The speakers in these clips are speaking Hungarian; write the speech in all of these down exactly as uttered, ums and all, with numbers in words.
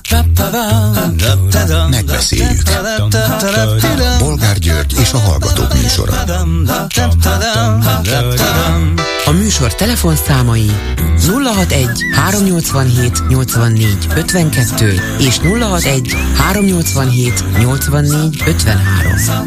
Megbeszéljük. Bolgár György és a Hallgatók műsora. A műsor telefonszámai nulla hatvanegy háromnyolcvanhét nyolcvannégy ötvenkettő és nulla hatvanegy háromnyolcvanhét nyolcvannégy ötvenhárom.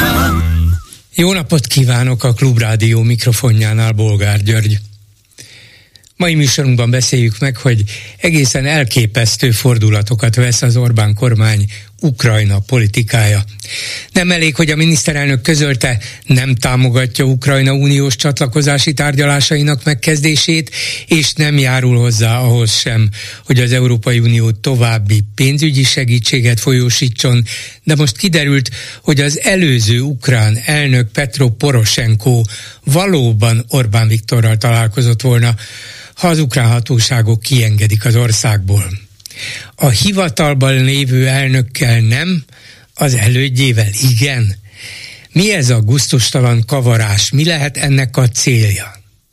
Jó napot kívánok a Klubrádió mikrofonjánál, Bolgár György. Mai műsorunkban beszéljük meg, hogy egészen elképesztő fordulatokat vesz az Orbán kormány Ukrajna politikája. Nem elég, hogy a miniszterelnök közölte, nem támogatja Ukrajna uniós csatlakozási tárgyalásainak megkezdését, és nem járul hozzá ahhoz sem, hogy az Európai Unió további pénzügyi segítséget folyósítson, de most kiderült, hogy az előző ukrán elnök Petro Poroshenko valóban Orbán Viktorral találkozott volna, ha az ukrán hatóságok kiengedik az országból. A hivatalban lévő elnökkel nem, az elődjével igen. Mi ez a gusztustalan kavarás? Mi lehet ennek a célja?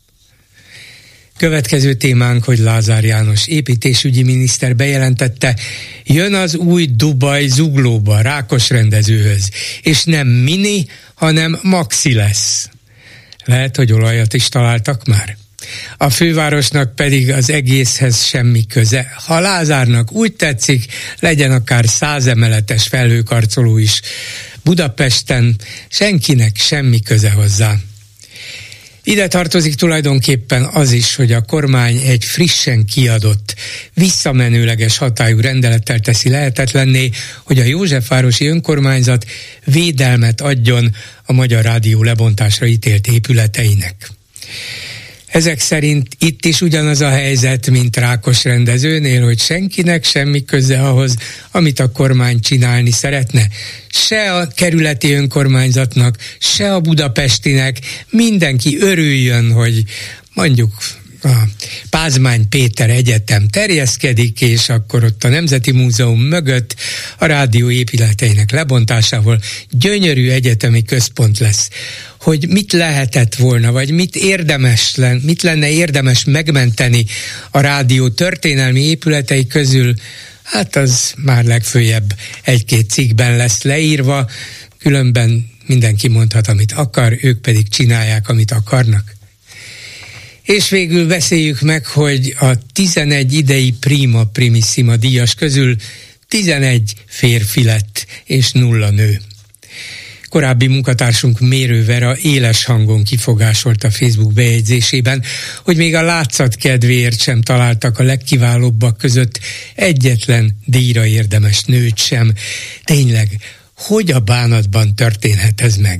Következő témánk, hogy Lázár János építésügyi miniszter bejelentette, jön az új Dubaj Zuglóba, Rákos rendezőhöz, és nem mini, hanem maxi lesz. Lehet, hogy olajat is találtak már? A fővárosnak pedig az egészhez semmi köze. Ha Lázárnak úgy tetszik, legyen akár százemeletes felhőkarcoló is. Budapesten senkinek semmi köze hozzá. Ide tartozik tulajdonképpen az is, hogy a kormány egy frissen kiadott, visszamenőleges hatályú rendelettel teszi lehetetlenné, hogy a Józsefvárosi önkormányzat védelmet adjon a Magyar Rádió lebontásra ítélt épületeinek. Ezek szerint itt is ugyanaz a helyzet, mint Rákos rendezőnél, hogy senkinek semmi köze ahhoz, amit a kormány csinálni szeretne. Se a kerületi önkormányzatnak, se a budapestinek, mindenki örüljön, hogy mondjuk a Pázmány Péter Egyetem terjeszkedik, és akkor ott a Nemzeti Múzeum mögött a rádió épületeinek lebontásával gyönyörű egyetemi központ lesz. Hogy mit lehetett volna, vagy mit érdemes len, mit lenne érdemes megmenteni a rádió történelmi épületei közül, hát az már legfőjebb egy-két cikkben lesz leírva, különben mindenki mondhat, amit akar, ők pedig csinálják, amit akarnak. És végül beszéljük meg, hogy a tizenegy idei Prima Primissima díjas közül tizenegy férfi lett, és nulla nő. Korábbi munkatársunk Mérő Vera éles hangon kifogásolt a Facebook bejegyzésében, hogy még a látszat kedvéért sem találtak a legkiválóbbak között egyetlen díjra érdemes nőt sem. Tényleg, hogy a bánatban történhet ez meg?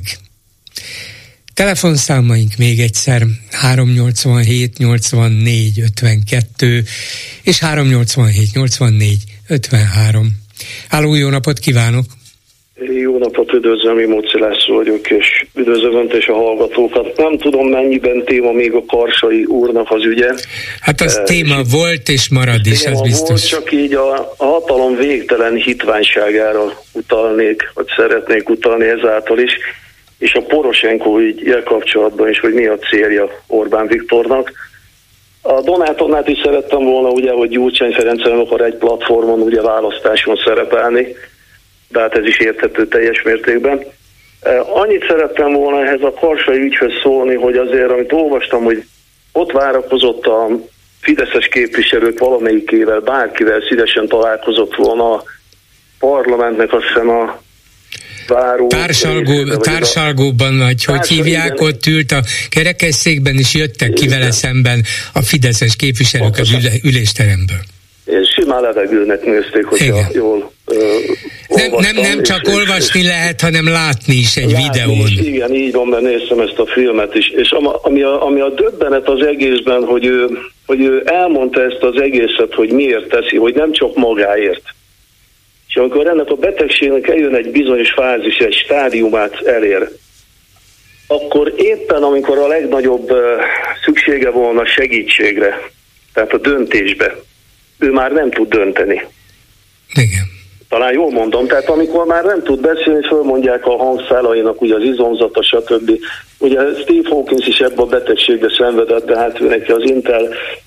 Telefonszámaink még egyszer háromnyolcvanhét nyolcvannégy ötvenkettő és háromnyolcvanhét nyolcvannégy ötvenhárom. Háló, jó napot kívánok! Jó napot, üdvözlöm, én Móci László vagyok, és üdvözlöm Önt és a hallgatókat. Nem tudom, mennyiben téma még a Karsai úrnak az ügye. Hát az e, téma és volt és marad is, ez biztos. Volt, csak így a, a hatalom végtelen hitványságára utalnék, vagy szeretnék utalni ezáltal is, és a Poroshenko ügyel kapcsolatban is, hogy mi a célja Orbán Viktornak. A Donátonnát is szerettem volna, ugye, hogy Gyurcsány Ferenc nem akar egy platformon, ugye, választáson szerepelni, de hát ez is érthető teljes mértékben. Annyit szerettem volna ehhez a karsai ügyhöz szólni, hogy azért, amit olvastam, hogy ott várakozott a fideszes képviselők valamelyikével, bárkivel szívesen találkozott volna a parlamentnek, azt hiszem a váró... Társalgó, társalgóban, vagy hogy hívják, igen. Ott ült a kerekesszékben, és jöttek ki vele szemben a fideszes képviselők az ülé, ülésteremből. És simán levegőnek nézték, hogyha jól uh, nem, nem, nem csak és, olvasni és, lehet, hanem látni is egy látni videón. Is, igen, így van, mert néztem ezt a filmet is. És ami a, ami a döbbenet az egészben, hogy ő, hogy ő elmondta ezt az egészet, hogy miért teszi, hogy nem csak magáért. És amikor ennek a betegségnek eljön egy bizonyos fázis, egy stádiumát elér, akkor éppen amikor a legnagyobb uh, szüksége volna segítségre, tehát a döntésbe, ő már nem tud dönteni. Igen. Talán jól mondom, tehát amikor már nem tud beszélni, fölmondják a hangszálainak ugye az izomzata, stb. Ugye Steve Hawkins is ebbe a betegségbe szenvedett, de hát ő neki az Intel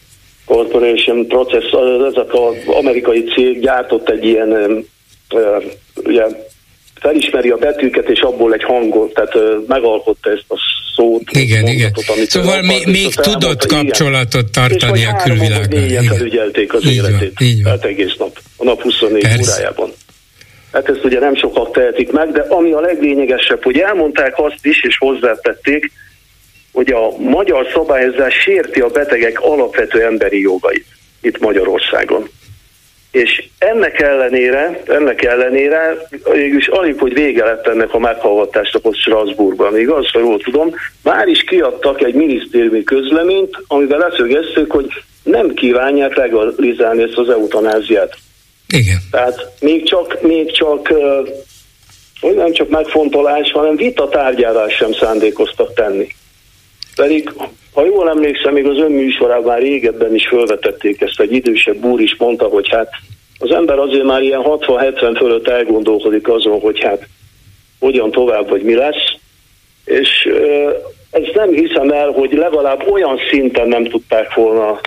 Corporation Process, ezek az amerikai cég gyártott egy ilyen, ugye, felismeri a betűket, és abból egy hangot, tehát megalkotta ezt a szót. Igen, mondatot, igen. Szóval még, még tudott kapcsolatot tartani a külvilággal. És négyen felügyelték az így életét. Van, így van. Hát egész nap, a nap huszonnégy Persze. órájában. Hát ezt ugye nem sokat tehetik meg, de ami a leglényegesebb, hogy elmondták azt is, és hozzátették, hogy a magyar szabályozás sérti a betegek alapvető emberi jogait itt Magyarországon. És ennek ellenére, ennek ellenére mégis alig, hogy vége lett ennek a meghallgatásnak ott Strasbourgban. Igaz, ha jól tudom, már is kiadtak egy minisztériumi közleményt, amiben leszögezték, hogy nem kívánják legalizálni ezt az eutanáziát. Igen. Tehát még csak, még csak uh, nem csak megfontolás, hanem vita tárgyalás sem szándékoztak tenni. Pedig, ha jól emlékszem, még az ön műsorában régebben is felvetették ezt, egy idősebb úr is mondta, hogy hát az ember azért már ilyen hatvan-hetven fölött elgondolkodik azon, hogy hát hogyan tovább, vagy mi lesz, és uh, ezt nem hiszem el, hogy legalább olyan szinten nem tudták volna,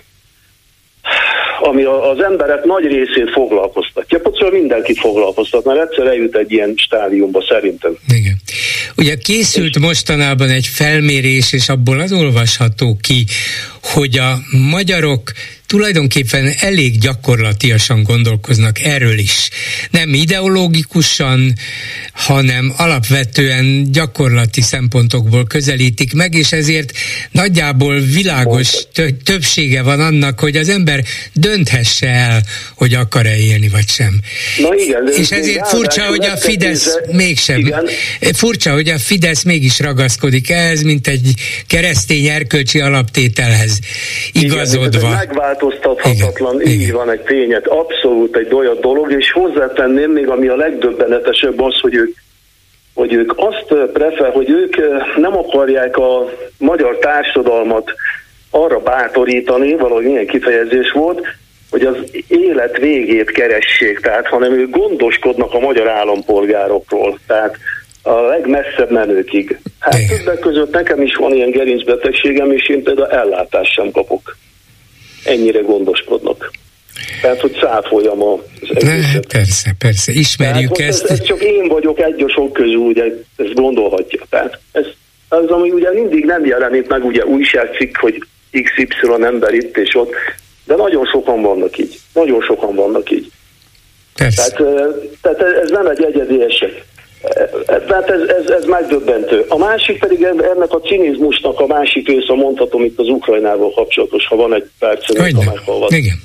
ami az emberek nagy részét foglalkoztatja. Szóval mindenkit foglalkoztat, mert egyszer eljut egy ilyen stádiumba szerintem. Igen. Ugye készült mostanában egy felmérés, és abból az olvasható ki, hogy a magyarok tulajdonképpen elég gyakorlatiasan gondolkoznak erről is. Nem ideológikusan, hanem alapvetően gyakorlati szempontokból közelítik meg, és ezért nagyjából világos t- többsége van annak, hogy az ember dönthesse el, hogy akar-e élni, vagy sem. Na igen, és ezért furcsa, hogy a Fidesz mégsem. Igen. Furcsa, hogy a Fidesz mégis ragaszkodik ehhez, mint egy keresztény erkölcsi alaptételhez igazodva. Igen, megváltoztathatatlan, igen, így igen. Van egy tényet, abszolút egy olyan dolog, és hozzátenném még, ami a legdöbbenetesebb az, hogy ők, hogy ők azt prefer, hogy ők nem akarják a magyar társadalmat arra bátorítani, valahogy milyen kifejezés volt, hogy az élet végét keressék, tehát hanem ők gondoskodnak a magyar állampolgárokról, tehát a legmesszebb menőkig. Hát igen. Többek között nekem is van ilyen gerincbetegségem, és én például ellátást sem kapok. Ennyire gondoskodnak. Tehát, hogy száfoljam az egészet. Persze, persze, ismerjük tehát, ezt. Ez, ez csak én vagyok egy a sok közül, ugye ezt gondolhatja. Tehát ez az, ami ugye mindig nem jelenik meg, ugye újságcikk, hogy iksz ipszilon ember itt és ott, de nagyon sokan vannak így. Nagyon sokan vannak így. Persze. Tehát, tehát ez nem egy egyedi eset. Tehát ez, ez, ez megdöbbentő. A másik pedig ennek a cinizmusnak a másik része, mondhatom itt az Ukrajnával kapcsolatos, ha van egy percen, ha meghallgat. Igen.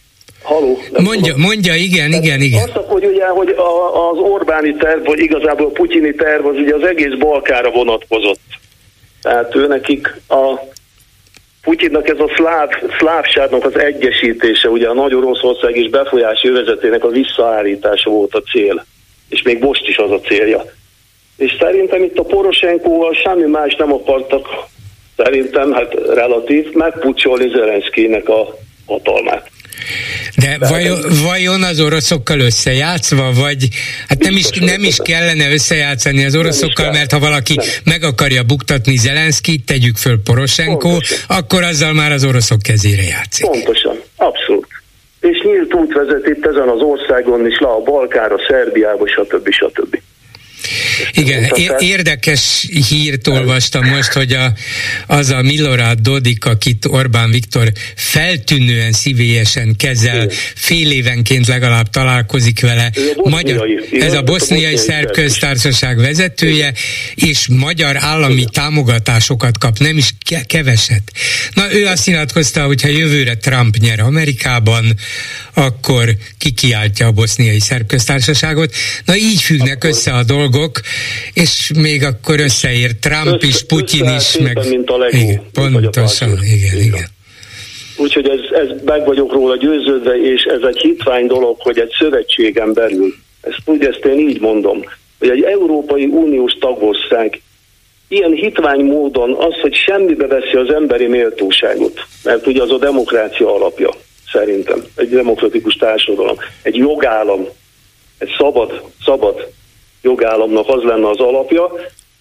Haló, mondja, mondja, igen, igen, igen, igen. Azt, hogy ugye, hogy a, az Orbáni terv, vagy igazából a putyini terv, az ugye az egész Balkánra vonatkozott. Tehát ő nekik a Putyinnak ez a szláv, szlávságnak az egyesítése, ugye a Nagy Oroszország és befolyási övezetének a visszaállítása volt a cél. És még most is az a célja. És szerintem itt a Poroshenkóval semmi más nem akartak, szerintem, hát relatív, megpucsolni Zelenszkijnek a hatalmát. De vajon, vajon az oroszokkal összejátszva, vagy hát nem is, nem is kellene összejátszani az oroszokkal, mert ha valaki nem. meg akarja buktatni Zelenszkijt, tegyük föl Poroshenko, akkor azzal már az oroszok kezére játszik. Pontosan, abszolút. És nyílt út vezet itt ezen az országon is le a Balkánra, Szerbiába, stb. stb. Igen, érdekes hírt olvastam most, hogy a, az a Milorad Dodik, akit Orbán Viktor feltűnően szívélyesen kezel, fél évenként legalább találkozik vele. A magyar, ez a boszniai szerb köztársaság vezetője, és magyar állami támogatásokat kap, nem is keveset. Na, ő azt nyilatkozta, hogy ha jövőre Trump nyer Amerikában, akkor kikiáltja a boszniai szerb köztársaságot. Na, így függnek akkor össze a dolgok, és még akkor összeér Trump össze, is, Putyin is, meg... mint a Lego, igen, pontosan, igen, igen. igen. Úgyhogy ez, ez meg vagyok róla győződve, és ez egy hitvány dolog, hogy egy szövetségen belül, ezt úgy ezt én így mondom, hogy egy Európai Uniós tagország ilyen hitvány módon az, hogy semmibe veszi az emberi méltóságot, mert ugye az a demokrácia alapja, szerintem, egy demokratikus társadalom, egy jogállam, egy szabad, szabad jogállamnak az lenne az alapja,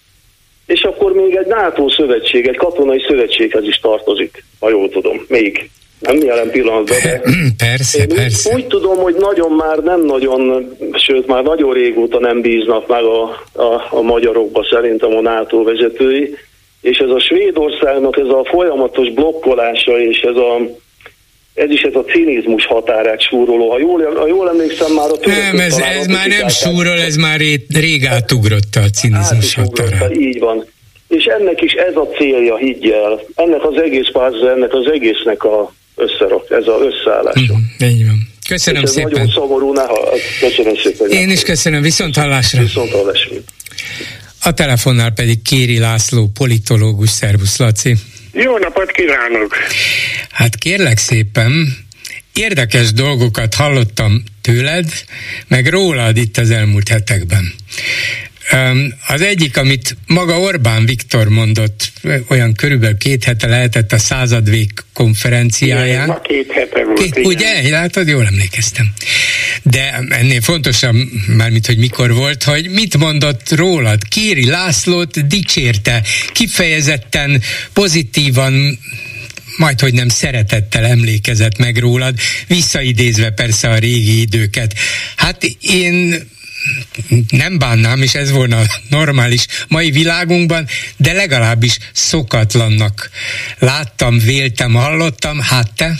és akkor még egy NATO szövetség, egy katonai szövetséghez is tartozik, ha jól tudom, még. Nem jelen pillanatban, de persze, én persze. Úgy, úgy tudom, hogy nagyon már nem nagyon, sőt már nagyon régóta nem bíznak meg a, a, a magyarokba szerintem a NATO vezetői, és ez a Svédországnak ez a folyamatos blokkolása, és ez a ez is ez a cinizmus határát súroló. Ha jól, ha jól emlékszem, már a törökök Nem, ez, ez már nem súrol, ez már ré, rég átugrott a cinizmus határát. Így van. És ennek is ez a célja, higgyel, ennek az egész párza, ennek az egésznek a összerak, ez az összeállása. Mm, így van. Köszönöm és ez szépen. nagyon szomorú, ne ha, köszönöm szépen. Én is köszönöm, viszont hallásra. Viszont hallásra. A telefonnál pedig Kéri László, politológus. Szervusz, Laci. Jó napot kívánok! Hát kérlek szépen, érdekes dolgokat hallottam tőled, meg rólad itt az elmúlt hetekben. Az egyik, amit maga Orbán Viktor mondott, olyan körülbelül két hete lehetett a századvég konferenciáján. Igen, két hete volt. Két, ugye? Látod, jól emlékeztem. De ennél fontosabb, mármint, hogy mikor volt, hogy mit mondott rólad. Kéri Lászlót dicsérte, kifejezetten pozitívan, majdhogy nem szeretettel emlékezett meg rólad, visszaidézve persze a régi időket. Hát én nem bánnám, és ez volna normális mai világunkban, de legalábbis szokatlannak láttam, véltem, hallottam. Hát te?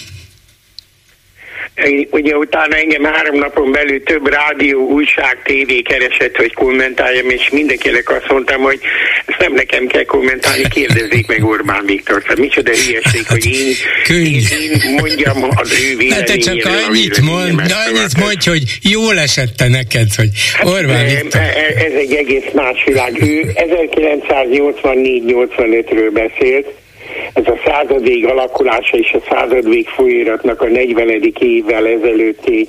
Ugye utána engem három napon belül több rádió, újság, tévé keresett, hogy kommentáljam, és mindenkinek azt mondtam, hogy ezt nem nekem kell kommentálni, kérdezzék meg Orbán Viktor. Tehát micsoda hülyeség, hogy én, én, én mondjam az ő véleményéről. Te csak annyit mond, annyit mondj, hogy jól esette neked, hogy Orbán hát, Viktor. Ez egy egész más világ. Ő ezerkilencszáznyolcvannégy nyolcvanötről beszélt, ez a századvég alakulása és a századvég folyóiratnak a negyvenedik évvel ezelőtti,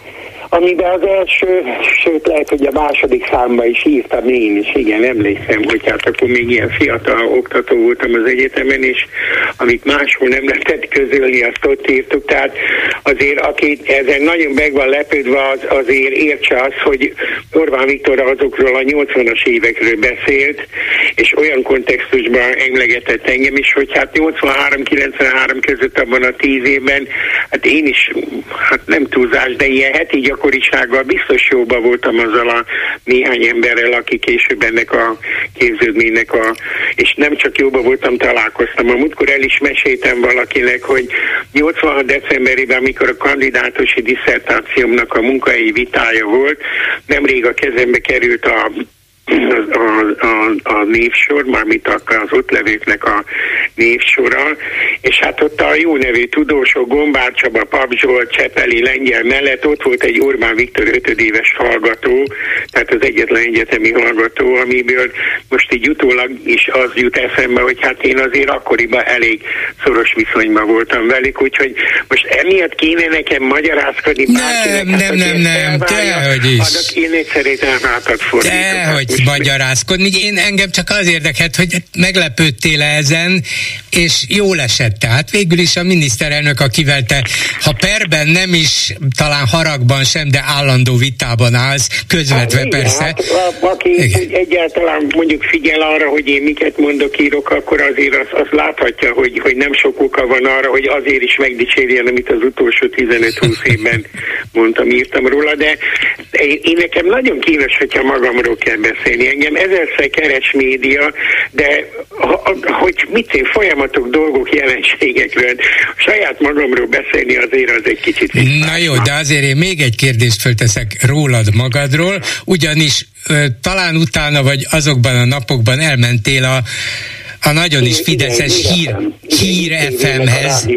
amiben az első, sőt lehet, hogy a második számba is írtam én is, igen, emlékszem, hogy hát akkor még ilyen fiatal oktató voltam az egyetemen, és amit máshol nem lehetett közölni, azt ott írtuk, tehát azért aki ezen nagyon meg van lepődve, az, azért értse azt, hogy Orbán Viktor azokról a nyolcvanas évekről beszélt, és olyan kontextusban emlegetett engem is, hogy hát nyolcvanhárom kilencvenhárom között abban a tíz évben, hát én is, hát nem túlzás, de ilyen heti gyakorisággal biztos jóban voltam azzal a néhány emberrel, aki később ennek a képződménynek a, és nem csak jóban voltam, találkoztam. A múltkor el is meséltem valakinek, hogy nyolcvanhat decemberében, amikor a kandidátusi disszertációmnak a munkahelyi vitája volt, nemrég a kezembe került a A, a, a névsor, mármint az ott levőknek a névsora, és hát ott a jó nevű tudósok, Gombár Csaba, Pap Zsolt, Csepeli, Lengyel mellett ott volt egy Orbán Viktor ötödéves hallgató, tehát az egyetlen egyetemi hallgató, amiből most így utólag is az jut eszembe, hogy hát én azért akkoriban elég szoros viszonyban voltam velük, úgyhogy most emiatt kéne nekem magyarázkodni bárkinek. Nem, nem, nem, nem, dehogy is. Adok én egy szerintem hátat fordítok. Magyarázkodni. Én engem csak az érdekelt, hogy meglepődtél ezen, és jól esett. Tehát végül is a miniszterelnök, akivel te, ha perben nem is, talán haragban sem, de állandó vitában állsz, közvetve hát, persze. Hát, aki egyáltalán mondjuk figyel arra, hogy én miket mondok, írok, akkor azért az, az láthatja, hogy, hogy nem sok oka van arra, hogy azért is megdicsérjen, amit az utolsó tizenöt-húsz évben mondtam, írtam róla, de én nekem nagyon kínos, hogyha magamról kell beszélni. Engem ezerszer keres média, de hogy mit én folyamatok, dolgok, jelenségekről, saját magamról beszélni azért az egy kicsit. Na jó, de azért én még egy kérdést fölteszek rólad magadról, ugyanis ö, talán utána vagy azokban a napokban elmentél a a nagyon is fideszes hír, hír ef em-hez.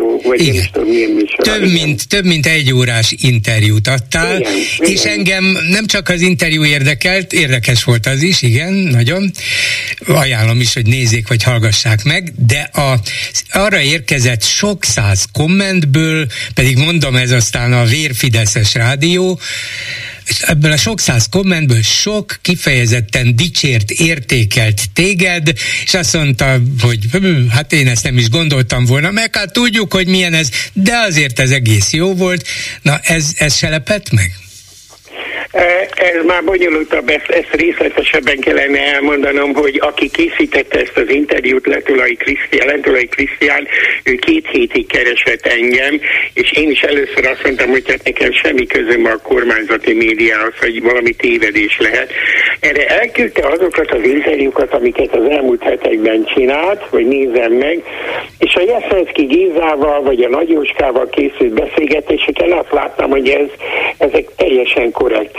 Több mint, több mint egy órás interjút adtál, igen, és igen. Engem nem csak az interjú érdekelt, érdekes volt az is, igen, nagyon. Ajánlom is, hogy nézzék, vagy hallgassák meg, de a, arra érkezett sok száz kommentből, pedig mondom, ez aztán a vérfideszes rádió, ebből a sok száz kommentből sok kifejezetten dicsért, értékelt téged, és azt mondta, hogy hát én ezt nem is gondoltam volna, meg hát tudjuk, hogy milyen ez, de azért ez egész jó volt. Na ez, ez se lepett meg? Ez már bonyolultabb, ezt, ezt részletesebben kellene elmondanom, hogy aki készítette ezt az interjút, Letolai Krisztián, Letolai Krisztián, ő két hétig keresett engem, és én is először azt mondtam, hogy hát nekem semmi közöm a kormányzati médiához, hogy valami tévedés lehet. Erre elküldte azokat az interjúkat, amiket az elmúlt hetekben csinált, hogy nézzem meg, és a Jeszenszky Gézával, vagy a Nagy Jóskával készült beszélgetéseken azt láttam, hogy ez, ezek teljesen korrekt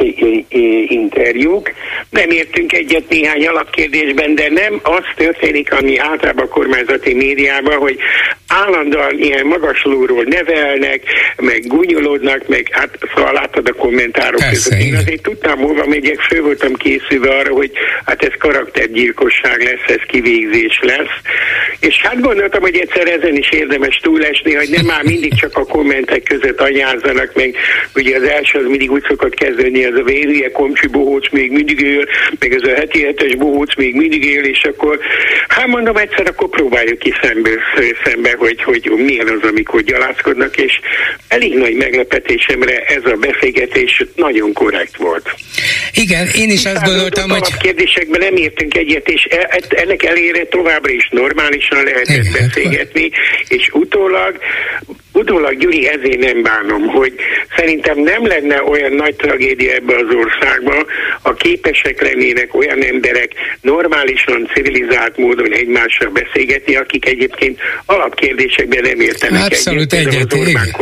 interjúk. Nem értünk egyet néhány alapkérdésben, de nem az történik, ami általában a kormányzati médiában, hogy állandóan ilyen magaslóról nevelnek, meg gúnyolódnak, meg hát szóval láttad a kommentárok Persze, között. Én igen. azért tudtam, hova megyek, föl voltam készülve arra, hogy hát ez karaktergyilkosság lesz, ez kivégzés lesz. És hát gondoltam, hogy egyszer ezen is érdemes túlesni, hogy nem már mindig csak a kommentek között anyázzanak, meg ugye az első az mindig úgy szokott kezdeni, az a vérhülye komcsi bohóc még mindig él, meg ez a heti hetes bohóc még mindig él, és akkor hát mondom egyszer, akkor próbáljuk ki szembe, szembe hogy, hogy milyen az, amikor gyalázkodnak, és elég nagy meglepetésemre ez a beszélgetés nagyon korrekt volt. Igen, én is azt gondoltam, hogy... A kérdésekben nem értünk egyet, és ennek elére továbbra is normálisan lehetett Igen, beszélgetni, és utólag Utólag, Gyuri, ezért nem bánom, hogy szerintem nem lenne olyan nagy tragédia ebbe az országban, ha képesek lennének olyan emberek normálisan, civilizált módon egymással beszélgetni, akik egyébként alapkérdésekben nem értenek egyet. Abszolút egyet,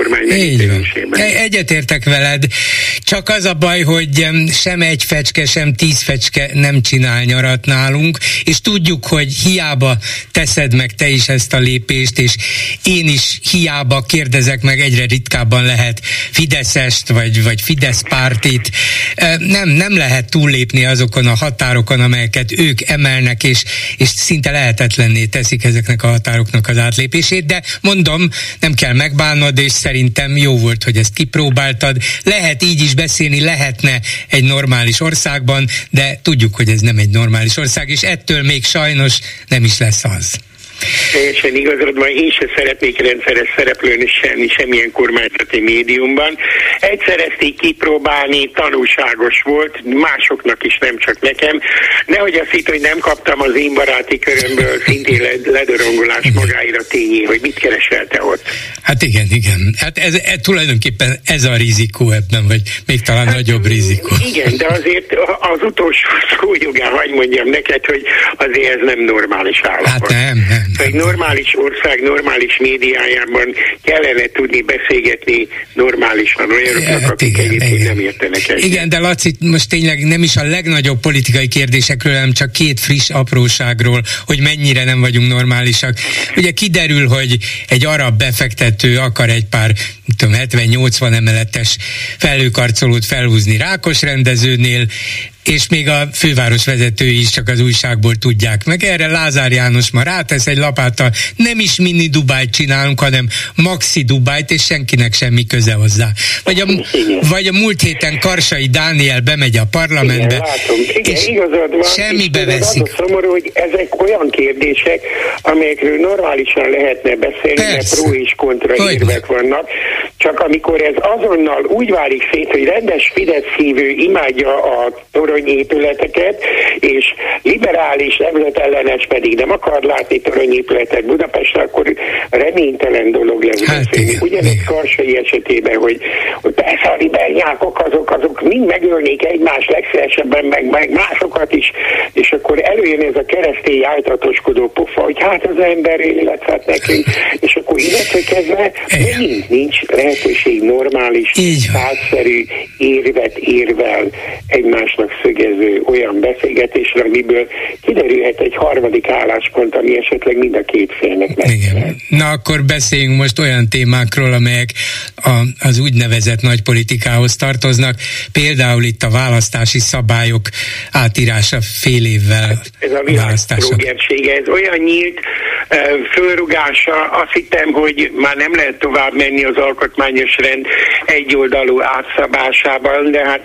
egyet. Egyetértek veled, csak az a baj, hogy sem egy fecske, sem tíz fecske nem csinál nyarat nálunk, és tudjuk, hogy hiába teszed meg te is ezt a lépést, és én is hiába kérdezek meg, egyre ritkábban lehet fideszest, vagy, vagy Fidesz pártit. Nem, nem lehet túllépni azokon a határokon, amelyeket ők emelnek, és, és szinte lehetetlenné teszik ezeknek a határoknak az átlépését, de mondom, nem kell megbánnod, és szerintem jó volt, hogy ezt kipróbáltad. Lehet így is beszélni, lehetne egy normális országban, de tudjuk, hogy ez nem egy normális ország, és ettől még sajnos nem is lesz az. Teljesen igazad van, én sem szeretnék rendszeres szereplőni semmi, semmilyen kormányzati médiumban. Egyszer ezt így kipróbálni tanulságos volt, másoknak is, nem csak nekem. Nehogy azt hitt, hogy nem kaptam az én baráti körömből szintén ledorongolás magáira tényé, hogy mit keresel te ott. Hát igen, igen. Hát ez, ez tulajdonképpen ez a rizikó ebben, vagy még talán hát, nagyobb rizikó. Igen, de azért az utolsó szójogán hagy mondjam neked, hogy azért ez nem normális állapot. Hát nem, nem. Egy normális ország normális médiájában kellene tudni beszélgetni normálisan olyanoknak, hát akik igen, egyébként igen. nem értenek egyet. Igen, de Laci, most tényleg nem is a legnagyobb politikai kérdésekről, hanem csak két friss apróságról, hogy mennyire nem vagyunk normálisak. Ugye kiderül, hogy egy arab befektető akar egy pár, tudom, hetven-nyolcvan emeletes felhőkarcolót felhúzni Rákosrendezőnél, és még a főváros vezetői is csak az újságból tudják meg. Erre Lázár János ma rátesz egy lapáttal, nem is mini Dubájt csinálunk, hanem maxi Dubájt, és senkinek semmi köze hozzá. Vagy a, vagy a múlt héten Karsai Dániel bemegy a parlamentbe, igen, látom. Igen, és van, semmibe veszik. Az a szomorú, hogy ezek olyan kérdések, amelyekről normálisan lehetne beszélni, mert pró és kontra érvek vannak, csak amikor ez azonnal úgy válik szét, hogy rendes Fidesz hívő imádja a toronyépületeket, és liberális nemzetellenes pedig nem akar látni toronyépületet Budapesten, akkor reménytelen dolog lesz hát beszélni. Ugyanez Karsai esetében, hogy, hogy persze a liberálisok azok, azok mind megölnék egymást legszívesebben, meg, meg másokat is, és akkor előjön ez a keresztény áltatoskodó pofa, hogy hát az ember életet nekünk, és akkor illetve kezdve nincs, nincs lehetőség normális, tárgyszerű érvet érvel egymásnak szögező olyan beszélgetésre, amiből kiderülhet egy harmadik álláspont, ami esetleg mind a két félnek megfelel. Na akkor beszéljünk most olyan témákról, amelyek a, az úgynevezett nagypolitikához tartoznak, például itt a választási szabályok átírása fél évvel. Ez a világrógersége, ez olyan nyílt uh, fölrugása, azt hittem, hogy már nem lehet tovább menni az alkotmányos rend egyoldalú átszabásában, de hát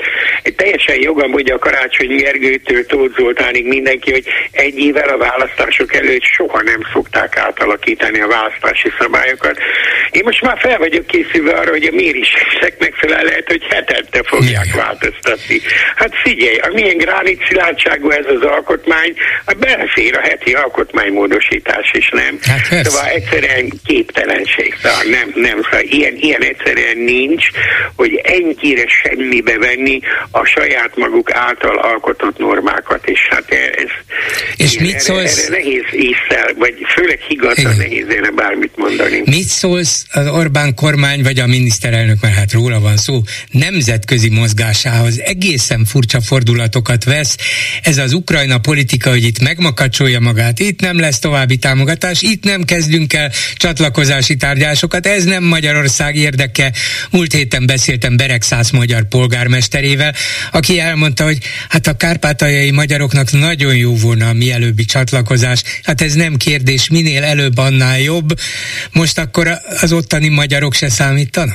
teljesen jogam, hogy a Karácsony Gergőtől Tóth Zoltánig mindenki, hogy egy évvel a választások előtt soha nem szokták átalakítani a választási szabályokat. Én most már fel vagyok készülve arra, hogy a mérések megfelelően lehet, hogy hetente fogják Igen. változtatni. Hát figyelj, amilyen gránit szilárdságú ez az alkotmány, hát belefér a heti alkotmánymódosítás is, nem? Hát szóval egyszerűen képtelenség, szóval nem, nem, szóval ilyen, ilyen egyszerűen nincs, hogy ennyire semmibe venni a saját maguk által alkotott normákat, és hát ez... És ilyen, mit szólsz? Erre, erre nehéz észszel, vagy főleg higgadtan nehéz erre bármit mondani. Mit szólsz az Orbán kormány, vagy a miniszterelnök, mert hát róla van szó, nemzetközi mozgásához? Egészen furcsa fordulatokat vesz ez az Ukrajna politika, hogy itt megmakacsolja magát, itt nem lesz további támogatás, itt nem kezdünk el csatlakozási tárgyalásokat, ez nem Magyarország érdeke. Múlt héten beszéltem Beregszász magyar polgármesterével, aki elmondta, hogy hát a kárpátaljai magyaroknak nagyon jó volna a mielőbbi csatlakozás, hát ez nem kérdés, minél előbb, annál jobb. Most akkor az ottani magyarok se számítanak?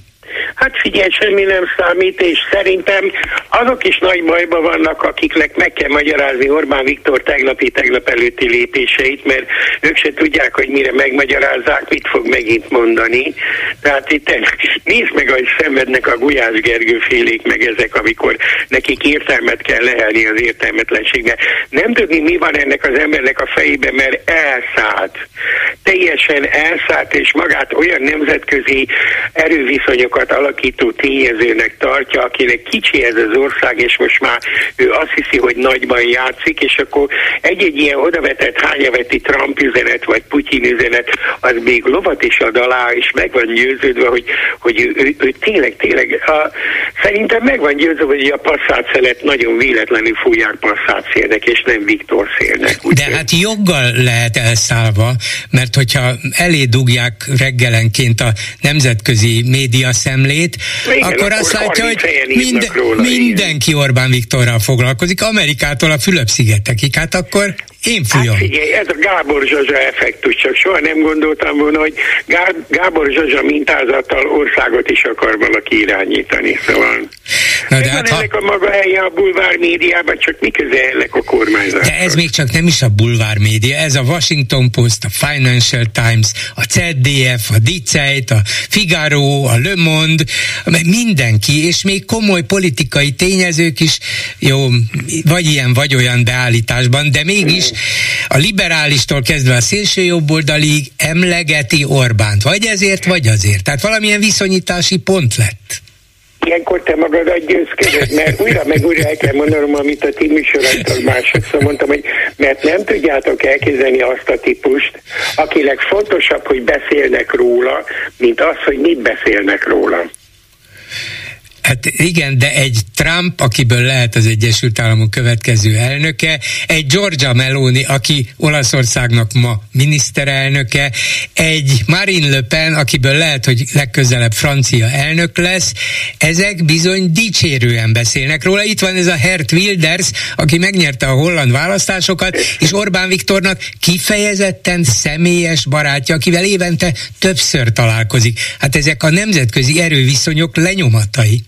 Hát figyelj, semmi nem számít, és szerintem azok is nagy bajban vannak, akiknek meg kell magyarázni Orbán Viktor tegnapi, tegnap előtti lépéseit, mert ők se tudják, hogy mire megmagyarázzák, mit fog megint mondani. Tehát itt nézd meg, hogy szenvednek a Gulyás Gergő félék, meg ezek, amikor nekik értelmet kell lehelni az értelmetlenségbe. Nem tudni, mi van ennek az embernek a fejében, mert elszállt. Teljesen elszállt, és magát olyan nemzetközi erőviszonyokat alakító tényezőnek tartja, akinek kicsi ez az ország, és most már ő azt hiszi, hogy nagyban játszik, és akkor egy-egy ilyen odavetett hányaveti Trump üzenet, vagy Putyin üzenet, az még lovat is ad alá, és meg van győződve, hogy, hogy ő, ő, ő tényleg, tényleg, a, szerintem meg van győződve, hogy a Passat szelet nagyon véletlenül fújják Passat szélnek, és nem Viktor szélnek. De hát joggal lehet elszállva, mert hogyha elé dugják reggelenként a nemzetközi média szemlét, igen, akkor azt látja, hogy minden, róla, mindenki igen. Orbán Viktorral foglalkozik, Amerikától a Fülöp-szigetekig, hát akkor én fújom. Hát figyelj, ez a Gábor Zsazsa effektus, csak soha nem gondoltam volna, hogy Gábor Zsazsa mintázattal országot is akar valaki irányítani, szóval Na de hát, ennek ha... a maga helye a bulvár médiában, csak mi köze ennek a kormányzathoz? De ez még csak nem is a bulvár média, ez a Washington Post, a Financial Times, a cé dé ef, a Die Zeit, a Figaro, a Le Monde, mindenki, és még komoly politikai tényezők is, jó, vagy ilyen, vagy olyan beállításban, de mégis a liberálistól kezdve a szélsőjobboldalig emlegeti Orbánt, vagy ezért, vagy azért. Tehát valamilyen viszonyítási pont lett. Ilyenkor te magadat győzködöd, mert újra meg újra el kell mondanom, amit a ti műsoraitok másodszor mondtam, hogy mert nem tudjátok elképzelni azt a típust, akinek fontosabb, hogy beszélnek róla, mint az, hogy mit beszélnek róla. Hát igen, de egy Trump, akiből lehet az Egyesült Államok következő elnöke, egy Giorgia Meloni, aki Olaszországnak ma miniszterelnöke, egy Marine Le Pen, akiből lehet, hogy legközelebb francia elnök lesz, ezek bizony dicsérően beszélnek róla. Itt van ez a Geert Wilders, aki megnyerte a holland választásokat, és Orbán Viktornak kifejezetten személyes barátja, akivel évente többször találkozik. Hát ezek a nemzetközi erőviszonyok lenyomatai.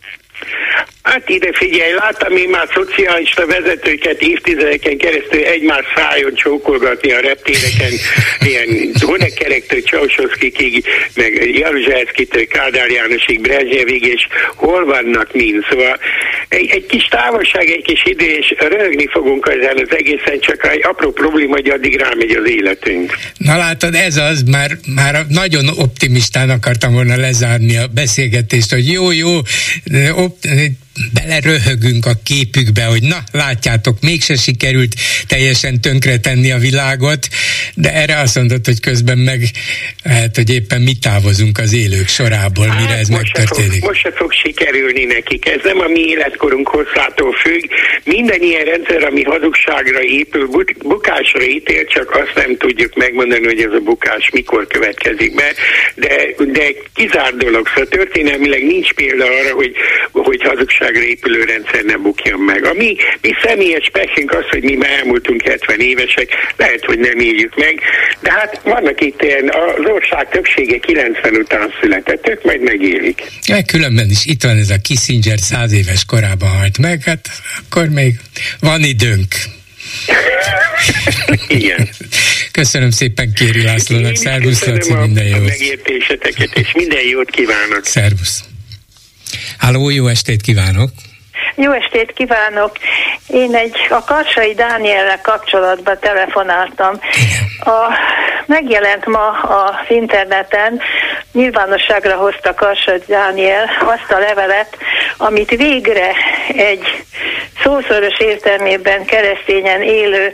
Hát ide figyelj, láttam én már szocialista vezetőket évtizedeken keresztül egymás szájon csókolgatni a reptéreken, ilyen Honeckerektől Ceausescukig, meg Jaruzelszkitől Kádár Jánosig, Brezsnyevig, és hol vannak mind. Szóval egy, egy kis távolság, egy kis idő, és röhögni fogunk ezen az egészen, csak egy apró probléma, hogy addig rámegy az életünk. Na látod, ez az, már, már nagyon optimistán akartam volna lezárni a beszélgetést, hogy jó, jó, opt- beleröhögünk a képükbe, hogy na, látjátok, mégse sikerült teljesen tönkretenni a világot, de erre azt mondod, hogy közben meg hát, hogy éppen mi távozunk az élők sorából, hát, mire ez most megtörténik. Se fog, most se fog sikerülni nekik. Ez nem a mi életkorunk hosszától függ. Minden ilyen rendszer, ami hazugságra épül, bukásra ítél, csak azt nem tudjuk megmondani, hogy ez a bukás mikor következik be, de, de kizárt dolog. Szóval történelmileg nincs példa arra, hogy, hogy hazugság biztonságra épülő rendszer nem bukjon meg. A mi, mi személyes pekünk az, hogy mi már elmúltunk hetven évesek, lehet, hogy nem éljük meg, de hát vannak itt ilyen, az ország többsége kilencven után született, ők majd megélik. Ja, különben is itt van ez a Kissinger száz éves korában halt meg, hát akkor még van időnk. Igen. Köszönöm szépen Kéri Lászlónak, szervusz Laci, minden jót. Megértéseteket, és minden jót kívánok. Szervusz. Halló, jó estét kívánok. Jó estét kívánok! Én egy a Karsai Dániellel kapcsolatban telefonáltam. A, megjelent ma az interneten, nyilvánosságra hozta Karsai Dániel azt a levelet, amit végre egy szószoros értelmében keresztényen élő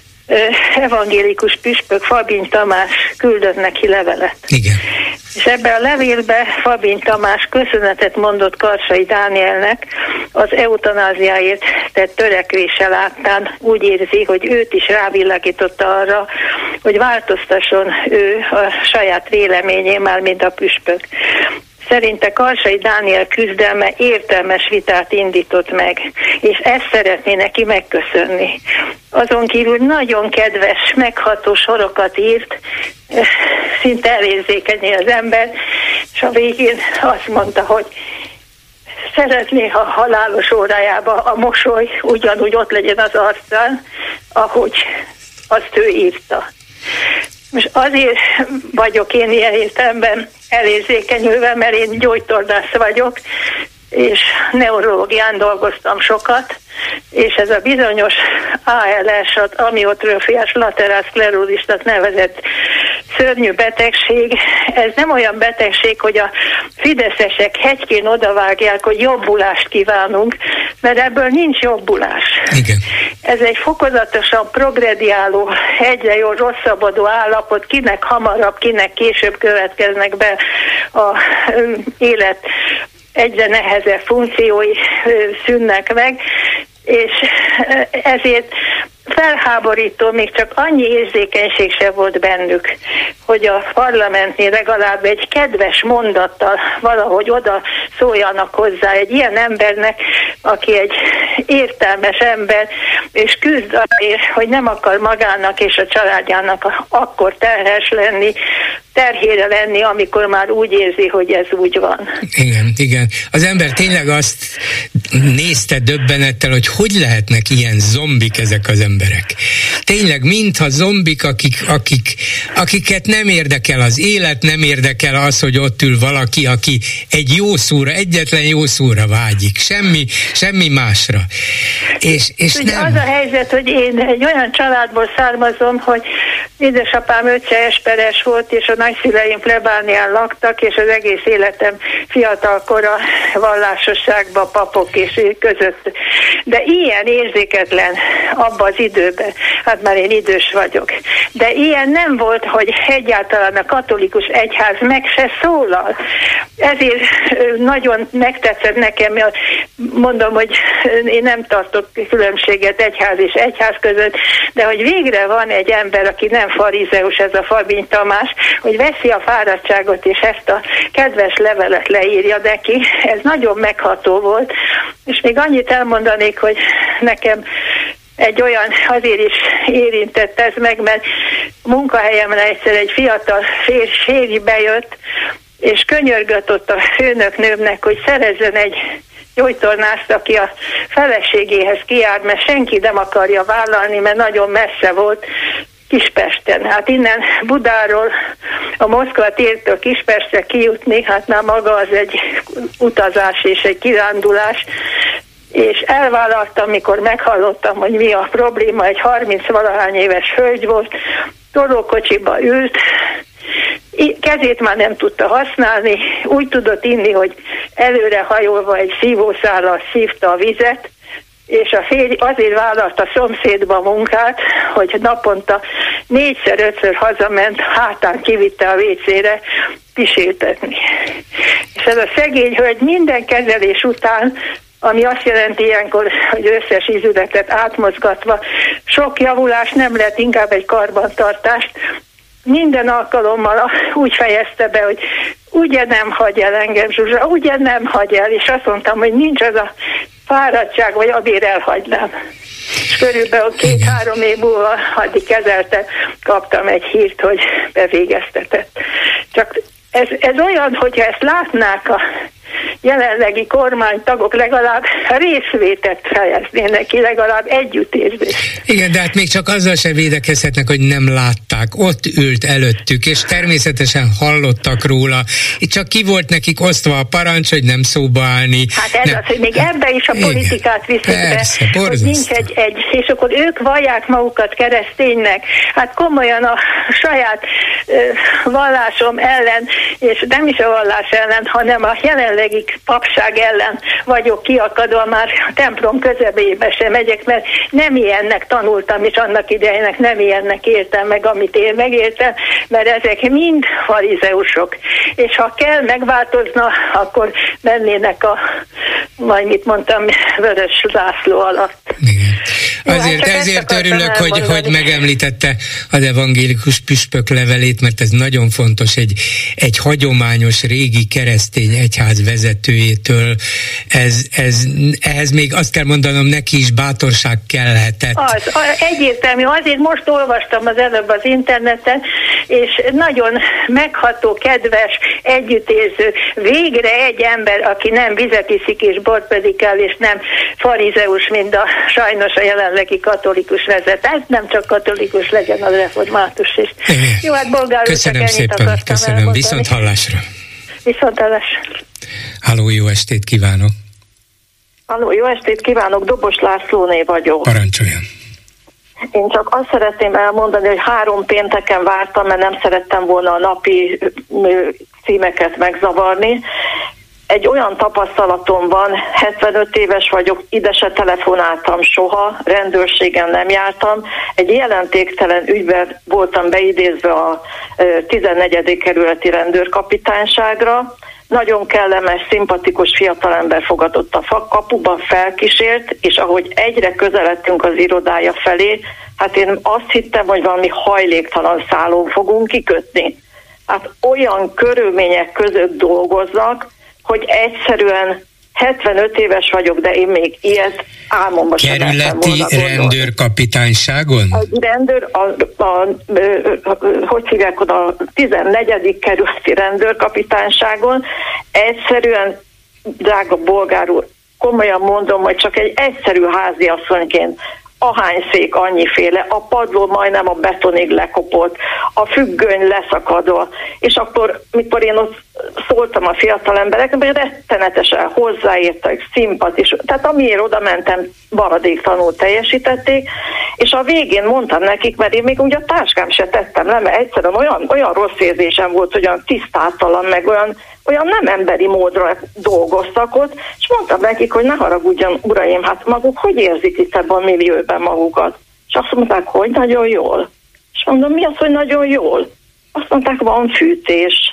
evangélikus püspök Fabiny Tamás küldött neki levelet. Igen. És ebben a levélben Fabiny Tamás köszönetet mondott Karsai Dánielnek az eutanáziáért tett törekvése láttán. Úgy érzi, hogy őt is rávilágította arra, hogy változtasson ő a saját véleményén, már mint a püspök. Szerinte Karsai Dániel küzdelme értelmes vitát indított meg, és ezt szeretné neki megköszönni. Azon kívül nagyon kedves, megható sorokat írt, szinte elérzékenyé az ember, és a végén azt mondta, hogy szeretné, ha halálos órájában a mosoly ugyanúgy ott legyen az arcán, ahogy azt ő írta. Most azért vagyok én ilyen értelemben elérzékenyülve, mert én gyógytornász vagyok, és neurológián dolgoztam sokat, és ez a bizonyos á el es, amiotrófiás lateral szklerózisnak nevezett szörnyű betegség, ez nem olyan betegség, hogy a fideszesek hegykén odavágják, hogy jobbulást kívánunk, mert ebből nincs jobbulás. Igen. Ez egy fokozatosan progrediáló, egyre jól rosszabbodó állapot, kinek hamarabb, kinek később következnek be a élet egyre nehezebb funkciói szűnnek meg, és ezért felháborító, még csak annyi érzékenység se volt bennük, hogy a parlamentnél legalább egy kedves mondattal valahogy oda szóljanak hozzá egy ilyen embernek, aki egy értelmes ember, és küzd azért, hogy nem akar magának és a családjának akkor terhes lenni, terhére lenni, amikor már úgy érzi, hogy ez úgy van. Igen, igen. Az ember tényleg azt nézte döbbenettel, hogy hogy lehetnek ilyen zombik ezek az emberek. Tényleg, mintha zombik, akik, akik, akiket nem érdekel az élet, nem érdekel az, hogy ott ül valaki, aki egy jó szóra, egyetlen jó szóra vágyik. Semmi, semmi másra. És, és nem... Az a helyzet, hogy én egy olyan családból származom, hogy édesapám öccse esperes volt, és a nagyszüleim plebánián laktak, és az egész életem fiatalkora vallásosságban, papok és között. De ilyen érzéketlen abban az időben, hát már én idős vagyok, de ilyen nem volt, hogy egyáltalán a katolikus egyház meg se szólal. Ezért nagyon megtetszett nekem, mondom, hogy én nem tartok különbséget egyház és egyház között, de hogy végre van egy ember, aki nem farizeus, ez a Fabiny Tamás, hogy veszi a fáradtságot, és ezt a kedves levelet leírja neki. Ez nagyon megható volt, és még annyit elmondanék, hogy nekem egy olyan, azért is érintett ez meg, mert munkahelyemre egyszer egy fiatal férfi bejött, és könyörgött ott a főnöknőmnek, hogy szerezzen egy gyógytornászt, aki a feleségéhez kijár, mert senki nem akarja vállalni, mert nagyon messze volt, Kispesten. Hát innen Budáról, a Moszkva tértől Kispestre kijutni, hát már maga az egy utazás és egy kirándulás, és elvállaltam, mikor meghallottam, hogy mi a probléma, egy harminc-valahány éves hölgy volt, tolókocsiba ült, kezét már nem tudta használni, úgy tudott inni, hogy előre hajolva egy szívószállal szívta a vizet, és a férj azért vállalt a szomszédba munkát, hogy naponta négyszer-ötször hazament, hátán kivitte a vécére piséltetni. És ez a szegény hölgy minden kezelés után, ami azt jelenti ilyenkor, hogy összes ízületet átmozgatva, sok javulás nem lett, inkább egy karbantartást, minden alkalommal úgy fejezte be, hogy ugye nem hagy el engem, Zsuzsa, ugye nem hagy el, és azt mondtam, hogy nincs az a fáradtság, vagy abért elhagynám. És körülbelül két-három év múlva, addig kezelte, kaptam egy hírt, hogy bevégeztetett. Csak ez, ez olyan, hogyha ezt látnák a jelenlegi kormánytagok, legalább részvétet fejeznének ki, legalább együttérzést. Igen, de hát még csak azzal sem védekezhetnek, hogy nem látták. Ott ült előttük, és természetesen hallottak róla. Itt csak ki volt nekik osztva a parancs, hogy nem szóba állni. Hát ez nem. Az, hogy még ebbe is a politikát viszik persze, be, hogy nincs egy, egy, és akkor ők vallják magukat kereszténynek. Hát komolyan a saját uh, vallásom ellen, és nem is a vallás ellen, hanem a jelenlegi papság ellen vagyok kiakadva, már a templom közebébe sem megyek, mert nem ilyennek tanultam, és annak idejének nem ilyennek értem meg, amit én megértem, mert ezek mind farizeusok. És ha kell megváltozna, akkor mennének a, majd mit mondtam, Vörös László alatt. Igen. Azért, hát ezért örülök, hogy, hogy megemlítette az evangélikus püspök levelét, mert ez nagyon fontos, egy, egy hagyományos, régi keresztény egyház vezetőjétől. Ez, ez, ehhez még azt kell mondanom, neki is bátorság kellhetett. Az, egyértelmű, azért most olvastam az előbb az interneten, és nagyon megható, kedves, együttérző, végre egy ember, aki nem vizet iszik és bort predikál, és nem farizeus, mint a sajnos a jelenlegi katolikus vezet. Ez nem csak katolikus, legyen az református is. Jó, hát Bolgár úr, köszönöm szépen, köszönöm. Elmondani. Viszont hallásra. Viszont hallásra. Halló, jó estét kívánok. Halló, jó estét kívánok, Dobos Lászlóné vagyok. Parancsoljon. Én csak azt szeretném elmondani, hogy három pénteken vártam, mert nem szerettem volna a napi címeket megzavarni. Egy olyan tapasztalatom van, hetvenöt éves vagyok, ide se telefonáltam soha, rendőrségen nem jártam. Egy jelentéktelen ügyben voltam beidézve a tizennegyedik kerületi rendőrkapitányságra. Nagyon kellemes, szimpatikus fiatalember fogadott a kapuban, felkísért, és ahogy egyre közeledtünk az irodája felé, hát én azt hittem, hogy valami hajléktalan szálon fogunk kikötni. Hát olyan körülmények között dolgoznak, hogy egyszerűen hetvenöt éves vagyok, de én még ilyet álmomba sem lettem volna gondolni. Kerületi rendőrkapitányságon? A rendőr, a, a, a, a, hogy hívják oda, a tizennegyedik kerületi rendőrkapitányságon egyszerűen, drága Bolgár úr, komolyan mondom, hogy csak egy egyszerű háziasszonyként ahány szék annyiféle, a padló majdnem a betonig lekopott, a függöny leszakadva, és akkor, mikor én ott szóltam a fiatal embereknek, rettenetesen hozzáértek, szimpatikus, tehát amiért oda mentem, maradéktalanul teljesítették, és a végén mondtam nekik, mert én még ugye a táskám se tettem le, mert egyszerűen olyan, olyan rossz érzésem volt, hogy olyan tisztátalan, meg olyan, olyan nem emberi módra dolgoztak ott, és mondtam nekik, hogy ne haragudjon, uraim, hát maguk hogy érzik itt ebben a millióben magukat? És azt mondták, hogy nagyon jól. És mondom, mi az, hogy nagyon jól? Azt mondták, van fűtés.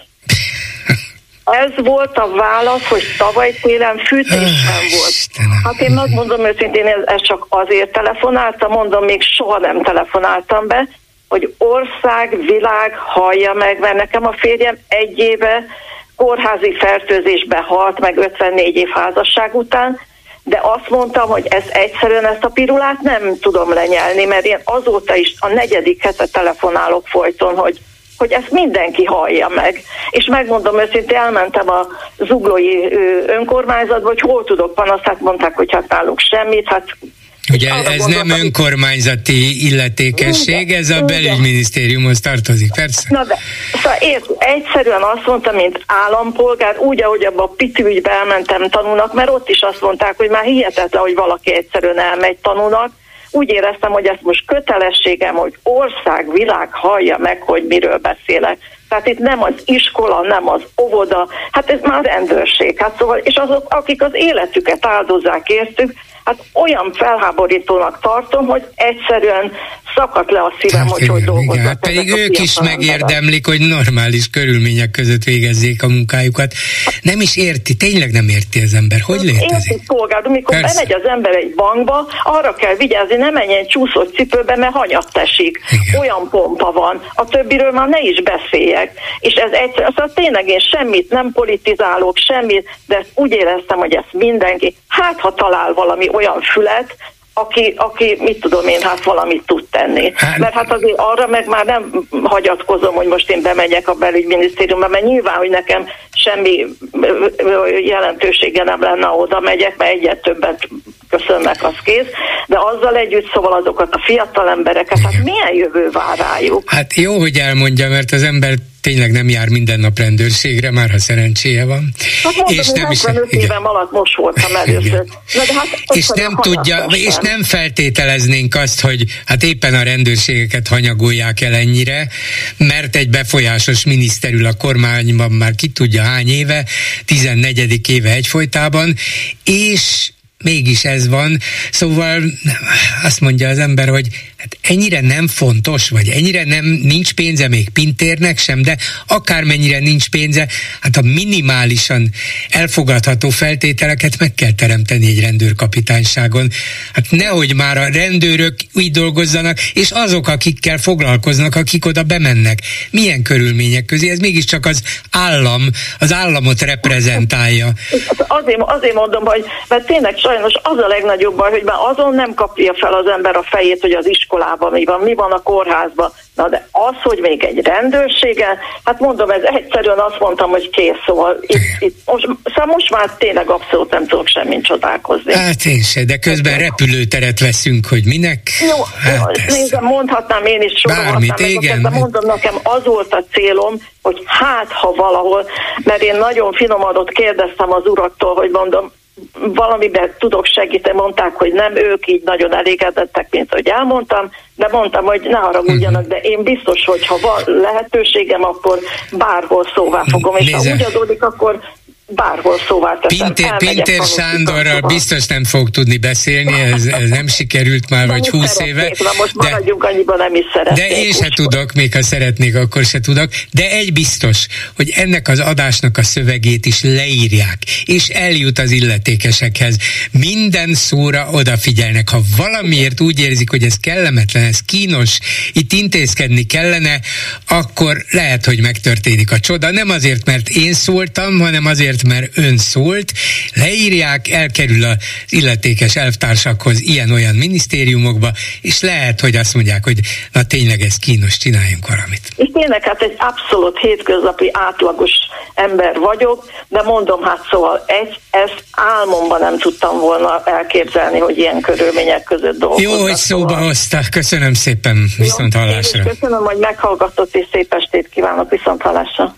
Ez volt a válasz, hogy tavaly télen fűtés nem volt. Hát én megmondom őszintén, ez csak azért telefonáltam, mondom, még soha nem telefonáltam be, hogy ország, világ hallja meg, mert nekem a férjem egy éve kórházi fertőzésbe halt, meg ötvennégy év házasság után, de azt mondtam, hogy ez egyszerűen ezt a pirulát nem tudom lenyelni, mert én azóta is a negyedik hete telefonálok folyton, hogy hogy ezt mindenki hallja meg. És megmondom őszintén, elmentem a zuglói önkormányzatba, hogy hol tudok panaszt, hát mondták, hogy hát náluk semmit, hát ugye ez nem önkormányzati illetékesség, ez a belügyminisztériumhoz tartozik, persze. Na de, szóval ért, egyszerűen azt mondtam, mint állampolgár, úgy, ahogy abban a Piti ügybe elmentem tanulnak, mert ott is azt mondták, hogy már hihetetlen, hogy valaki egyszerűen elmegy tanulnak. Úgy éreztem, hogy ez most kötelességem, hogy ország, világ hallja meg, hogy miről beszélek. Tehát itt nem az iskola, nem az óvoda, hát ez már rendőrség. Hát szóval, és azok, akik az életüket áldozzák értük, hát olyan felháborítónak tartom, hogy egyszerűen szakadt le a szívem, hát, hogy igen, hogy dolgoznak. Igen, hát pedig ők is megérdemlik, hogy normális körülmények között végezzék a munkájukat. Nem is érti, tényleg nem érti az ember. Hogy létezik? Érti, polgár, amikor persze bemegy az ember egy bankba, arra kell vigyázni, ne menjen csúszott cipőbe, mert hanyat esik. Igen. Olyan pompa van. A többiről már ne is beszéljek. meg. És ez egyszer, szóval tényleg én semmit nem politizálok, semmit, de úgy éreztem, hogy ezt mindenki, hát ha talál valami olyan fület, Aki, aki, mit tudom én, hát valamit tud tenni. Hát, mert hát azért arra meg már nem hagyatkozom, hogy most én bemegyek a belügyminisztériumba, mert nyilván, hogy nekem semmi jelentősége nem lenne, oda megyek, mert egyet többet köszönnek, az kész, de azzal együtt, szóval azokat a fiatal embereket, hát milyen jövő vár rájuk? Hát jó, hogy elmondja, mert az ember tényleg nem jár minden nap rendőrségre, már ha szerencséje van. Hát mondom, és nem hetvenöt is, évem alatt most voltam először. Na, de hát és nem tudja, és nem feltételeznénk azt, hogy hát éppen a rendőrségeket hanyagolják el ennyire, mert egy befolyásos miniszter ül a kormányban már ki tudja hány éve, tizennegyedik éve egyfolytában, és mégis ez van, szóval azt mondja az ember, hogy hát ennyire nem fontos, vagy ennyire nem nincs pénze még Pintérnek sem, de akármennyire nincs pénze, hát a minimálisan elfogadható feltételeket meg kell teremteni egy rendőrkapitányságon. Hát nehogy már a rendőrök úgy dolgozzanak, és azok, akikkel foglalkoznak, akik oda bemennek. Milyen körülmények közé? Ez mégiscsak az állam, az államot reprezentálja. Azért, azért mondom, hogy mert tényleg sajnos az a legnagyobb baj, hogy már azon nem kapja fel az ember a fejét, hogy az iskolában mi van, mi van a kórházban. Na de az, hogy még egy rendőrséggel, hát mondom, ez egyszerűen azt mondtam, hogy kész, szóval itt, itt most, szóval most már tényleg abszolút nem tudok semmit csodálkozni. Hát én se, de közben repülőteret veszünk, hogy minek? Jó, hát nézem, mondhatnám én is sorolhatnám, de mondom, nekem az volt a célom, hogy hát, ha valahol, mert én nagyon finoman ott kérdeztem az uraktól, hogy mondom, valamiben tudok segíteni, mondták, hogy nem, ők így nagyon elégedettek, mint hogy elmondtam, de mondtam, hogy ne haragudjanak, de én biztos, hogy ha van lehetőségem, akkor bárhol szóvá fogom, és Nézze. ha úgy adódik, akkor bárhol szóvá teszem. Pintér, Pintér Sándorral biztos nem fog tudni beszélni, ez, ez nem sikerült már, vagy húsz éve. Na most de, maradjunk annyiban, nem is szeretnék. De én se tudok, még ha szeretnék, akkor se tudok. De egy biztos, hogy ennek az adásnak a szövegét is leírják, és eljut az illetékesekhez. Minden szóra odafigyelnek. Ha valamiért úgy érzik, hogy ez kellemetlen, ez kínos, itt intézkedni kellene, akkor lehet, hogy megtörténik a csoda. Nem azért, mert én szóltam, hanem azért, mert ön szólt, leírják, elkerül az illetékes elvtársakhoz ilyen-olyan minisztériumokba, és lehet, hogy azt mondják, hogy na tényleg ez kínos, csináljunk valamit. És tényleg hát egy abszolút hétköznapi átlagos ember vagyok, de mondom, hát szóval egy, ezt álmomban nem tudtam volna elképzelni, hogy ilyen körülmények között dolgoznak. Jó, hogy szóba szóval hozták, köszönöm szépen, viszont hallásra. Köszönöm, hogy meghallgatott, és szép estét kívánok, viszont hallásra.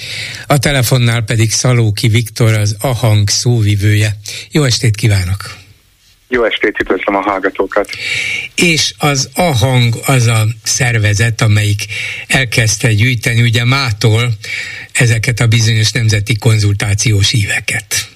A telefonnál pedig Szalóki Viktor, az A Hang szóvivője. Jó estét kívánok! Jó estét, üdvözlöm a hallgatókat! És az A Hang az a szervezet, amelyik elkezdte gyűjteni ugye mától ezeket a bizonyos nemzeti konzultációs íveket.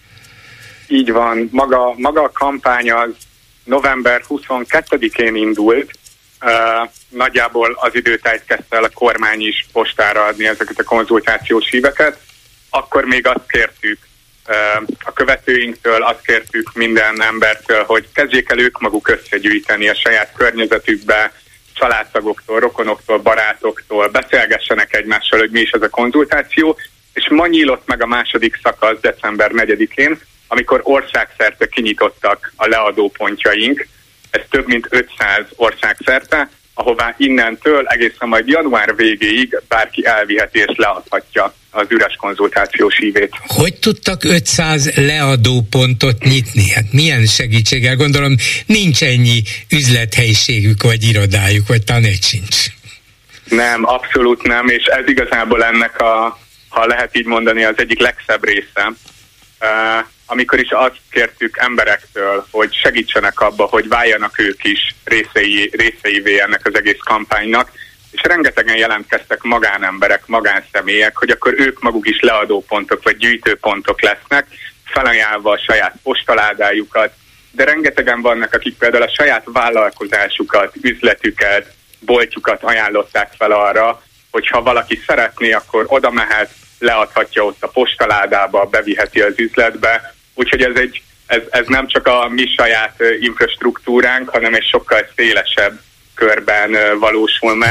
Így van. Maga, maga a kampány az november huszonkettedikén indult. Uh, nagyjából az időtájt kezdte el a kormány is postára adni ezeket a konzultációs híveket. Akkor még azt kértük uh, a követőinktől, azt kértük minden embertől, hogy kezdjék el ők maguk összegyűjteni a saját környezetükbe, családtagoktól, rokonoktól, barátoktól, beszélgessenek egymással, hogy mi is ez a konzultáció, és ma nyílott meg a második szakasz december negyedikén, amikor országszerte kinyitottak a leadópontjaink. Ez több mint ötszáz országszerte, ahová innentől egészen majd január végéig bárki elviheti és leadhatja az üres konzultációs ívét. Hogy tudtak ötszáz leadópontot nyitni? Hát milyen segítséggel? Gondolom nincs ennyi üzlethelyiségük, vagy irodájuk, vagy talán egy sincs. Nem, abszolút nem, és ez igazából ennek a, ha lehet így mondani, az egyik legszebb része. Uh, amikor is azt kértük emberektől, hogy segítsenek abba, hogy váljanak ők is részei, részeivé ennek az egész kampánynak, és rengetegen jelentkeztek magánemberek, magánszemélyek, hogy akkor ők maguk is leadópontok vagy gyűjtőpontok lesznek, felajánlva a saját postaládájukat, de rengetegen vannak, akik például a saját vállalkozásukat, üzletüket, boltjukat ajánlották fel arra, hogy ha valaki szeretné, akkor oda mehet, leadhatja ott a postaládába, beviheti az üzletbe, úgyhogy ez, egy, ez, ez nem csak a mi saját infrastruktúránk, hanem egy sokkal szélesebb körben valósul meg.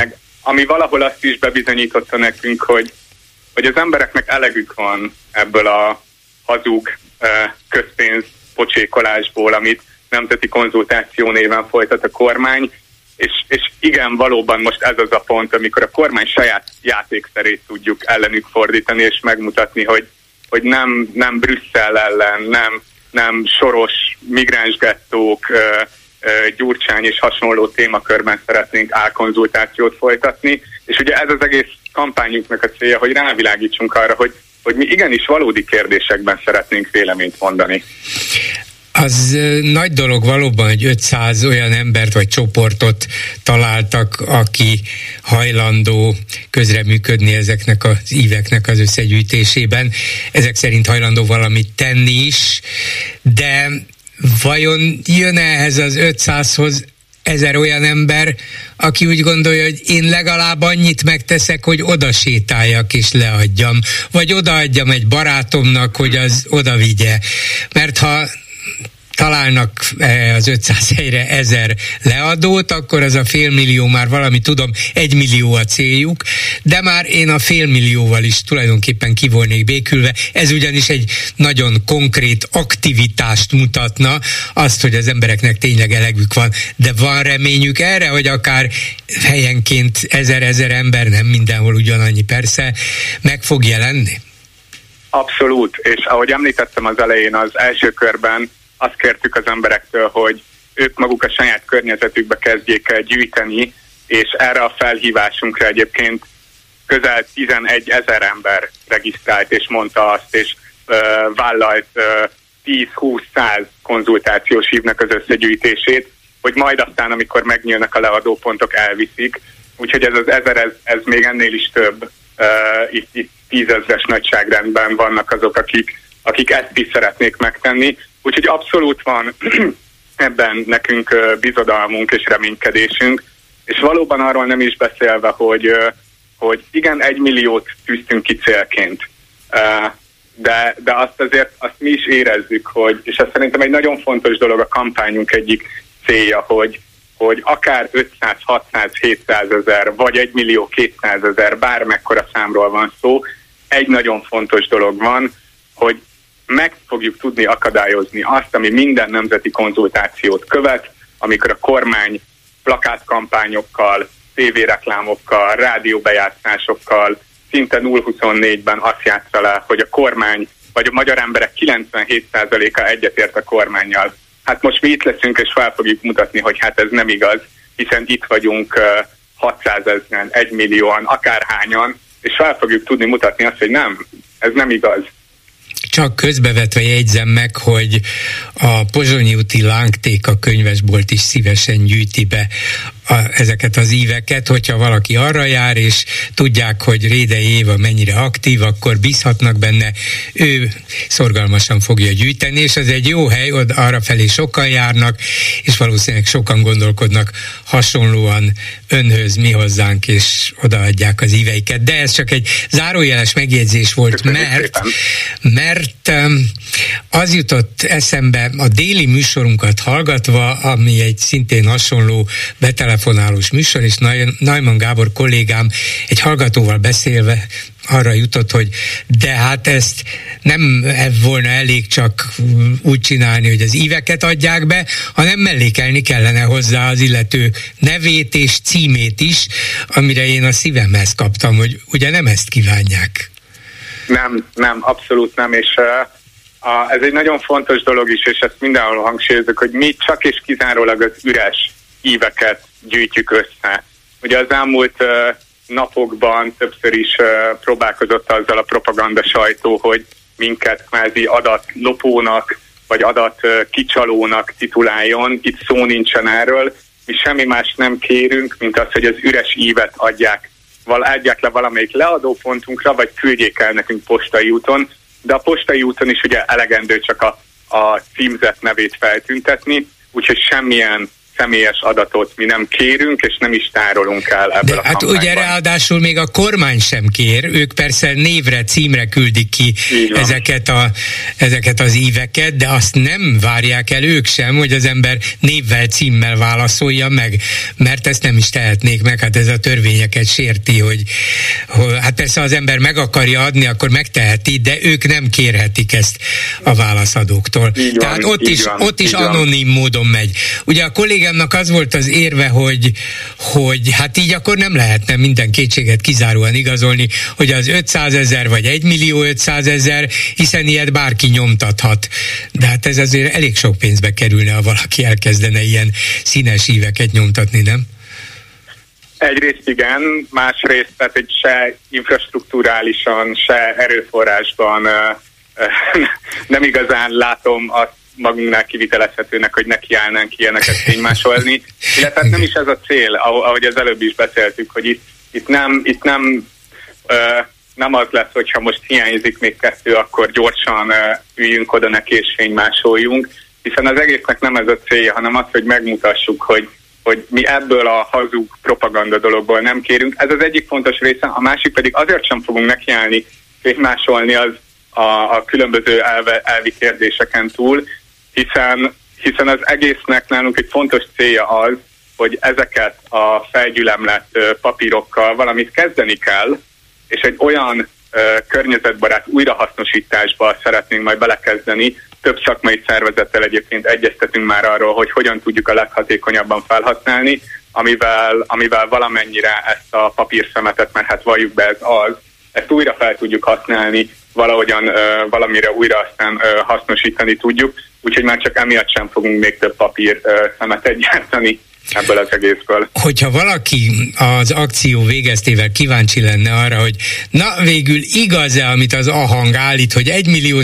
ami valahol azt is bebizonyította nekünk, hogy, hogy az embereknek elegük van ebből a hazug közpénz pocsékolásból, amit nemzeti konzultáció néven folytat a kormány, és, és igen, valóban most ez az a pont, amikor a kormány saját játékszerét tudjuk ellenük fordítani, és megmutatni, hogy, hogy nem, nem Brüsszel ellen, nem, nem soros migránsgettók, Gyurcsány és hasonló témakörben szeretnénk álkonzultációt folytatni, és ugye ez az egész kampányunknak a célja, hogy rávilágítsunk arra, hogy, hogy mi igenis valódi kérdésekben szeretnénk véleményt mondani. Az nagy dolog valóban, hogy ötszáz olyan embert vagy csoportot találtak, aki hajlandó közreműködni ezeknek az íveknek az összegyűjtésében. Ezek szerint hajlandó valamit tenni is, de vajon jön ehhez az ötszázhoz ezer olyan ember, aki úgy gondolja, hogy én legalább annyit megteszek, hogy oda sétáljak és leadjam, vagy odaadjam egy barátomnak, hogy az oda vigye. Mert ha találnak az ötszáz helyre ezer leadót, akkor az a félmillió már valami, tudom, egy millió a céljuk, de már én a félmillióval is tulajdonképpen ki volnék békülve. Ez ugyanis egy nagyon konkrét aktivitást mutatna, azt, hogy az embereknek tényleg elegük van, de van reményük erre, hogy akár helyenként ezer-ezer ember, nem mindenhol ugyanannyi persze, meg fog jelenni? Abszolút, és ahogy említettem az elején, az első körben azt kértük az emberektől, hogy ők maguk a saját környezetükbe kezdjék el gyűjteni, és erre a felhívásunkra egyébként közel tizenegy ezer ember regisztrált, és mondta azt, és ö, vállalt tíz-húsz-száz konzultációs hívnak az összegyűjtését, hogy majd aztán, amikor megnyílnak a leadópontok, elviszik. Úgyhogy ez az ezer, ez, ez még ennél is több. Uh, itt, itt tízezres nagyságrendben vannak azok, akik, akik ezt is szeretnék megtenni. Úgyhogy abszolút van ebben nekünk uh, bizodalmunk és reménykedésünk, és valóban arról nem is beszélve, hogy, uh, hogy igen, egy milliót tűztünk ki célként, uh, de, de azt azért azt mi is érezzük, hogy, és ez szerintem egy nagyon fontos dolog, a kampányunk egyik célja, hogy hogy akár ötszáz, hatszáz, hétszáz ezer, vagy egy millió kétszázezer, bármekkora számról van szó, egy nagyon fontos dolog van, hogy meg fogjuk tudni akadályozni azt, ami minden nemzeti konzultációt követ, amikor a kormány plakátkampányokkal, tévéreklámokkal, rádióbejátszásokkal, szinte nulla huszonnégyben azt játsza le, hogy a kormány, vagy a magyar emberek kilencvenhét százaléka egyetért a kormánnyal. Hát most mi itt leszünk, és fel fogjuk mutatni, hogy hát ez nem igaz, hiszen itt vagyunk uh, hatszázezren, egymillióan, akárhányan, és fel fogjuk tudni mutatni azt, hogy nem, ez nem igaz. Csak közbevetve jegyzem meg, hogy a Pozsonyi úti Lángtéka könyvesbolt is szívesen gyűjti be a, ezeket az íveket, hogyha valaki arra jár, és tudják, hogy Rédei Éva mennyire aktív, akkor bízhatnak benne, ő szorgalmasan fogja gyűjteni, és ez egy jó hely, oda arra felé sokan járnak, és valószínűleg sokan gondolkodnak hasonlóan önhöz, mi hozzánk, és odaadják az íveiket. De ez csak egy zárójeles megjegyzés volt, mert, mert az jutott eszembe a déli műsorunkat hallgatva, ami egy szintén hasonló betelefonálós műsor, és Neumann Gábor kollégám egy hallgatóval beszélve arra jutott, hogy de hát ezt nem volna elég csak úgy csinálni, hogy az íveket adják be, hanem mellékelni kellene hozzá az illető nevét és címét is, amire én a szívemhez kaptam, hogy ugye nem ezt kívánják. Nem, nem, abszolút nem, és uh, a, ez egy nagyon fontos dolog is, és ezt mindenhol hangsúlyozok, hogy mi csak és kizárólag az üres íveket gyűjtjük össze. Ugye az elmúlt uh, napokban többször is uh, próbálkozott azzal a propaganda sajtó, hogy minket kvázi adatlopónak, vagy adat uh, kicsalónak tituláljon. Itt szó nincsen erről. Mi semmi más nem kérünk, mint az, hogy az üres ívet adják, val- adják le valamelyik leadópontunkra, vagy küldjék el nekünk postai úton. De a postai úton is ugye elegendő csak a, a címzett nevét feltüntetni, úgyhogy semmilyen személyes adatot mi nem kérünk, és nem is tárolunk el ebből De a hát kampányban. ugye ráadásul még a kormány sem kér, ők persze névre, címre küldik ki ezeket, a, ezeket az íveket, de azt nem várják el ők sem, hogy az ember névvel, címmel válaszolja meg, mert ezt nem is tehetnék meg, hát ez a törvényeket sérti, hogy, hogy hát persze az ember meg akarja adni, akkor megteheti, de ők nem kérhetik ezt a válaszadóktól. Így Tehát van, ott így is, van, ott is van. anonim módon megy. Ugye a kollégámnak az volt az érve, hogy, hogy hát így akkor nem lehetne minden kétséget kizáróan igazolni, hogy az ötszázezer vagy egymillió ötszázezer, hiszen ilyet bárki nyomtathat. De hát ez azért elég sok pénzbe kerülne, ha valaki elkezdene ilyen színes íveket nyomtatni, nem? Egyrészt igen, másrészt tehát egy se infrastrukturálisan, se erőforrásban nem igazán látom azt magunknál kivitelezhetőnek, hogy nekiállnánk ilyeneket fénymásolni. Illetve hát nem is ez a cél, ahogy az előbb is beszéltük, hogy itt, itt nem, itt nem, nem az lesz, hogyha most hiányzik még kettő, akkor gyorsan üljünk oda neki és fénymásoljunk, hiszen az egésznek nem ez a célja, hanem az, hogy megmutassuk, hogy hogy mi ebből a hazug propaganda dologból nem kérünk. Ez az egyik fontos része, a másik pedig azért sem fogunk nekiállni fénymásolni az a, a különböző elve, elvi kérdéseken túl, hiszen, hiszen az egésznek nálunk egy fontos célja az, hogy ezeket a felgyülemlett papírokkal valamit kezdeni kell, és egy olyan ö, környezetbarát újrahasznosításba szeretnénk majd belekezdeni. Több szakmai szervezettel egyébként egyeztetünk már arról, hogy hogyan tudjuk a leghatékonyabban felhasználni, amivel, amivel valamennyire ezt a papírszemetet, mert hát valljuk be, ez az, ezt újra fel tudjuk használni, valahogyan ö, valamire újra aztán ö, hasznosítani tudjuk, úgyhogy már csak emiatt sem fogunk még több papír ö, szemetet gyártani ebből az egészből. Hogyha valaki az akció végeztével kíváncsi lenne arra, hogy na végül igaz-e, amit az Ahang állít, hogy egymillió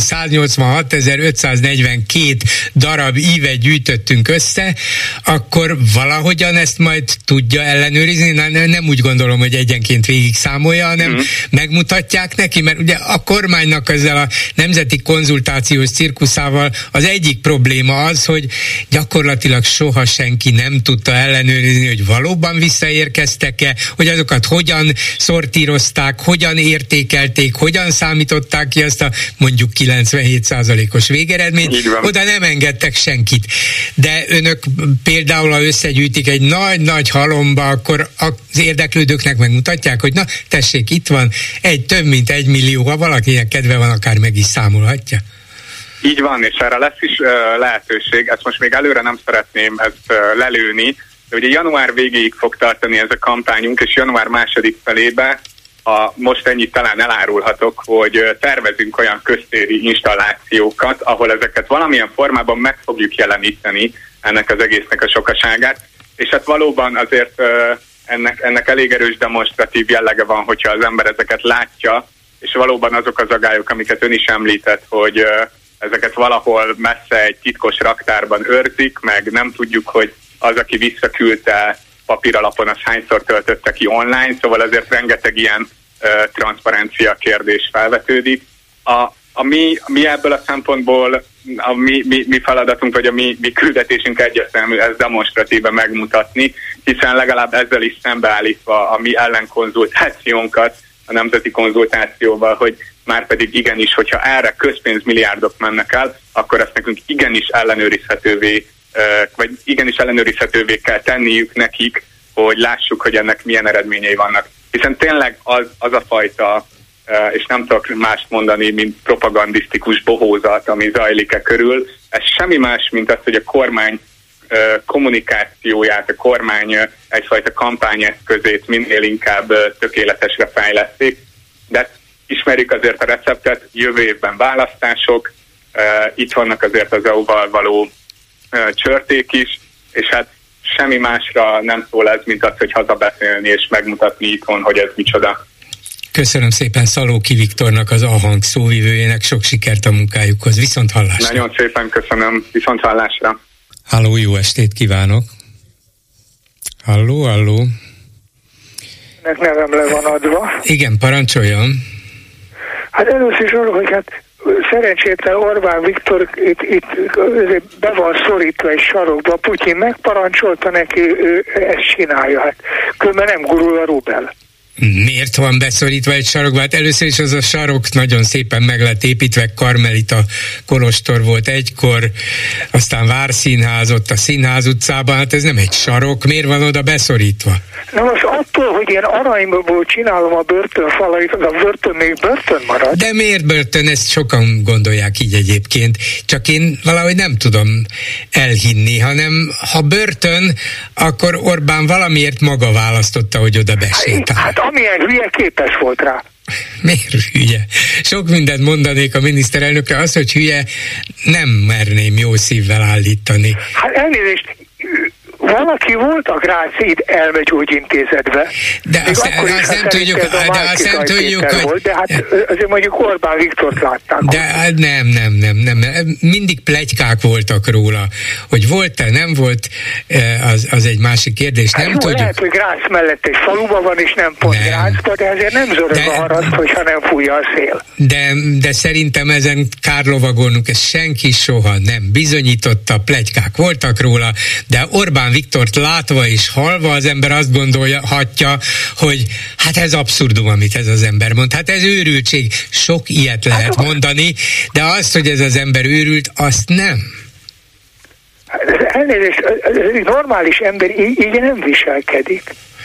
száznyolcvanhatezer-ötszáznegyvenkét darab ívet gyűjtöttünk össze, akkor valahogyan ezt majd tudja ellenőrizni. Na, nem úgy gondolom, hogy egyenként végig számolja, hanem mm. megmutatják neki, mert ugye a kormánynak ezzel a nemzeti konzultációs cirkuszával az egyik probléma az, hogy gyakorlatilag soha senki nem tudta ellenőrizni, hogy valóban visszaérkeztek-e, hogy azokat hogyan szortírozták, hogyan értékelték, hogyan számították ki azt a mondjuk kilencvenhét százalékos végeredményt. Oda nem engedtek senkit. De önök például, ha összegyűjtik egy nagy-nagy halomba, akkor az érdeklődőknek megmutatják, hogy na, tessék, itt van egy több mint egy millió, ha valakinek kedve van, akár meg is számolhatja. Így van, és erre lesz is uh, lehetőség. Ezt most még előre nem szeretném ezt uh, lelőni, de ugye január végéig fog tartani ez a kampányunk, és január második felébe, a, most ennyit talán elárulhatok, hogy uh, tervezünk olyan köztéri installációkat, ahol ezeket valamilyen formában meg fogjuk jeleníteni, ennek az egésznek a sokaságát, és hát valóban azért uh, ennek, ennek elég erős demonstratív jellege van, hogyha az ember ezeket látja, és valóban azok az agályok, amiket ön is említett, hogy uh, ezeket valahol messze egy titkos raktárban őrzik, meg nem tudjuk, hogy az, aki visszaküldte papíralapon, az hányszor töltötte ki online, szóval azért rengeteg ilyen uh, transzparencia kérdés felvetődik. A, a mi, mi ebből a szempontból, a mi, mi, mi feladatunk, vagy a mi, mi küldetésünk egyértelmű, ez demonstratíve megmutatni, hiszen legalább ezzel is szembeállítva a mi ellenkonzultációnkat a nemzeti konzultációval, hogy már pedig igenis, hogyha erre közpénzmilliárdok mennek el, akkor ezt nekünk igenis ellenőrizhetővé, vagy igenis ellenőrizhetővé kell tenniük nekik, hogy lássuk, hogy ennek milyen eredményei vannak. Hiszen tényleg az, az a fajta, és nem tudok mást mondani, mint propagandisztikus bohózat, ami zajlik-e körül, ez semmi más, mint az, hogy a kormány kommunikációját, a kormány egyfajta kampányeszközét minél inkább tökéletesre fejleszték, de ismerjük azért a receptet, jövő évben választások, itt vannak azért az é u-val való csörték is, és hát semmi másra nem szól ez, mint az, hogy hazabeszélni és megmutatni itthon, hogy ez micsoda. Köszönöm szépen Szalóki Viktornak, az Ahang szóvivőjének, sok sikert a munkájukhoz. Viszont hallásra. Nagyon szépen köszönöm, viszont hallásra. Halló, jó estét kívánok. Halló, halló. Nevem le van adva. Igen, parancsoljon. Hát először is arról, hogy hát szerencsétlen Orbán Viktor itt, itt be van szorítva egy sarokba, Putyin megparancsolta neki, ő ezt csinálja, hát különben nem gurul a rubel. Miért van beszorítva egy sarokba? Hát először is az a sarok nagyon szépen meg lett építve, Karmelita kolostor volt egykor, aztán Várszínház ott a Színház utcában, hát ez nem egy sarok, miért van oda beszorítva? Na most attól, hogy én aranyból csinálom a börtönfalait, az a börtön még börtön marad. De miért börtön? Ezt sokan gondolják így egyébként, csak én valahogy nem tudom elhinni, hanem ha börtön, akkor Orbán valamiért maga választotta, hogy oda besétál. Hát amilyen hülye képes volt rá. Miért hülye? Sok mindent mondanék a miniszterelnökre, az, hogy hülye, nem merném jó szívvel állítani. Hát elnézést, valaki volt a Gráci elmegyógyintézetbe. De azt, azt nem tudjuk, de azt nem tudjuk, hogy... Volt, de hát azért mondjuk Orbán Viktort látták. De nem, nem, nem, nem. Mindig pletykák voltak róla. Hogy volt-e, nem volt, az, az egy másik kérdés. Hát nem jó, tudjuk. Lehet, hogy Grác mellett egy faluba van, és nem pont Grácsba, de azért nem zörög de, a haraszt, hogyha nem fújja a szél. De, de szerintem ezen kár lovagolnunk, ezt senki soha nem bizonyította, pletykák voltak róla, de Orbán Viktort látva és hallva az ember azt gondolhatja, hogy hát ez abszurdum, amit ez az ember mond. Hát ez őrültség. Sok ilyet lehet mondani, de azt, hogy ez az ember őrült, azt nem. Elnézést, egy normális ember így, így nem viselkedik.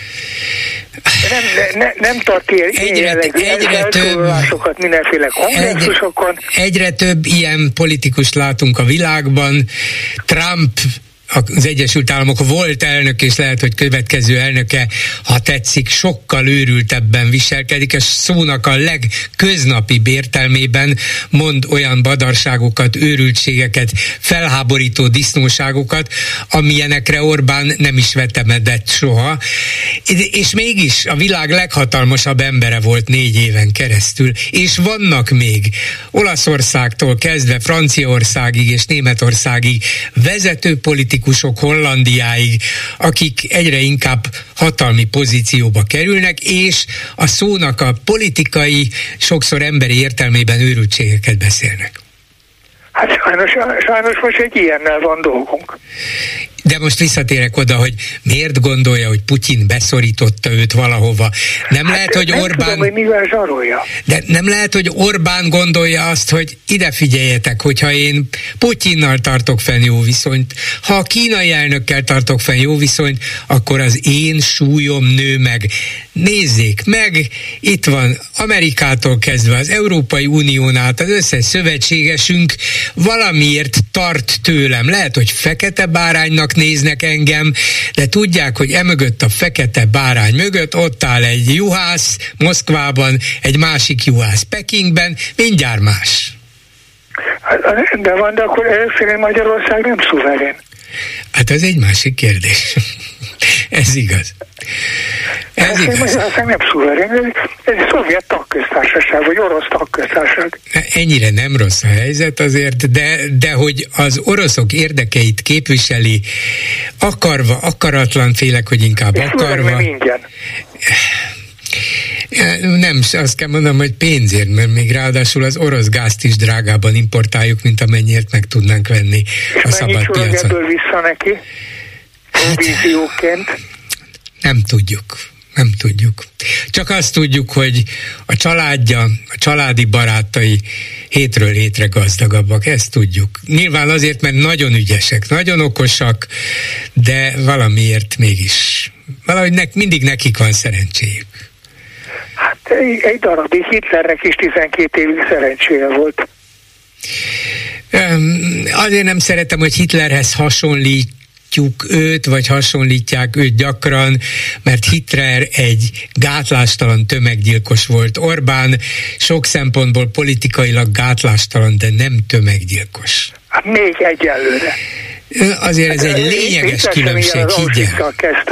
Nem, ne, nem tart ilyen egyre több mindenféle kongresszusokon. Egyre, egyre több ilyen politikust látunk a világban. Trump, az Egyesült Államok volt elnök, és lehet, hogy következő elnöke, ha tetszik, sokkal őrültebben viselkedik, és szónak a legköznapibb értelmében mond olyan badarságokat, őrültségeket, felháborító disznóságokat, amilyenekre Orbán nem is vetemedett soha. És mégis a világ leghatalmasabb embere volt négy éven keresztül, és vannak még Olaszországtól kezdve Franciaországig és Németországig vezető politikusok, Hollandiáig, akik egyre inkább hatalmi pozícióba kerülnek, és a szónak a politikai, sokszor emberi értelmében őrültségeket beszélnek. Hát sajnos, sajnos most egy ilyennel van dolgunk. De most visszatérek oda, hogy miért gondolja, hogy Putyin beszorította őt valahova. Nem hát lehet, hogy nem Orbán... tudom, hogy mivel zsarolja. De nem lehet, hogy Orbán gondolja azt, hogy ide figyeljetek, hogyha én Putyinnal tartok fenn jó viszonyt, ha a kínai elnökkel tartok fenn jó viszonyt, akkor az én súlyom nő meg. Nézzék meg, itt van Amerikától kezdve az Európai Unión át az összes szövetségesünk valamiért tart tőlem. Lehet, hogy fekete báránynak néznek engem, de tudják, hogy emögött a fekete bárány mögött ott áll egy juhász Moszkvában, egy másik juhász Pekingben, mindjárt más. De van, de akkor először Magyarország nem szuverén. Hát ez egy másik kérdés. Ez igaz. Ez hát igaz. Magyarország nem szuverén, ez egy szovjet tagköztársaság, vagy orosz tagköztársaság. Ennyire nem rossz a helyzet azért, de, de hogy az oroszok érdekeit képviseli, akarva, akaratlan, félek, hogy inkább és akarva. Nem ingyen. Nem, azt kell mondanom, hogy pénzért, mert még ráadásul az orosz gázt is drágában importáljuk, mint amennyiért meg tudnánk venni a szabad piacon. És ebből vissza neki? Hát, vízióként? Nem tudjuk. Nem tudjuk. Csak azt tudjuk, hogy a családja, a családi barátai hétről hétre gazdagabbak, ezt tudjuk. Nyilván azért, mert nagyon ügyesek, nagyon okosak, de valamiért mégis. Valahogy ne, mindig nekik van szerencséjük. Hát egy, egy darabig Hitlernek is tizenkét évig szerencséje volt. Azért nem szeretem, hogy Hitlerhez hasonlít őt, vagy hasonlítják őt gyakran, mert Hitler egy gátlástalan tömeggyilkos volt. Orbán sok szempontból politikailag gátlástalan, de nem tömeggyilkos. Hát még egyelőre. Azért ez egy lényeges különbség, higgyel.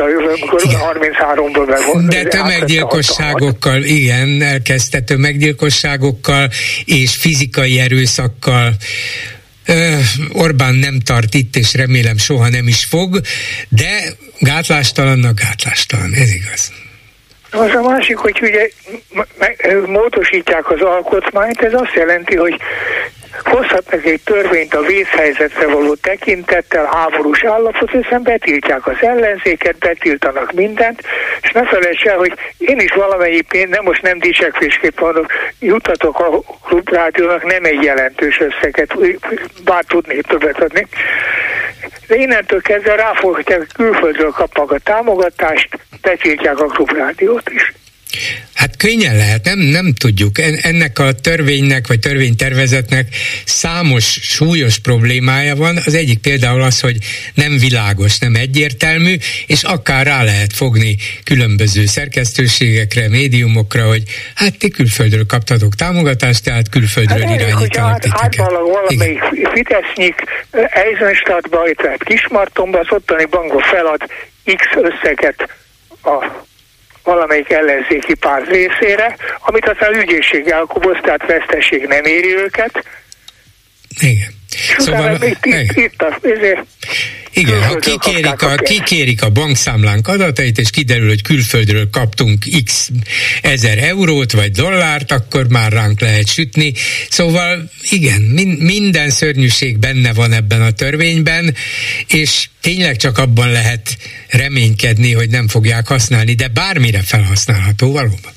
De tömeggyilkosságokkal, igen, elkezdte tömeggyilkosságokkal és fizikai erőszakkal. Orbán nem tart itt, és remélem soha nem is fog, de gátlástalannak gátlástalan, ez igaz. Az a másik, hogy ugye módosítják az alkotmányt, ez azt jelenti, hogy hozhatnak egy törvényt a vészhelyzetre való tekintettel, háborús állapot, hiszen betiltják az ellenzéket, betiltanak mindent, és ne felejts el, hogy én is valamennyi pénz, nem most nem dicsekvésképp mondok, jutatok a Klubrádiónak nem egy jelentős összeget, bár tudnék többet adni, de innentől kezdve ráfoghatják, hogy külföldről kapnak a támogatást, betiltják a Klubrádiót is. Hát könnyen lehet, nem, nem tudjuk. Ennek a törvénynek, vagy törvénytervezetnek számos súlyos problémája van. Az egyik például az, hogy nem világos, nem egyértelmű, és akár rá lehet fogni különböző szerkesztőségekre, médiumokra, hogy hát ti külföldről kaptatok támogatást, tehát külföldről hát irányítanak titeket. Hát valamelyik Fidesznyik Eisenstadtba, tehát Kismartonba, az ottani bankba felad X összeget a valamelyik ellenzéki párt részére, amit aztán ügyészség elkoboz, tehát vesztesség nem éri őket. Igen. Szóval, itt, itt, itt az, ezért igen, ha kikérik a, kikérik a bankszámlánk adatait, és kiderül, hogy külföldről kaptunk x ezer eurót, vagy dollárt, akkor már ránk lehet sütni. Szóval igen, min- minden szörnyűség benne van ebben a törvényben, és tényleg csak abban lehet reménykedni, hogy nem fogják használni, de bármire felhasználható valóban.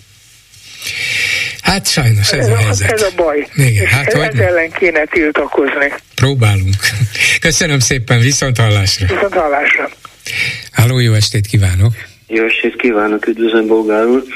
Hát sajnos ez, ez a helyzet. Ez a baj. Igen, hát ez hogy ellen kéne tiltakozni. Próbálunk. Köszönöm szépen, viszont hallásra. Viszont hallásra. Halló, jó estét kívánok. Jó estét kívánok, üdvözlöm Bolgár úr.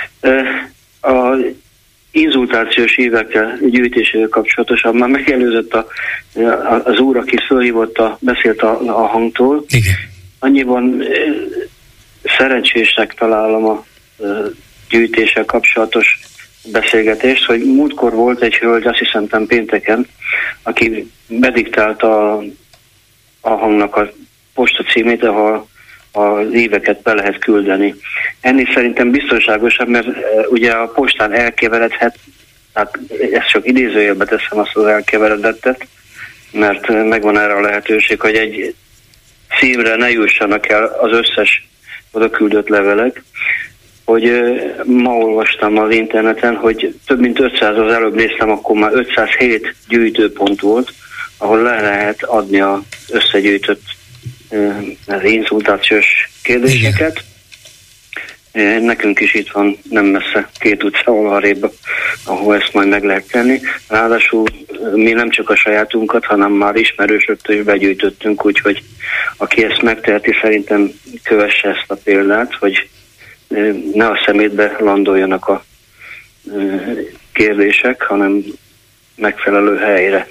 A inzultációs hívekkel gyűjtésével kapcsolatosan már megelőzött a, az úr, aki fölhívott, a, beszélt a, a hangtól. Igen. Annyiban szerencsésnek találom a gyűjtéssel kapcsolatos beszélgetést, hogy múltkor volt egy hölgy, azt hiszem pénteken, aki bediktálta a, a hangnak a posta címét, ahol az éveket be lehet küldeni. Ennél szerintem biztonságosabb, mert e, ugye a postán elkeveredhet, hát ezt csak idézőjelbe teszem azt az elkeveredettet, mert megvan erre a lehetőség, hogy egy címre ne jussanak el az összes oda küldött levelek, hogy ma olvastam az interneten, hogy több mint ötszáz, az előbb néztem, akkor már ötszázhét gyűjtőpont volt, ahol le lehet adni az összegyűjtött az inzultációs kérdéseket. Igen. Nekünk is itt van nem messze két utcával arrébb, ahol ezt majd meg lehet tenni. Ráadásul mi nem csak a sajátunkat, hanem már ismerősöktől is begyűjtöttünk, úgyhogy aki ezt megteheti, szerintem kövesse ezt a példát, hogy ne a szemétbe landoljanak a kérdések, hanem megfelelő helyre.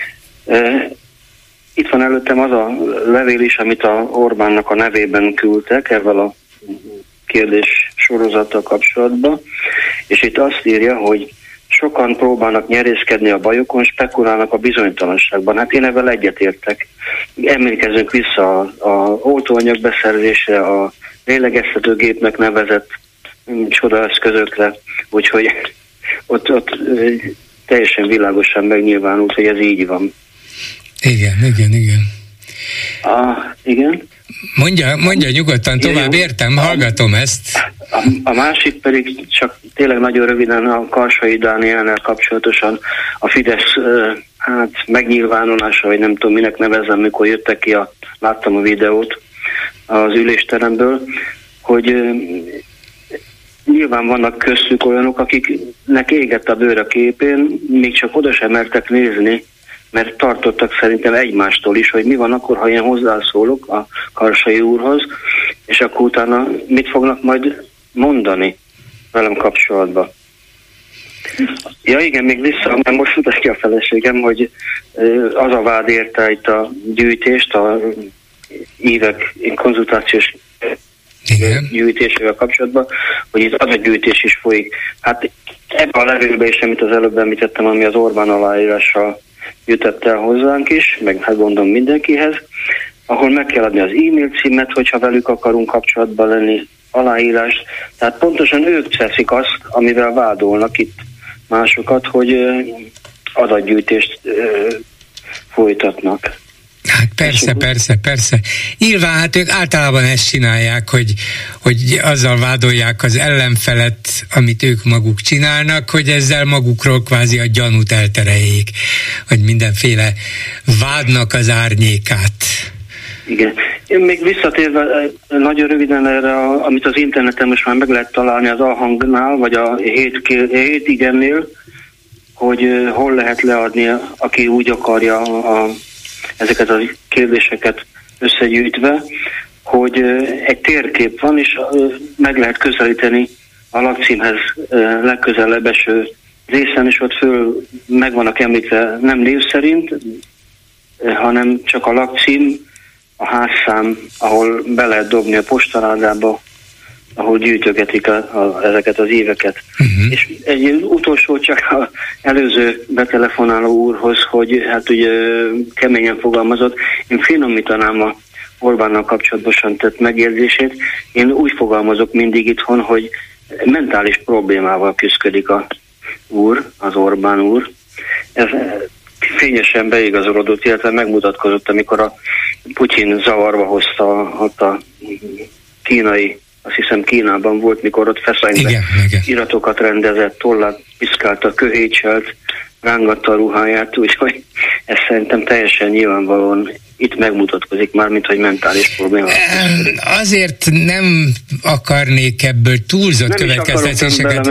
Itt van előttem az a levél is, amit a Orbánnak a nevében küldtek ezzel a kérdés sorozattal kapcsolatban, és itt azt írja, hogy sokan próbálnak nyerészkedni a bajokon, spekulálnak a bizonytalanságban. Hát én ezzel egyetértek. Emlékezzünk vissza a, a oltóanyag beszerzésre, a lélegeztetőgépnek nevezett csodaeszközökre, úgyhogy ott, ott teljesen világosan megnyilvánult, hogy ez így van. Igen, igen, igen. A, igen? Mondja, mondja nyugodtan tovább, értem, hallgatom ezt. A, a másik pedig csak tényleg nagyon röviden a Karsai Dániellel kapcsolatosan a Fidesz hát megnyilvánulása, vagy nem tudom minek nevezzem, mikor jöttek ki, a, láttam a videót az ülésteremből, hogy nyilván vannak köztük olyanok, akiknek égett a bőr a képén, még csak oda sem mertek nézni, mert tartottak szerintem egymástól is, hogy mi van akkor, ha én hozzászólok a Karsai úrhoz, és akkor utána mit fognak majd mondani velem kapcsolatban. Ja igen, még vissza, mert most mutatja a feleségem, hogy az a vád érte itt a gyűjtést, a évek konzultációs igen. gyűjtésével kapcsolatban, hogy itt adatgyűjtés is folyik. Hát ebben a levélben is, amit az előbb említettem, ami az Orbán aláírással jutott el hozzánk is, meg hát gondolom mindenkihez, ahol meg kell adni az e-mail címet, hogyha velük akarunk kapcsolatban lenni, aláírást. Tehát pontosan ők teszik azt, amivel vádolnak itt másokat, hogy adatgyűjtést folytatnak. Hát persze, persze, persze. Nyilván hát ők általában ezt csinálják, hogy, hogy azzal vádolják az ellenfelet, amit ők maguk csinálnak, hogy ezzel magukról kvázi a gyanút eltereljék, hogy mindenféle vádnak az árnyékát. Igen. Én még visszatérve nagyon röviden erre, amit az interneten most már meg lehet találni az Alhangnál, vagy a hét, hét igennél, hogy hol lehet leadni, aki úgy akarja a, ezeket a kérdéseket összegyűjtve, hogy egy térkép van, és meg lehet közelíteni a lakcímhez legközelebb eső részen, és ott föl meg vannak említve nem név szerint, hanem csak a lakcím, a házszám, ahol be lehet dobni a postaládába, ahol gyűjtögetik a, a, ezeket az éveket. Uh-huh. És egy utolsó csak az előző betelefonáló úrhoz, hogy hát ugye keményen fogalmazott, én finomítanám a Orbánnal kapcsolatosan tett megjegyzését. Én úgy fogalmazok mindig itthon, hogy mentális problémával küzdik a úr, az Orbán úr. Ez fényesen beigazolódott, illetve megmutatkozott, amikor a Putyin zavarba hozta ott a kínai, azt hiszem Kínában volt, mikor ott feszengve iratokat rendezett, tollát piszkálta, köhécselt, rángatta a ruháját, úgyhogy ez szerintem teljesen nyilvánvalóan itt megmutatkozik már, mint hogy mentális probléma. Azért nem akarnék ebből túlzott nem következtetéseket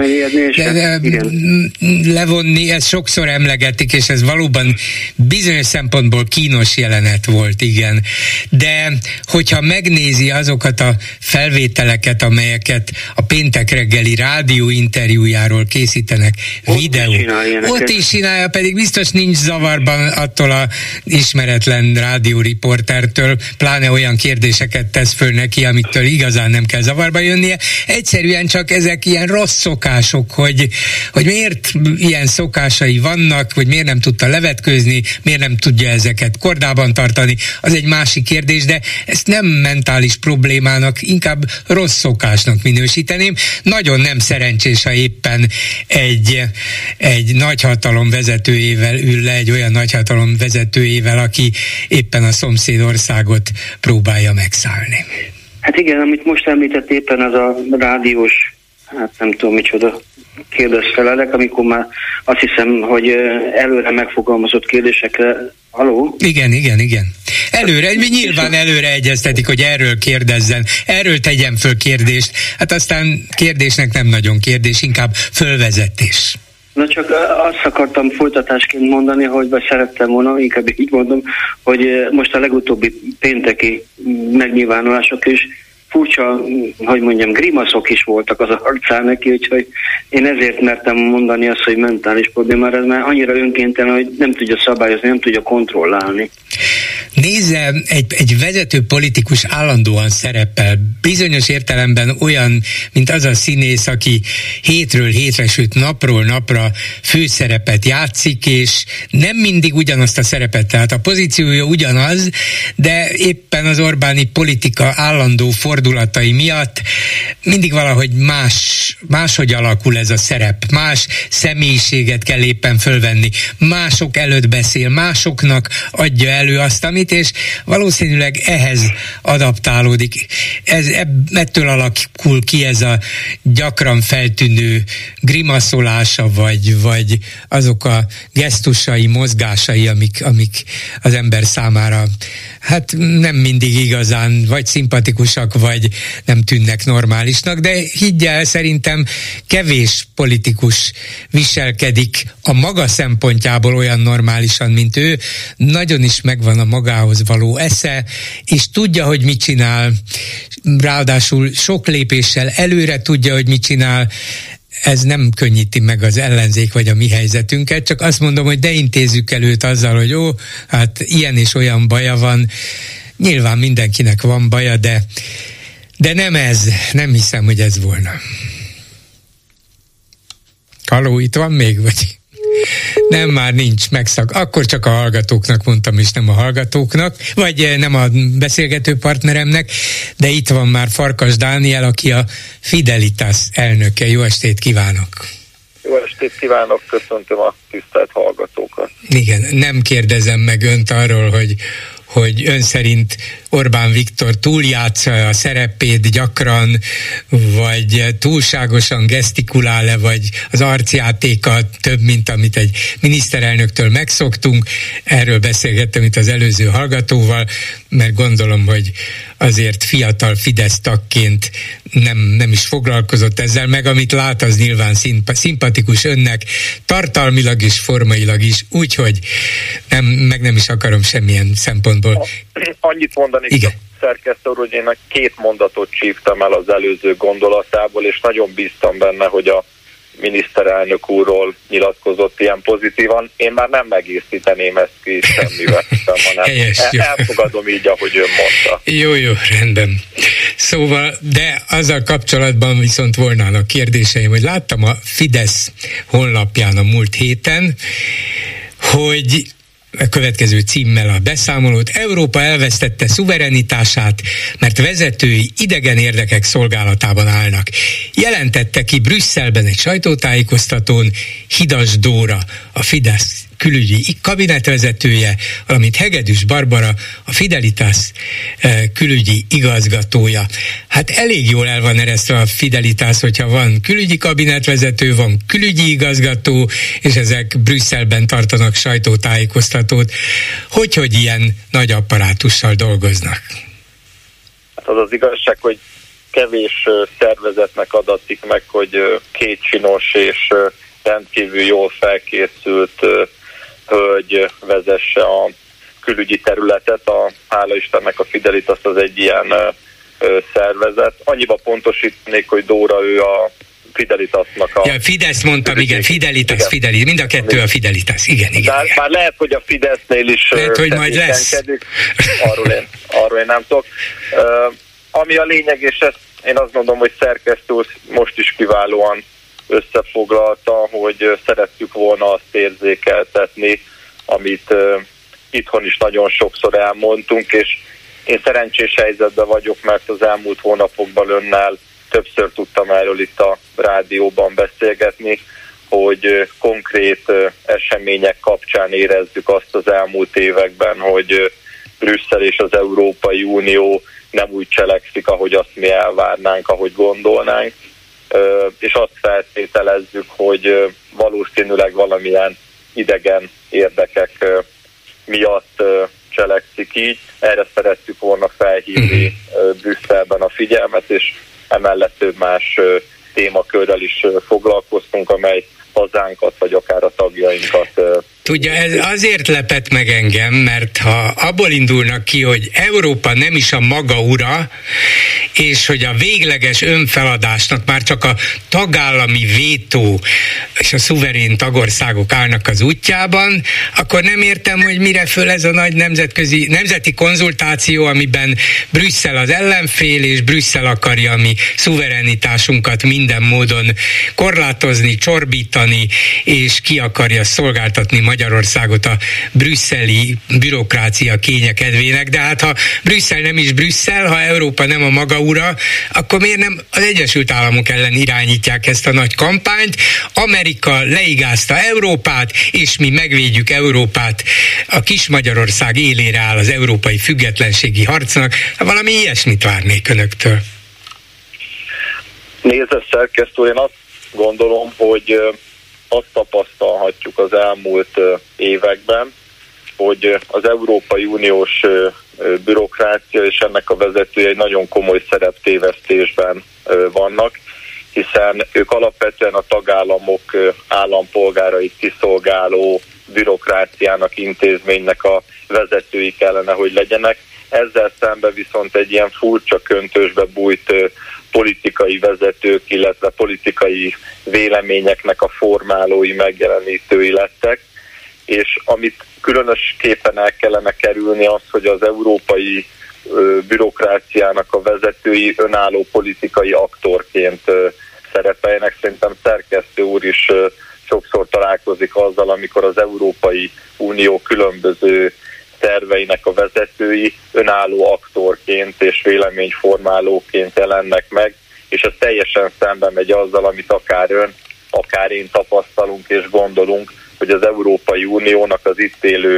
levonni, ezt sokszor emlegetik, és ez valóban bizonyos szempontból kínos jelenet volt, igen. De hogyha megnézi azokat a felvételeket, amelyeket a péntek reggeli rádió interjújáról készítenek ott videó, is ott is csinálja, pedig biztos nincs zavarban attól a ismeretlen rádió riportertől, pláne olyan kérdéseket tesz föl neki, amiktől igazán nem kell zavarba jönnie. Egyszerűen csak ezek ilyen rossz szokások, hogy, hogy miért ilyen szokásai vannak, hogy miért nem tudta levetkőzni, miért nem tudja ezeket kordában tartani, az egy másik kérdés, de ezt nem mentális problémának, inkább rossz szokásnak minősíteném. Nagyon nem szerencsés, ha éppen egy, egy nagyhatalom vezetőjével ül le, egy olyan nagyhatalom vezetőjével, aki éppen a szomszédországot próbálja megszállni. Hát igen, amit most említett éppen az a rádiós, hát nem tudom micsoda kérdezfelelek, amikor már azt hiszem, hogy előre megfogalmazott kérdésekre, haló? Igen, igen, igen. Előre, nyilván előre egyeztetik, hogy erről kérdezzen, erről tegyen föl kérdést, hát aztán kérdésnek nem nagyon kérdés, inkább fölvezetés. Na csak azt akartam folytatásként mondani, hogy vagy szerettem volna, inkább így mondom, hogy most a legutóbbi pénteki megnyilvánulások is furcsa, hogy mondjam, grimaszok is voltak az arcán neki, úgyhogy én ezért mertem mondani azt, hogy mentális problémára, ez már annyira önkéntelen, hogy nem tudja szabályozni, nem tudja kontrollálni. Nézze, egy, egy vezető politikus állandóan szerepel, bizonyos értelemben olyan, mint az a színész, aki hétről hétre, sőt napról napra főszerepet játszik, és nem mindig ugyanazt a szerepet, tehát a pozíciója ugyanaz, de éppen az Orbáni politika állandó fordulatai miatt mindig valahogy más, máshogy alakul ez a szerep, más személyiséget kell éppen fölvenni, mások előtt beszél, másoknak adja elő azt, amit, és valószínűleg ehhez adaptálódik. Ez, ettől alakul ki ez a gyakran feltűnő grimaszolása, vagy, vagy azok a gesztusai, mozgásai, amik, amik az ember számára hát nem mindig igazán vagy szimpatikusak, vagy nem tűnnek normálisnak, de higgy el, szerintem kevés politikus viselkedik a maga szempontjából olyan normálisan, mint ő. Nagyon is megvan a magához való esze, és tudja, hogy mit csinál, ráadásul sok lépéssel előre tudja, hogy mit csinál. Ez nem könnyíti meg az ellenzék vagy a mi helyzetünket, csak azt mondom, hogy de intézzük el őt azzal, hogy ó, hát ilyen és olyan baja van. Nyilván mindenkinek van baja, de, de nem ez, nem hiszem, hogy ez volna. Halló, itt van még, vagy? Nem, már nincs, megszak. Akkor csak a hallgatóknak mondtam, és nem a hallgatóknak, vagy nem a beszélgető partneremnek, de itt van már Farkas Dániel, aki a Fidelitas elnöke. Jó estét kívánok! Jó estét kívánok, köszöntöm a tisztelt hallgatókat. Igen, nem kérdezem meg önt arról, hogy hogy ön szerint Orbán Viktor túljátsza a szerepét gyakran, vagy túlságosan gesztikulál-e, vagy az arcjátéka több, mint amit egy miniszterelnöktől megszoktunk. Erről beszélgettem itt az előző hallgatóval, mert gondolom, hogy azért fiatal Fidesz tagként nem, nem is foglalkozott ezzel, meg amit lát, az nyilván szimpatikus önnek, tartalmilag és formailag is, úgyhogy nem, meg nem is akarom semmilyen szempontból. Annyit mondanék, igen, szerkesztő úr, hogy én a két mondatot csíptem el az előző gondolatából, és nagyon bíztam benne, hogy a miniszterelnök úrról nyilatkozott ilyen pozitívan. Én már nem egészíteném ezt ki semmivel, hanem helyes, el, elfogadom így, ahogy ön mondta. Jó, jó, rendben. Szóval, de azzal kapcsolatban viszont volnának kérdéseim, hogy láttam a Fidesz honlapján a múlt héten, hogy a következő címmel a beszámolót: Európa elvesztette szuverenitását, mert vezetői idegen érdekek szolgálatában állnak. Jelentette ki Brüsszelben egy sajtótájékoztatón Hidas Dóra, a Fidesz külügyi kabinetvezetője, valamint Hegedűs Barbara, a Fidelitas külügyi igazgatója. Hát elég jól el van eresztve a Fidelitas, hogyha van külügyi kabinetvezető, van külügyi igazgató, és ezek Brüsszelben tartanak sajtótájékoztatót. Hogy, hogy ilyen nagy apparátussal dolgoznak? Hát az az igazság, hogy kevés szervezetnek adatik meg, hogy kétcsinos és rendkívül jól felkészült hölgy vezesse a külügyi területet. A, hála Istennek a Fidelitas az egy ilyen ö, szervezet. Annyiba pontosítanék, hogy Dóra ő a Fidelitasnak a... Ja, Fidesz mondtam, igen, Fidelitas, igen. Fidelitas, mind a kettő a Fidelitas, igen, igen. Már, igen. már lehet, hogy a Fidesznél is lehet, hogy majd lesz. Arról én, arról én nem tudok. Uh, ami a lényeg, és ezt én azt mondom, hogy szerkesztő most is kiválóan összefoglalta, hogy szerettük volna azt érzékeltetni, amit uh, itthon is nagyon sokszor elmondtunk, és én szerencsés helyzetben vagyok, mert az elmúlt hónapokban önnel többször tudtam erről itt a rádióban beszélgetni, hogy uh, konkrét uh, események kapcsán érezzük azt az elmúlt években, hogy uh, Brüsszel és az Európai Unió nem úgy cselekszik, ahogy azt mi elvárnánk, ahogy gondolnánk, és azt feltételezzük, hogy valószínűleg valamilyen idegen érdekek miatt cselekszik így. Erre szerettük volna felhívni Brüsszelben a figyelmet, és emellett több más témakörrel is foglalkoztunk, amely hazánkat, vagy akár a tagjainkat. Tudja, ez azért lepett meg engem, mert ha abból indulnak ki, hogy Európa nem is a maga ura, és hogy a végleges önfeladásnak már csak a tagállami vétó és a szuverén tagországok állnak az útjában, akkor nem értem, hogy mire föl ez a nagy nemzetközi, nemzeti konzultáció, amiben Brüsszel az ellenfél, és Brüsszel akarja a mi szuverenitásunkat minden módon korlátozni, csorbítani, és ki akarja szolgáltatni Magyarországot a brüsszeli bürokrácia kényekedvének, de hát ha Brüsszel nem is Brüsszel, ha Európa nem a maga ura, akkor miért nem az Egyesült Államok ellen irányítják ezt a nagy kampányt? Amerika leigázta Európát, és mi megvédjük Európát, a kis Magyarország élére áll az európai függetlenségi harcnak. Valami ilyesmit várnék önöktől. Nézze, szerkesztő, én azt gondolom, hogy azt tapasztalhatjuk az elmúlt években, hogy az Európai Uniós bürokrácia és ennek a vezetői egy nagyon komoly szereptévesztésben vannak, hiszen ők alapvetően a tagállamok állampolgárait kiszolgáló bürokráciának, intézménynek a vezetői kellene, hogy legyenek. Ezzel szemben viszont egy ilyen furcsa köntösbe bújt politikai vezetők, illetve politikai véleményeknek a formálói, megjelenítői lettek, és amit különösképpen el kellene kerülni az, hogy az európai ö, bürokráciának a vezetői önálló politikai aktorként ö, szerepeljenek. Szerintem szerkesztő úr is ö, sokszor találkozik azzal, amikor az Európai Unió különböző terveinek a vezetői önálló aktorként és véleményformálóként jelennek meg, és ez teljesen szemben megy azzal, amit akár ön, akár én tapasztalunk és gondolunk, hogy az Európai Uniónak az itt élő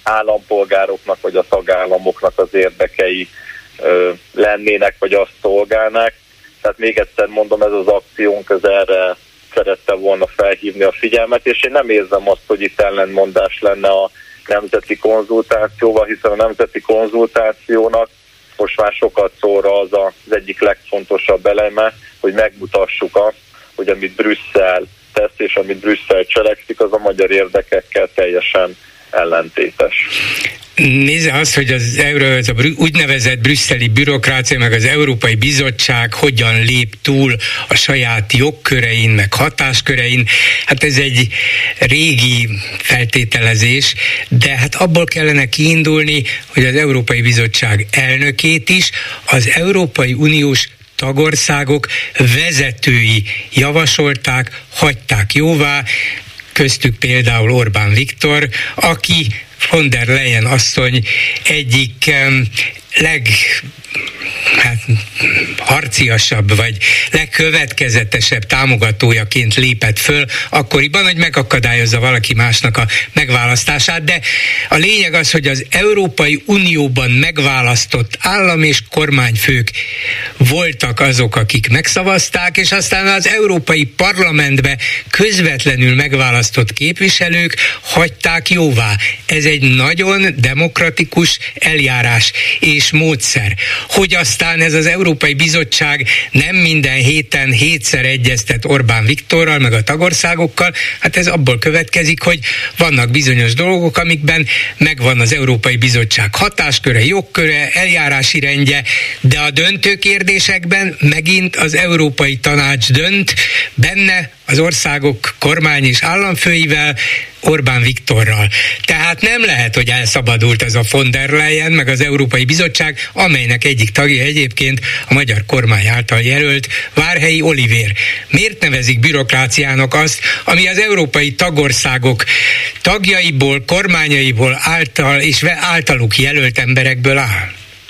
állampolgároknak vagy a tagállamoknak az érdekei ö, lennének, vagy azt szolgálnák. Tehát még egyszer mondom, ez az akciónk, ez erre szerette volna felhívni a figyelmet, és én nem érzem azt, hogy itt ellentmondás lenne a nemzeti konzultációval, hiszen a nemzeti konzultációnak most már sokat szóra az az egyik legfontosabb eleme, hogy megmutassuk azt, hogy amit Brüsszel tesz és amit Brüsszel cselekszik, az a magyar érdekekkel teljesen ellentétes. Nézze azt, hogy az euró, ez a úgynevezett brüsszeli bürokrácia, meg az Európai Bizottság hogyan lép túl a saját jogkörein, meg hatáskörein. Hát ez egy régi feltételezés, de hát abból kellene kiindulni, hogy az Európai Bizottság elnökét is az Európai Uniós tagországok vezetői javasolták, hagyták jóvá, köztük például Orbán Viktor, aki von der Leyen asszony egyik um, leg hát, harciasabb, vagy legkövetkezetesebb támogatójaként lépett föl akkoriban, hogy megakadályozza valaki másnak a megválasztását, de a lényeg az, hogy az Európai Unióban megválasztott állam és kormányfők voltak azok, akik megszavazták, és aztán az Európai Parlamentbe közvetlenül megválasztott képviselők hagyták jóvá. Ez egy nagyon demokratikus eljárás és módszer. Hogy aztán ez az Európai Bizottság nem minden héten hétszer egyeztet Orbán Viktorral, meg a tagországokkal, hát ez abból következik, hogy vannak bizonyos dolgok, amikben megvan az Európai Bizottság hatásköre, jogköre, eljárási rendje, de a döntő kérdésekben megint az Európai Tanács dönt, benne az országok kormány és államfőivel, Orbán Viktorral. Tehát nem lehet, hogy elszabadult ez a von der Leyen, meg az Európai Bizottság, amelynek egyik tagja egyébként a magyar kormány által jelölt Várhelyi Olivér. Miért nevezik bürokráciának azt, ami az európai tagországok tagjaiból, kormányaiból által és általuk jelölt emberekből áll?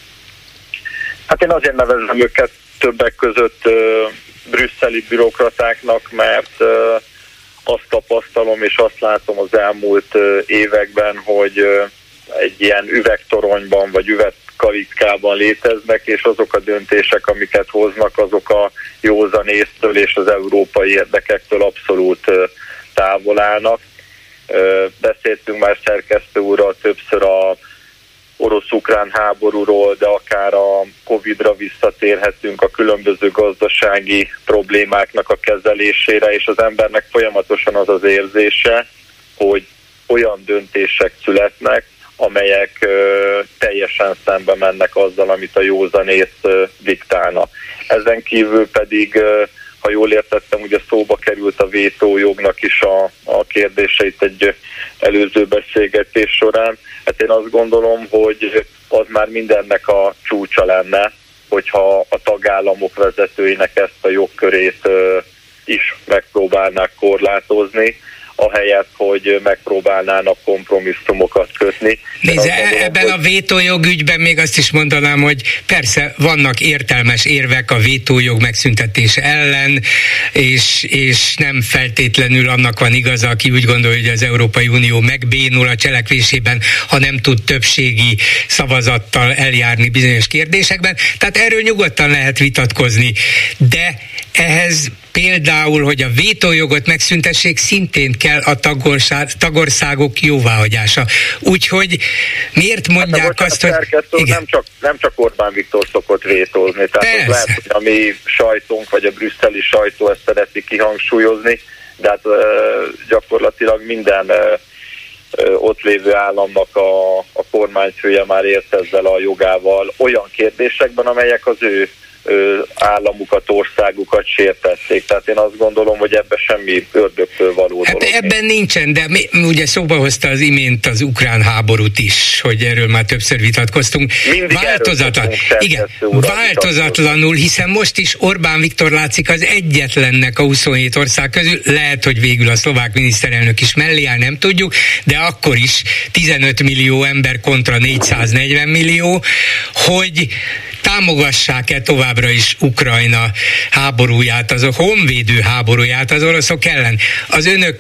Hát én azért nevezem őket többek között uh, brüsszeli bürokratáknak, mert uh, azt tapasztalom és azt látom az elmúlt uh, években, hogy uh, egy ilyen üvegtoronyban vagy üvegkalitkában léteznek, és azok a döntések, amiket hoznak, azok a józanésztől és az európai érdekektől abszolút uh, távol állnak. Uh, beszéltünk már szerkesztő úrral többször a orosz-ukrán háborúról, de akár a Covidra visszatérhetünk, a különböző gazdasági problémáknak a kezelésére, és az embernek folyamatosan az az érzése, hogy olyan döntések születnek, amelyek ö, teljesen szembe mennek azzal, amit a józanész ö, diktálna. Ezen kívül pedig, ö, ha jól értettem, ugye szóba került a vétójognak is a, a kérdéseit egy előző beszélgetés során. Hát én azt gondolom, hogy az már mindennek a csúcsa lenne, hogyha a tagállamok vezetőinek ezt a jogkörét ö, is megpróbálnák korlátozni, ahelyett, hogy megpróbálnának kompromisszumokat kötni. Nézze, gondolom, ebben hogy... a vétójog ügyben még azt is mondanám, hogy persze vannak értelmes érvek a vétójog megszüntetése ellen, és, és nem feltétlenül annak van igaza, aki úgy gondolja, hogy az Európai Unió megbénul a cselekvésében, ha nem tud többségi szavazattal eljárni bizonyos kérdésekben. Tehát erről nyugodtan lehet vitatkozni, de ehhez például, hogy a vétójogot megszüntessék, szintén kell a tagország, tagországok jóváhagyása. Úgyhogy miért mondják hát, azt, hogy... Nem csak, nem csak Orbán Viktor szokott vétózni, tehát az lehet, hogy a mi sajtónk, vagy a brüsszeli sajtó ezt szereti kihangsúlyozni, de hát uh, gyakorlatilag minden uh, ott lévő államnak a, a kormányfője már ért ezzel a jogával olyan kérdésekben, amelyek az ő államukat, országukat sértették. Tehát én azt gondolom, hogy ebben semmi ördögtől való hát dolog. Ebben nincsen, de mi, ugye szóba hozta az imént az ukrán háborút is, hogy erről már többször vitatkoztunk. Mindig Változatlan, igen, változatlanul, hiszen most is Orbán Viktor látszik az egyetlennek a huszonhét ország közül, lehet, hogy végül a szlovák miniszterelnök is mellé áll, nem tudjuk, de akkor is tizenöt millió ember kontra négyszáznegyven millió, hogy támogassák-e továbbra is Ukrajna háborúját, az a honvédő háborúját az oroszok ellen. Az önök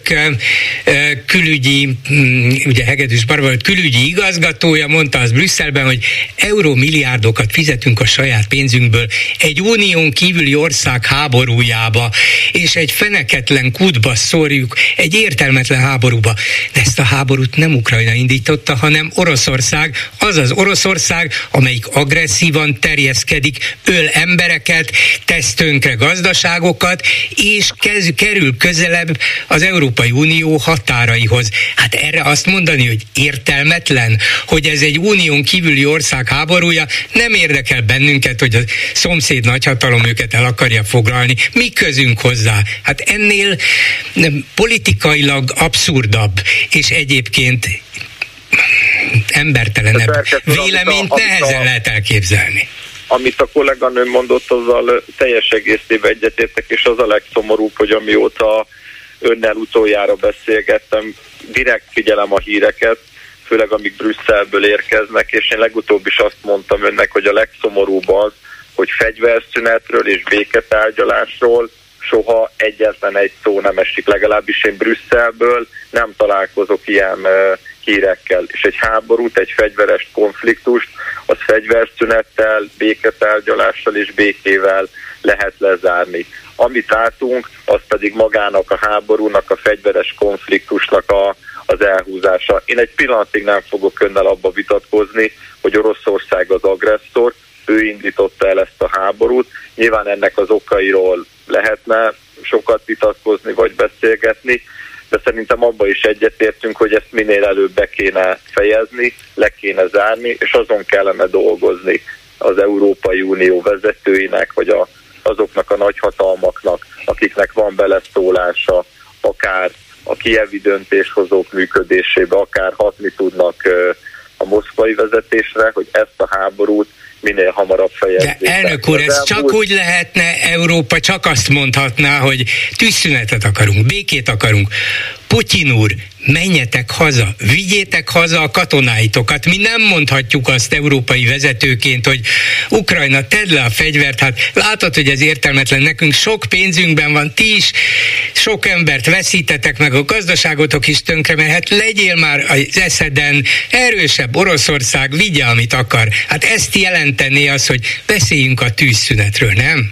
külügyi, ugye Hegedűs Barbara külügyi igazgatója mondta az Brüsszelben, hogy eurómilliárdokat fizetünk a saját pénzünkből egy unión kívüli ország háborújába, és egy feneketlen kútba szórjuk, egy értelmetlen háborúba. De ezt a háborút nem Ukrajna indította, hanem Oroszország, azaz Oroszország, amelyik agresszívan terjeszkedik, öl embereket, tesz tönkre gazdaságokat, és kez, kerül közelebb az Európai Unió határaihoz. Hát erre azt mondani, hogy értelmetlen, hogy ez egy unión kívüli ország háborúja, nem érdekel bennünket, hogy a szomszéd nagyhatalom őket el akarja foglalni. Mi közünk hozzá? Hát ennél politikailag abszurdabb, és egyébként embertelenebb véleményt nehezen lehet elképzelni. Amit a kolléganőm mondott, azzal teljes egészében egyetértek, és az a legszomorúbb, hogy amióta önnel utoljára beszélgettem, direkt figyelem a híreket, főleg amik Brüsszelből érkeznek, és én legutóbb is azt mondtam önnek, hogy a legszomorúbb az, hogy fegyverszünetről és béketárgyalásról soha egyetlen egy szó nem esik, legalábbis én Brüsszelből nem találkozok ilyen uh, hírekkel, és egy háborút, egy fegyveres konfliktust, az fegyverszünettel, béketárgyalással és békével lehet lezárni. Amit látunk, az pedig magának a háborúnak, a fegyveres konfliktusnak a, az elhúzása. Én egy pillanatig nem fogok önnel abba vitatkozni, hogy Oroszország az agresszor, ő indította el ezt a háborút. Nyilván ennek az okairól lehetne sokat vitatkozni vagy beszélgetni, de szerintem abban is egyetértünk, hogy ezt minél előbb be kéne fejezni, le kéne zárni, és azon kellene dolgozni az Európai Unió vezetőinek, vagy a, azoknak a nagyhatalmaknak, akiknek van beleszólása, akár a kijevi döntéshozók működésébe, akár hatni tudnak a moszkvai vezetésre, hogy ezt a háborút minél hamarabb fejezzék. De elnök úr, ez csak úgy lehetne, Európa csak azt mondhatná, hogy tűzszünetet akarunk, békét akarunk. Putyin úr, menjetek haza, vigyétek haza a katonáitokat. Mi nem mondhatjuk azt európai vezetőként, hogy Ukrajna, tedd le a fegyvert, hát látod, hogy ez értelmetlen, nekünk sok pénzünkben van, ti is sok embert veszítetek meg, a gazdaságotok is tönkre mehet, legyél már az eszeden, erősebb Oroszország, vigye, amit akar. Hát ezt jelentené az, hogy beszéljünk a tűzszünetről, nem?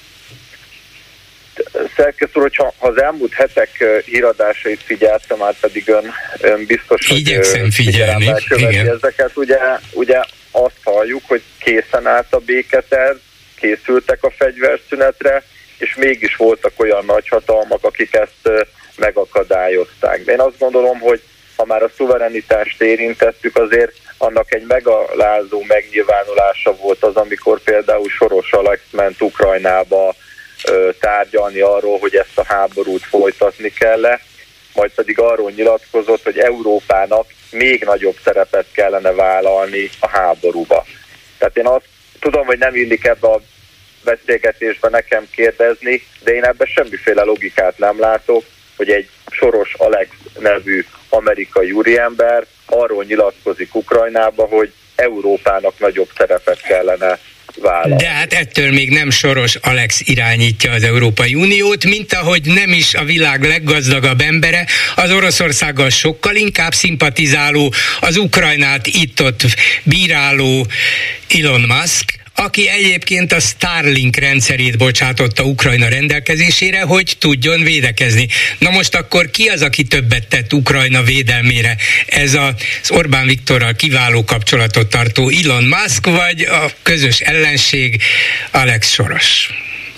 Szerkesz úr, hogyha az elmúlt hetek híradásait figyeltem, már pedig ön, ön biztos, igyekszem hogy figyelni, követi ezeket. Ugye, ugye azt halljuk, hogy készen állt a béketerv, készültek a fegyverszünetre, és mégis voltak olyan nagyhatalmak, akik ezt megakadályozták. De én azt gondolom, hogy ha már a szuverenitást érintettük, azért annak egy megalázó megnyilvánulása volt az, amikor például Soros Alex ment Ukrajnába tárgyalni arról, hogy ezt a háborút folytatni kell-e, majd pedig arról nyilatkozott, hogy Európának még nagyobb szerepet kellene vállalni a háborúba. Tehát én azt tudom, hogy nem illik ebbe a beszélgetésbe nekem kérdezni, de én ebben semmiféle logikát nem látok, hogy egy Soros Alex nevű amerikai úriember arról nyilatkozik Ukrajnába, hogy Európának nagyobb szerepet kellene vállalni. De hát ettől még nem Soros Alex irányítja az Európai Uniót, mint ahogy nem is a világ leggazdagabb embere, az Oroszországgal sokkal inkább szimpatizáló, az Ukrajnát itt-ott bíráló Elon Musk, aki egyébként a Starlink rendszerét bocsátotta Ukrajna rendelkezésére, hogy tudjon védekezni. Na most akkor ki az, aki többet tett Ukrajna védelmére? Ez az Orbán Viktorral kiváló kapcsolatot tartó Elon Musk, vagy a közös ellenség Alex Soros?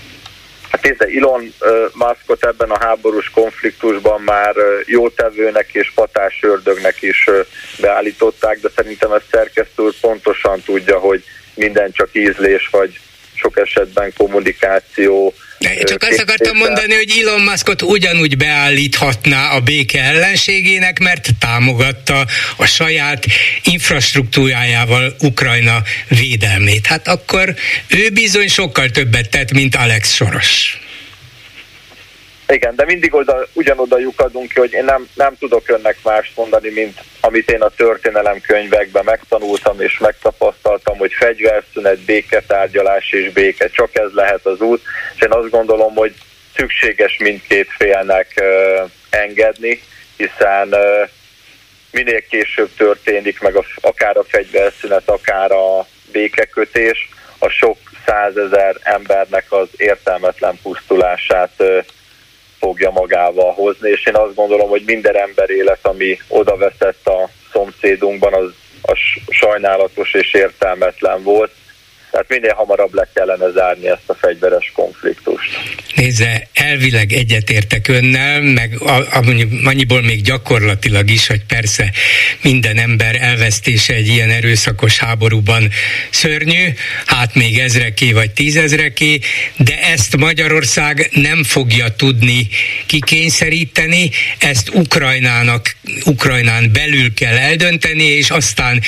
Hát nézd, Elon Muskot ebben a háborús konfliktusban már jótevőnek és patásördögnek is beállították, de szerintem ezt szerkesztő úr pontosan tudja, hogy minden csak ízlés, vagy sok esetben kommunikáció. De csak azt akartam mondani, hogy Elon Muskot ugyanúgy beállíthatná a béke ellenségének, mert támogatta a saját infrastruktúrájával Ukrajna védelmét. Hát akkor ő bizony sokkal többet tett, mint Alex Soros. Igen, de mindig oda, ugyanoda lyukadunk ki, hogy én nem, nem tudok önnek mást mondani, mint amit én a történelemkönyvekben megtanultam és megtapasztaltam, hogy fegyverszünet, béketárgyalás és béke, csak ez lehet az út, és én azt gondolom, hogy szükséges mindkét félnek uh, engedni, hiszen uh, minél később történik meg a, akár a fegyverszünet, akár a békekötés, a sok százezer embernek az értelmetlen pusztulását uh, fogja magával hozni, és én azt gondolom, hogy minden ember élet, ami oda veszett a szomszédunkban, az, az sajnálatos és értelmetlen volt. Tehát minél hamarabb le kellene zárni ezt a fegyveres konfliktust. Nézze, elvileg egyetértek önnel, meg a, a, annyiból még gyakorlatilag is, hogy persze minden ember elvesztése egy ilyen erőszakos háborúban szörnyű, hát még ezreké vagy tízezreké, de ezt Magyarország nem fogja tudni kikényszeríteni, ezt Ukrajnának, Ukrajnán belül kell eldönteni, és aztán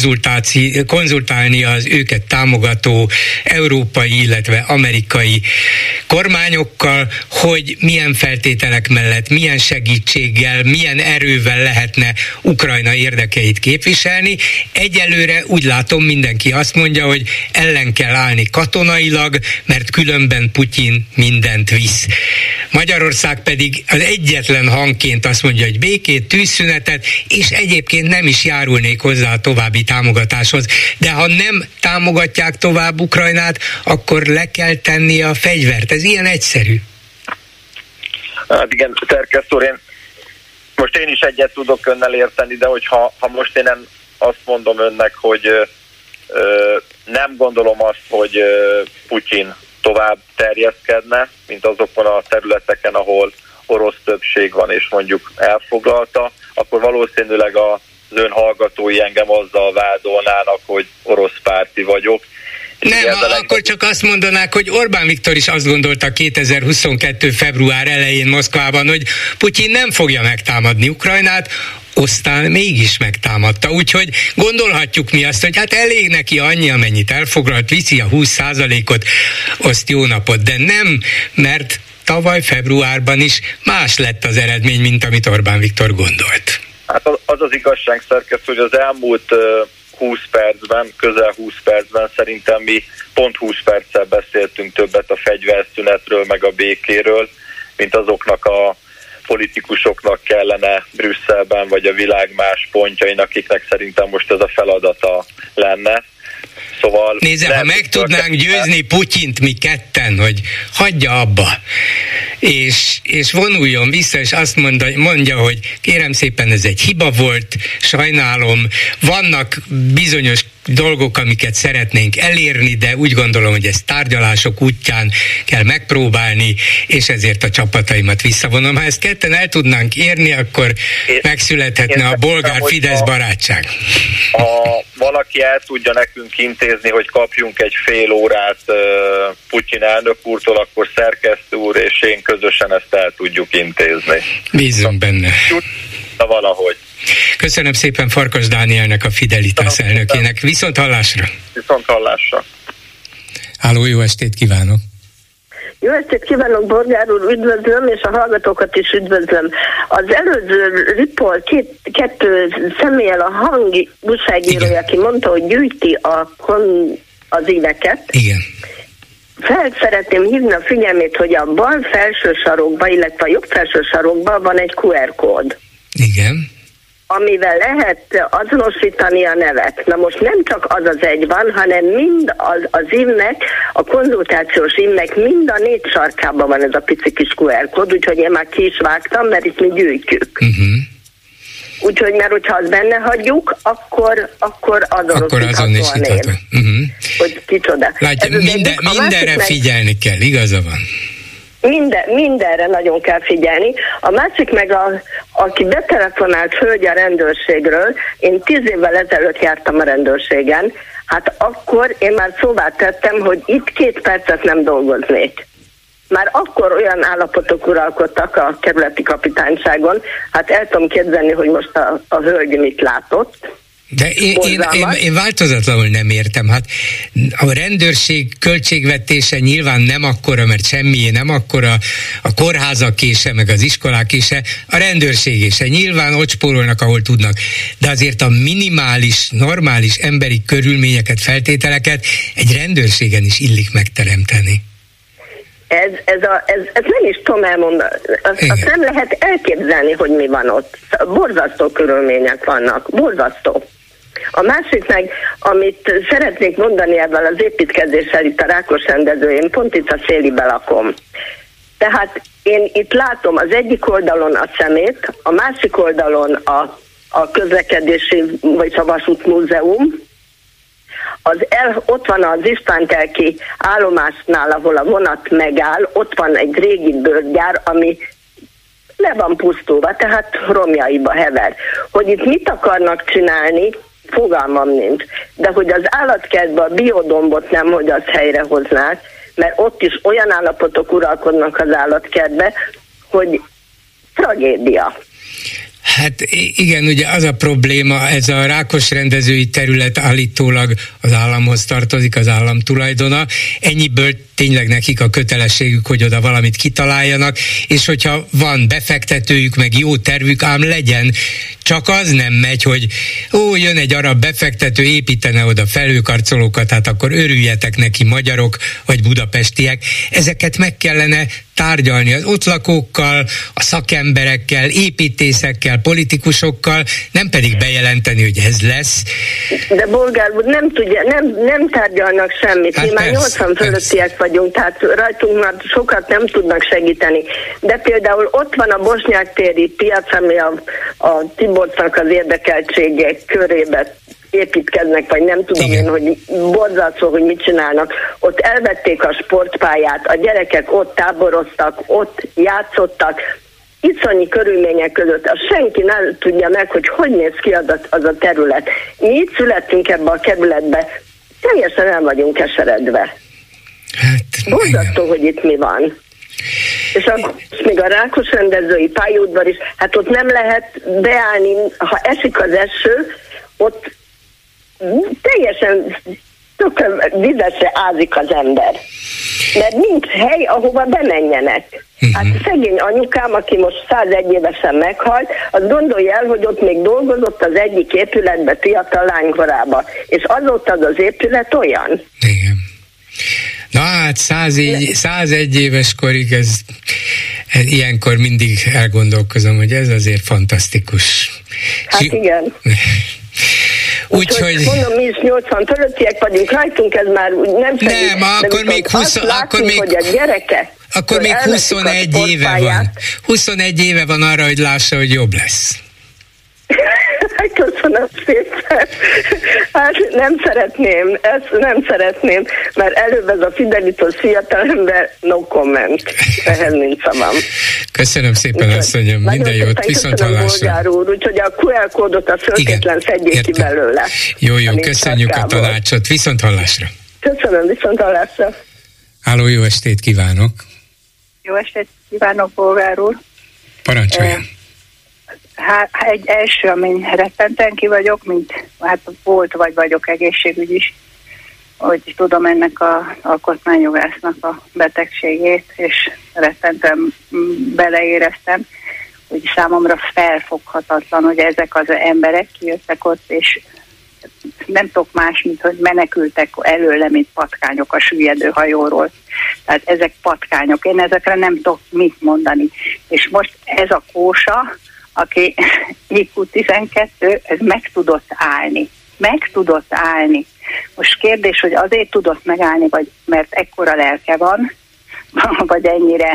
konzultálni az őket támogató európai, illetve amerikai kormányokkal, hogy milyen feltételek mellett, milyen segítséggel, milyen erővel lehetne Ukrajna érdekeit képviselni. Egyelőre úgy látom, mindenki azt mondja, hogy ellen kell állni katonailag, mert különben Putyin mindent visz. Magyarország pedig az egyetlen hangként azt mondja, hogy békét, tűzszünetet, és egyébként nem is járulnék hozzá a további támogatáshoz. De ha nem támogatják tovább Ukrajnát, akkor le kell tenni a fegyvert. Ez ilyen egyszerű. Hát igen, szerkesztő úr, én most én is egyet tudok önnel érteni, de hogyha ha most én nem azt mondom önnek, hogy ö, ö, nem gondolom azt, hogy ö, Putyin tovább terjeszkedne, mint azokon a területeken, ahol orosz többség van, és mondjuk elfoglalta, akkor valószínűleg az ön hallgatói engem azzal vádolnának, hogy orosz párti vagyok. Nem, ha akkor csak azt mondanák, hogy Orbán Viktor is azt gondolta kétezer-huszonkettő. február elején Moszkvában, hogy Putyin nem fogja megtámadni Ukrajnát, aztán mégis megtámadta. Úgyhogy gondolhatjuk mi azt, hogy hát elég neki annyi, amennyit elfoglalt, viszi a húsz százalékot, azt jó napot, de nem, mert tavaly februárban is más lett az eredmény, mint amit Orbán Viktor gondolt. Hát az az igazság, szerkesztő, hogy az elmúlt húsz percben, közel húsz percben szerintem mi pont húsz perccel beszéltünk többet a fegyverszünetről, meg a békéről, mint azoknak a politikusoknak kellene Brüsszelben, vagy a világ más pontjain, akiknek szerintem most ez a feladata lenne. Szóval nézze, ha meg tudnánk győzni Putyint mi ketten, hogy hagyja abba, és, és vonuljon vissza, és azt mondja, mondja, hogy kérem szépen, ez egy hiba volt, sajnálom, vannak bizonyos dolgok, amiket szeretnénk elérni, de úgy gondolom, hogy ezt tárgyalások útján kell megpróbálni, és ezért a csapataimat visszavonom. Ha ezt ketten el tudnánk érni, akkor én, megszülethetne én a bolgár-Fidesz barátság. Ha valaki el tudja nekünk intézni, hogy kapjunk egy fél órát uh, Putyin elnök úrtól, akkor szerkesztő úr és én közösen ezt el tudjuk intézni. Bízunk benne. Valahogy. Köszönöm szépen Farkas Dánielnek, a Fidelitas elnökének. Viszont hallásra! Viszont hallásra! Háló, jó estét kívánok! Jó estét kívánok, Bolgár úr, üdvözlöm, és a hallgatókat is üdvözlöm. Az előző ripol két, kettő személlyel a hangi újságírója, aki mondta, hogy gyűjti a, az éveket. Igen. Fel szeretném hívni a figyelmét, hogy a bal felső sarokban, illetve a jobb felső sarokban van egy kú er kód. Igen. Amivel lehet azonosítani a nevet. Na most nem csak az az egy van, hanem mind az, az ívnek, a konzultációs ívnek mind a négy sarkában van ez a pici kis kú er kód, úgyhogy én már ki is vágtam, mert itt mi gyűjtjük. Uh-huh. Úgyhogy, mert hogyha azt benne hagyjuk, akkor, akkor azonosítható a név. Uh-huh. Hogy kicsoda. Látja, minden, mindenre meg... figyelni kell, igaza van. Minden, mindenre nagyon kell figyelni. A másik meg, a, aki betelefonált hölgy a rendőrségről, én tíz évvel ezelőtt jártam a rendőrségen, hát akkor én már szóvá tettem, hogy itt két percet nem dolgoznék. Már akkor olyan állapotok uralkodtak a kerületi kapitányságon, hát el tudom képzelni, hogy most a, a hölgy mit látott. De én, én, én, én változatlanul nem értem. Hát a rendőrség költségvetése nyilván nem akkora, mert semmié nem akkora, a kórházakése, meg az iskolákése, a rendőrségése. Nyilván ott spórolnak, ahol tudnak. De azért a minimális, normális emberi körülményeket, feltételeket egy rendőrségen is illik megteremteni. Ez, ez, a, ez, ez nem is tudom elmondani, azt, azt nem lehet elképzelni, hogy mi van ott. Borzasztó körülmények vannak, borzasztó. A másik meg, amit szeretnék mondani ebben az építkezéssel itt a Rákos rendező, én pont itt a Szélibe lakom. Tehát én itt látom az egyik oldalon a szemét, a másik oldalon a, a közlekedési, vagy a vasútmúzeum, az el, ott van az Istvántelki állomásnál, ahol a vonat megáll, ott van egy régi bőrgyár, ami le van pusztulva, tehát romjaiba hever. Hogy itt mit akarnak csinálni, fogalmam nincs. De hogy az állatkertben a biodombot nem, hogy azt helyrehoznák, mert ott is olyan állapotok uralkodnak az állatkertbe, hogy tragédia. Hát igen, ugye az a probléma, ez a Rákos rendezői terület állítólag az államhoz tartozik, az állam tulajdona. Ennyiből tényleg nekik a kötelességük, hogy oda valamit kitaláljanak, és hogyha van befektetőjük, meg jó tervük, ám legyen. Csak az nem megy, hogy ó, jön egy arab befektető, építene oda felhőkarcolókat, hát akkor örüljetek neki magyarok, vagy budapestiek. Ezeket meg kellene tárgyalni az ott lakókkal, a szakemberekkel, építészekkel, politikusokkal, nem pedig bejelenteni, hogy ez lesz. De Bolgár úr, nem tudja, nem, nem tárgyalnak semmit. Hát mi persze, már nyolcvan fölöttiek vagyunk, tehát rajtunk már sokat nem tudnak segíteni. De például ott van a Bosnyák téri piac, ami a, a Tiborcnak az érdekeltségek körébe építkeznek, vagy nem tudom Igen. én, hogy borzasztó, hogy mit csinálnak. Ott elvették a sportpályát, a gyerekek ott táboroztak, ott játszottak, iszonyi körülmények között. Azt senki nem tudja meg, hogy hogy néz ki az a, az a terület. Mi itt születtünk ebbe a kerületbe, teljesen el vagyunk keseredve. Hát, borzasztó, hogy itt mi van. És akkor még a Rákos rendezői pályaudvar is, hát ott nem lehet beállni, ha esik az eső, ott teljesen tökön vizesre ázik az ember. Mert nincs hely, ahova bemenjenek. Hát szegény anyukám, aki most százegy évesen meghalt, az gondolja el, hogy ott még dolgozott az egyik épületbe fiatal lánykorában. És azóta az az épület olyan. Igen. Na hát százegy, százegy éves korig ez, ez ilyenkor mindig elgondolkozom, hogy ez azért fantasztikus. Hát S- igen. Úgyhogy... Úgy, mondom, mi is nyolcvan fölöttiek vagyunk, rajtunk ez már nem segít. Nem, akkor még húsz, akkor még, hogy a gyereke, akkor még huszonegy éve van. huszonegy éve van arra, hogy lássa, hogy jobb lesz. Köszönöm szépen. Hát nem szeretném, ezt nem szeretném, mert előbb ez a Fidelitos fiatalember, no comment. Ehhez nincs szavam. Köszönöm szépen, asszonyom, minden jót, viszont hallásra. Úgyhogy a kú er kódot a föltétlen szedjék ki belőle. Jó, jó, köszönjük a tanácsot, viszont hallásra. Köszönöm, viszont hallásra. Háló, jó estét kívánok. Jó estét kívánok, Bolgár úr. Parancsoljon. Hát egy első, amin rettenten ki vagyok, mint hát volt vagy vagyok egészségügy is, hogy tudom ennek a alkotmányjogásznak a betegségét, és rettenten beleéreztem, hogy számomra felfoghatatlan, hogy ezek az emberek kijöttek ott, és nem tudok más, mint hogy menekültek előle, mint patkányok a süllyedő hajóról. Tehát ezek patkányok, én ezekre nem tudok mit mondani. És most ez a Kósa, aki I Q tizenkettő, ez meg tudott állni. Meg tudott állni. Most kérdés, hogy azért tudott megállni, vagy mert ekkora lelke van, vagy ennyire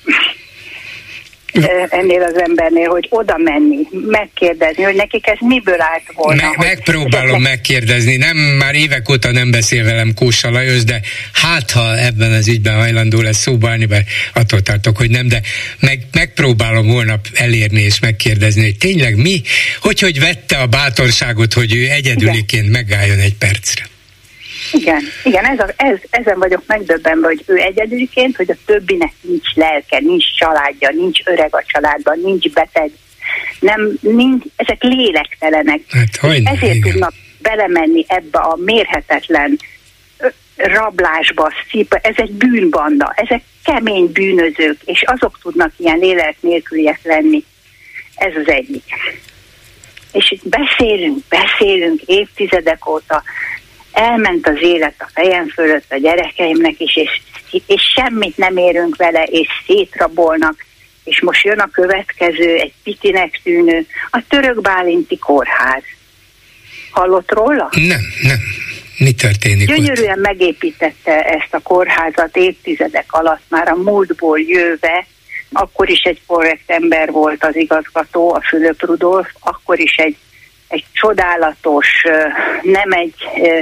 ennél az embernél, hogy oda menni, megkérdezni, hogy nekik ez miből állt volna. Me- hogy megpróbálom megkérdezni, nem, már évek óta nem beszél velem Kósa Lajos, de hát ha ebben az ügyben hajlandó lesz szóba állni, mert attól tartok, hogy nem, de meg, megpróbálom holnap elérni és megkérdezni, hogy tényleg mi, hogy hogy vette a bátorságot, hogy ő egyedüliként megálljon egy percre. Igen, igen, ez a, ez, ezen vagyok megdöbbenve, hogy ő egyedüliként, hogy a többinek nincs lelke, nincs családja, nincs öreg a családban, nincs beteg, nem, nincs, ezek lélektelenek. Hát, hogyne, ezért igen. tudnak belemenni ebbe a mérhetetlen rablásba, szípa. Ez egy bűnbanda, ezek kemény bűnözők, és azok tudnak ilyen lélek nélküliek lenni. Ez az egyik. És itt beszélünk, beszélünk évtizedek óta, elment az élet a fejem fölött a gyerekeimnek is, és, és semmit nem érünk vele, és szétrabolnak, és most jön a következő, egy pitinek tűnő, a Török Bálinti kórház. Hallott róla? Nem, nem. Mi történik Gyönyörűen ott? Megépítette ezt a kórházat évtizedek alatt, már a múltból jöve, akkor is egy korrekt ember volt az igazgató, a Fülöp Rudolf, akkor is egy, egy csodálatos, nem egy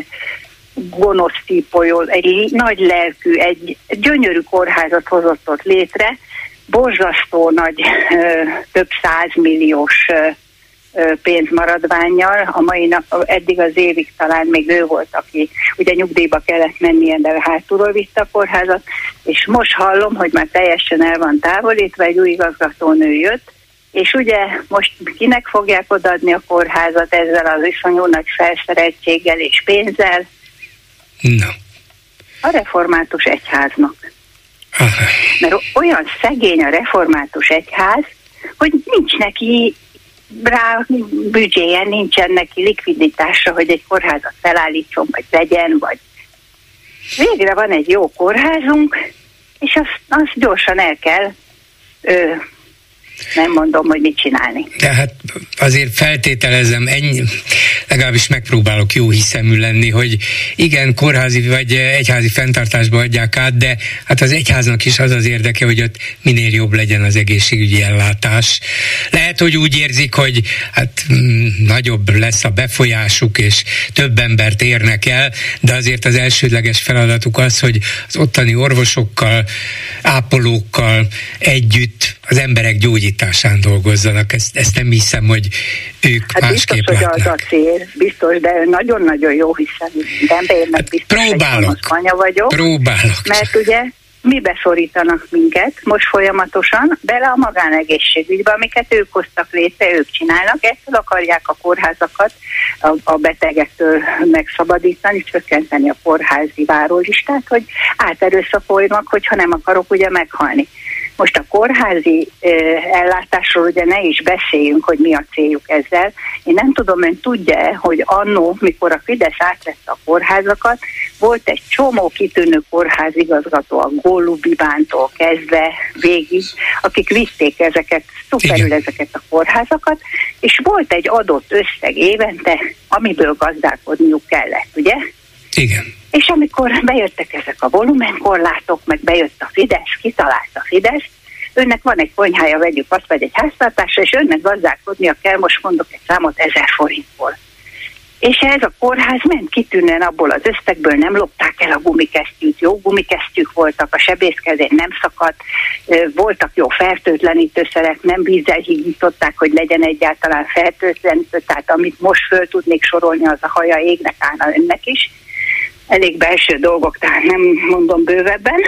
gonosz típolyol, egy nagy lelkű, egy gyönyörű kórházat hozott ott létre, borzasztó nagy, több százmilliós pénzmaradvánnyal, a mai nap, eddig az évig talán még ő volt, aki ugye nyugdíjba kellett mennie, de hátulról vitte a kórházat, és most hallom, hogy már teljesen el van távolítva, egy új igazgatónő jött, és ugye most kinek fogják odaadni a kórházat ezzel az iszonyú nagy felszereltséggel és pénzzel? No. A református egyháznak. Aha. Mert olyan szegény a református egyház, hogy nincs neki rá büdzséje, nincsen neki likviditása, hogy egy kórházat felállítson, vagy legyen, vagy végre van egy jó kórházunk, és azt, azt gyorsan el kell, ö, nem mondom, hogy mit csinálni. De hát azért feltételezem, ennyi, legalábbis megpróbálok jó hiszemű lenni, hogy igen, kórházi vagy egyházi fenntartásba adják át, de hát az egyháznak is az az érdeke, hogy ott minél jobb legyen az egészségügyi ellátás. Lehet, hogy úgy érzik, hogy hát mm, nagyobb lesz a befolyásuk, és több embert érnek el, de azért az elsődleges feladatuk az, hogy az ottani orvosokkal, ápolókkal együtt az emberek gyógyításán dolgozzanak. Ezt, ezt nem hiszem, hogy ők hát másképp biztos, látnák. hogy az a cél, biztos, de nagyon-nagyon jó hiszem, de ember, biztos, hát próbálok, hogy anya vagyok. Próbálok. Mert ugye mibe szorítanak minket most folyamatosan? Bele a magánegészségügybe, amiket ők hoztak létre, ők csinálnak, ettől akarják a kórházakat a, a betegektől megszabadítani, csökkenteni a kórházi várólistát, hogy áterőszakoljanak, hogyha nem akarok ugye meghalni. Most a kórházi eh, ellátásról ugye ne is beszéljünk, hogy mi a céljuk ezzel. Én nem tudom, ön tudja, hogy annó, mikor a Fidesz átvette a kórházakat, volt egy csomó kitűnő kórházigazgató, a Góllubibántól kezdve végig, akik vitték ezeket, szuperül Igen. ezeket a kórházakat, és volt egy adott összeg évente, amiből gazdálkodniuk kellett, ugye? Igen. És amikor bejöttek ezek a volumenkorlátok, meg bejött a Fidesz, kitalálta a Fidesz, önnek van egy konyhája, vegyük azt, vagy egy háztartásra, és önnek gazdálkodnia kell, most mondok egy számot, ezer forintból. És ez a kórház ment kitűnően abból az összegből, nem lopták el a gumikesztyűt, jó gumikesztyűk voltak, a sebészkezén nem szakadt, voltak jó fertőtlenítőszerek, nem vízzel hígították, hogy legyen egyáltalán fertőtlenítő, tehát amit most föl tudnék sorolni, az a haja égnek állna önnek is. Elég belső dolgok, tehát nem mondom bővebben.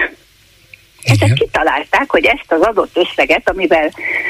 Ezek kitalálták, hogy ezt az adott összeget, amivel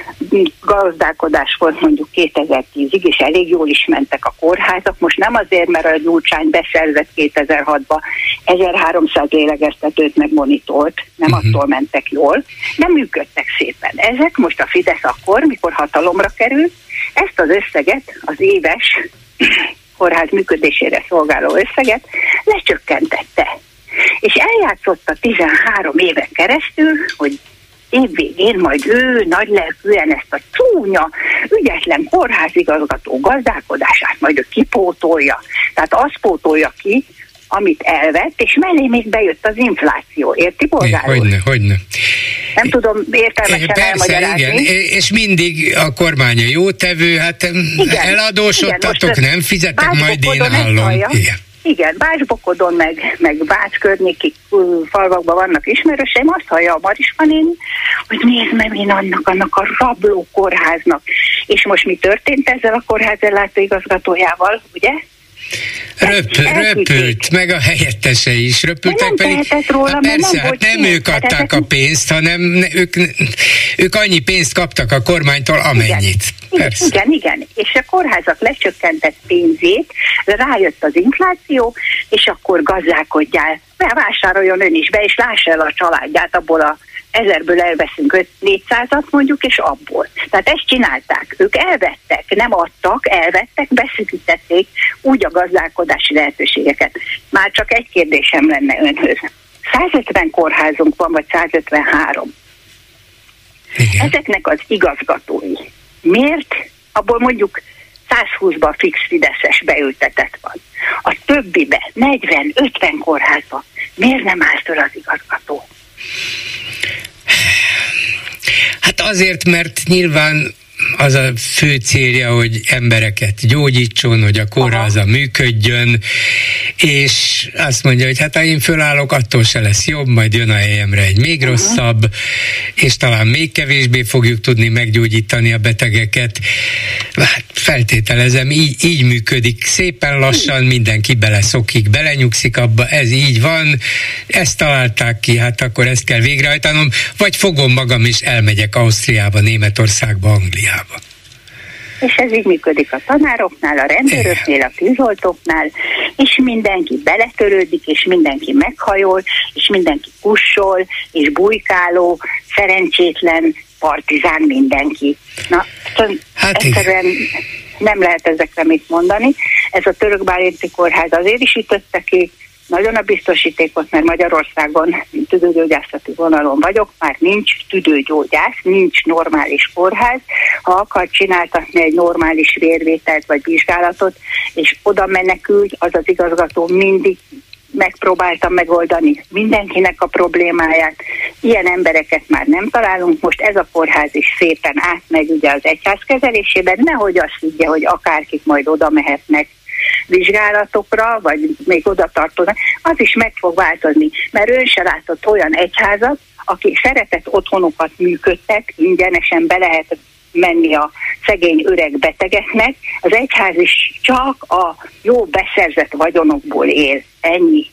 gazdálkodás volt mondjuk kétezer-tízig, és elég jól is mentek a kórházak, most nem azért, mert a Gyurcsány beszerzett kétezer-hatban ezerháromszáz lélegeztetőt meg monitort, nem uh-huh. attól mentek jól, de működtek szépen. Ezek most a Fidesz akkor, mikor hatalomra kerül, ezt az összeget, az éves kórház működésére szolgáló összeget lecsökkentette. És eljátszotta tizenhárom éven keresztül, hogy évvégén majd ő nagylelkűen ezt a csúnya, ügyetlen kórházigazgató gazdálkodását majd ő kipótolja. Tehát azt pótolja ki, amit elvett, és mellé még bejött az infláció. Érti, polgár úr? Hogyne, hogyne. Nem tudom értelmesen Persze, elmagyarázni. Igen, és mindig a kormány a jótevő, hát igen, eladósodtatok, igen, nem fizetek, majd én állom. Igen. Igen, Bács-Bokodon, meg, meg Bács környéki falvakban vannak ismerőseim, azt hallja a Mariska néni, hogy nézd meg én annak, annak a rabló kórháznak. És most mi történt ezzel a kórház ellátó igazgatójával, ugye? Röp, röpült, meg a helyettese is röpültek, pedig róla, hát persze, nem, hát nem ők adták a pénzt, hanem ők, ők annyi pénzt kaptak a kormánytól, amennyit. Igen, igen, igen, és a kórházak lecsökkentett pénzét, rájött az infláció, és akkor gazdálkodjál, vásároljon ön is be, és lássa el a családját, abból a ezerből elveszünk négyszázat mondjuk, és abból. Tehát ezt csinálták. Ők elvettek, nem adtak, elvettek, beszűkítették úgy a gazdálkodási lehetőségeket. Már csak egy kérdésem lenne önhöz. százötven kórházunk van, vagy százötvenhárom. Igen. Ezeknek az igazgatói miért? Abból mondjuk százhúszban fix fideszes beültetett van. A többibe, negyven-ötven kórházba miért nem áll föl az igazgató? Hát azért, mert nyilván az a fő célja, hogy embereket gyógyítson, hogy a kórháza Aha. működjön, és azt mondja, hogy hát ha én fölállok, attól se lesz jobb, majd jön a helyemre egy még uh-huh. rosszabb, és talán még kevésbé fogjuk tudni meggyógyítani a betegeket. Hát feltételezem, így, így működik. Szépen lassan mindenki beleszokik, belenyugszik abba, ez így van, ezt találták ki, hát akkor ezt kell végrehajtanom, vagy fogom magam és elmegyek Ausztriába, Németországba, Angliába. És ez így működik a tanároknál, a rendőröknél, a tűzoltóknál, és mindenki beletörődik, és mindenki meghajol, és mindenki kussol, és bujkáló, szerencsétlen, partizán mindenki. Na, hát egyszerűen nem lehet ezekre mit mondani. Ez a Török Bálinti Kórház azért is ütötte ki nagyon a biztosítékot, mert Magyarországon tüdőgyógyászati vonalon vagyok, már nincs tüdőgyógyász, nincs normális kórház. Ha akar csináltatni egy normális vérvételt vagy vizsgálatot, és oda menekült, az az igazgató mindig megpróbáltam megoldani mindenkinek a problémáját. Ilyen embereket már nem találunk, most ez a kórház is szépen átmegy ugye az egyház kezelésében, nehogy azt higgye, hogy akárkik majd oda mehetnek vizsgálatokra, vagy még oda tartoznak, az is meg fog változni, mert ön se látott olyan egyházat, aki szeretett otthonokat működtet, ingyenesen be lehet menni a szegény öreg betegeknek, az egyház is csak a jó beszerzett vagyonokból él. Ennyi.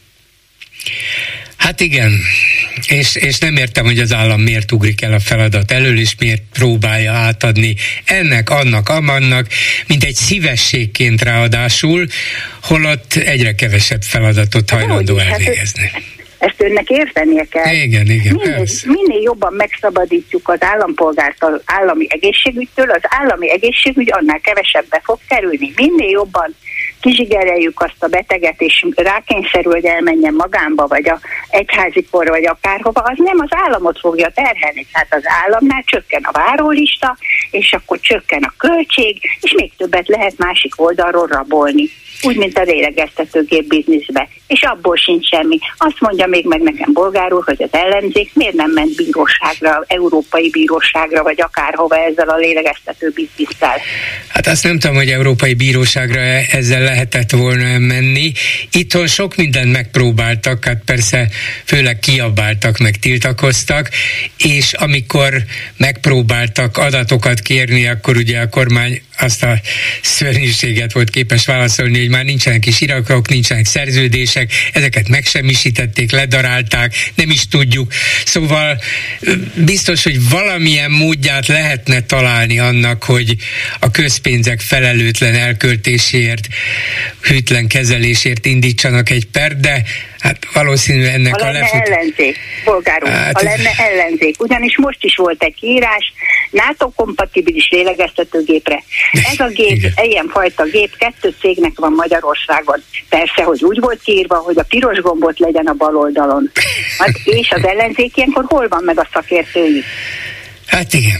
Hát igen, és, és nem értem, hogy az állam miért ugrik el a feladat elől, és miért próbálja átadni ennek, annak, amannak, mint egy szívességként ráadásul, holott egyre kevesebb feladatot hajlandó elvégezni. Hát ezt önnek értenie kell. Igen, igen, minél, minél jobban megszabadítjuk az állampolgárt az állami egészségügytől, az állami egészségügy annál kevesebbe fog kerülni. Minél jobban kizsigereljük azt a beteget, és rákényszerül, hogy elmenjen magánba, vagy a egyházi korra, vagy akárhova, az nem az államot fogja terhelni. Tehát az államnál csökken a várólista, és akkor csökken a költség, és még többet lehet másik oldalról rabolni. Úgy, mint a lélegeztetőgép bizniszbe. És abból sincs semmi. Azt mondja még meg nekem Bolgár úr, hogy az ellenzék miért nem ment bíróságra, európai bíróságra, vagy akárhova ezzel a lélegeztető bizniszsel. Hát azt nem tudom, hogy európai bíróságra ezzel lehetett volna menni. Itthon sok mindent megpróbáltak, hát persze főleg kiabáltak, meg tiltakoztak, és amikor megpróbáltak adatokat kérni, akkor ugye a kormány azt a szörnyűséget volt képes válaszolni, hogy már nincsenek is iratok, nincsenek szerződések, ezeket megsemmisítették, ledarálták, nem is tudjuk. Szóval biztos, hogy valamilyen módját lehetne találni annak, hogy a közpénzek felelőtlen elköltéséért, hűtlen kezelésért indítsanak egy pert, de hát valószínűleg ennek a, a lefut... ellenzék, Bolgár úr, hát... ha lenne ellenzék. Ugyanis most is volt egy írás, NATO-kompatibilis lélegeztetőgépre. Ez a gép, ilyenfajta gép kettő cégnek van Magyarországon. Persze, hogy úgy volt kiírva, hogy a piros gombot legyen a bal oldalon. Hát, és az ellenzék ilyenkor hol van meg a szakértői? Hát igen.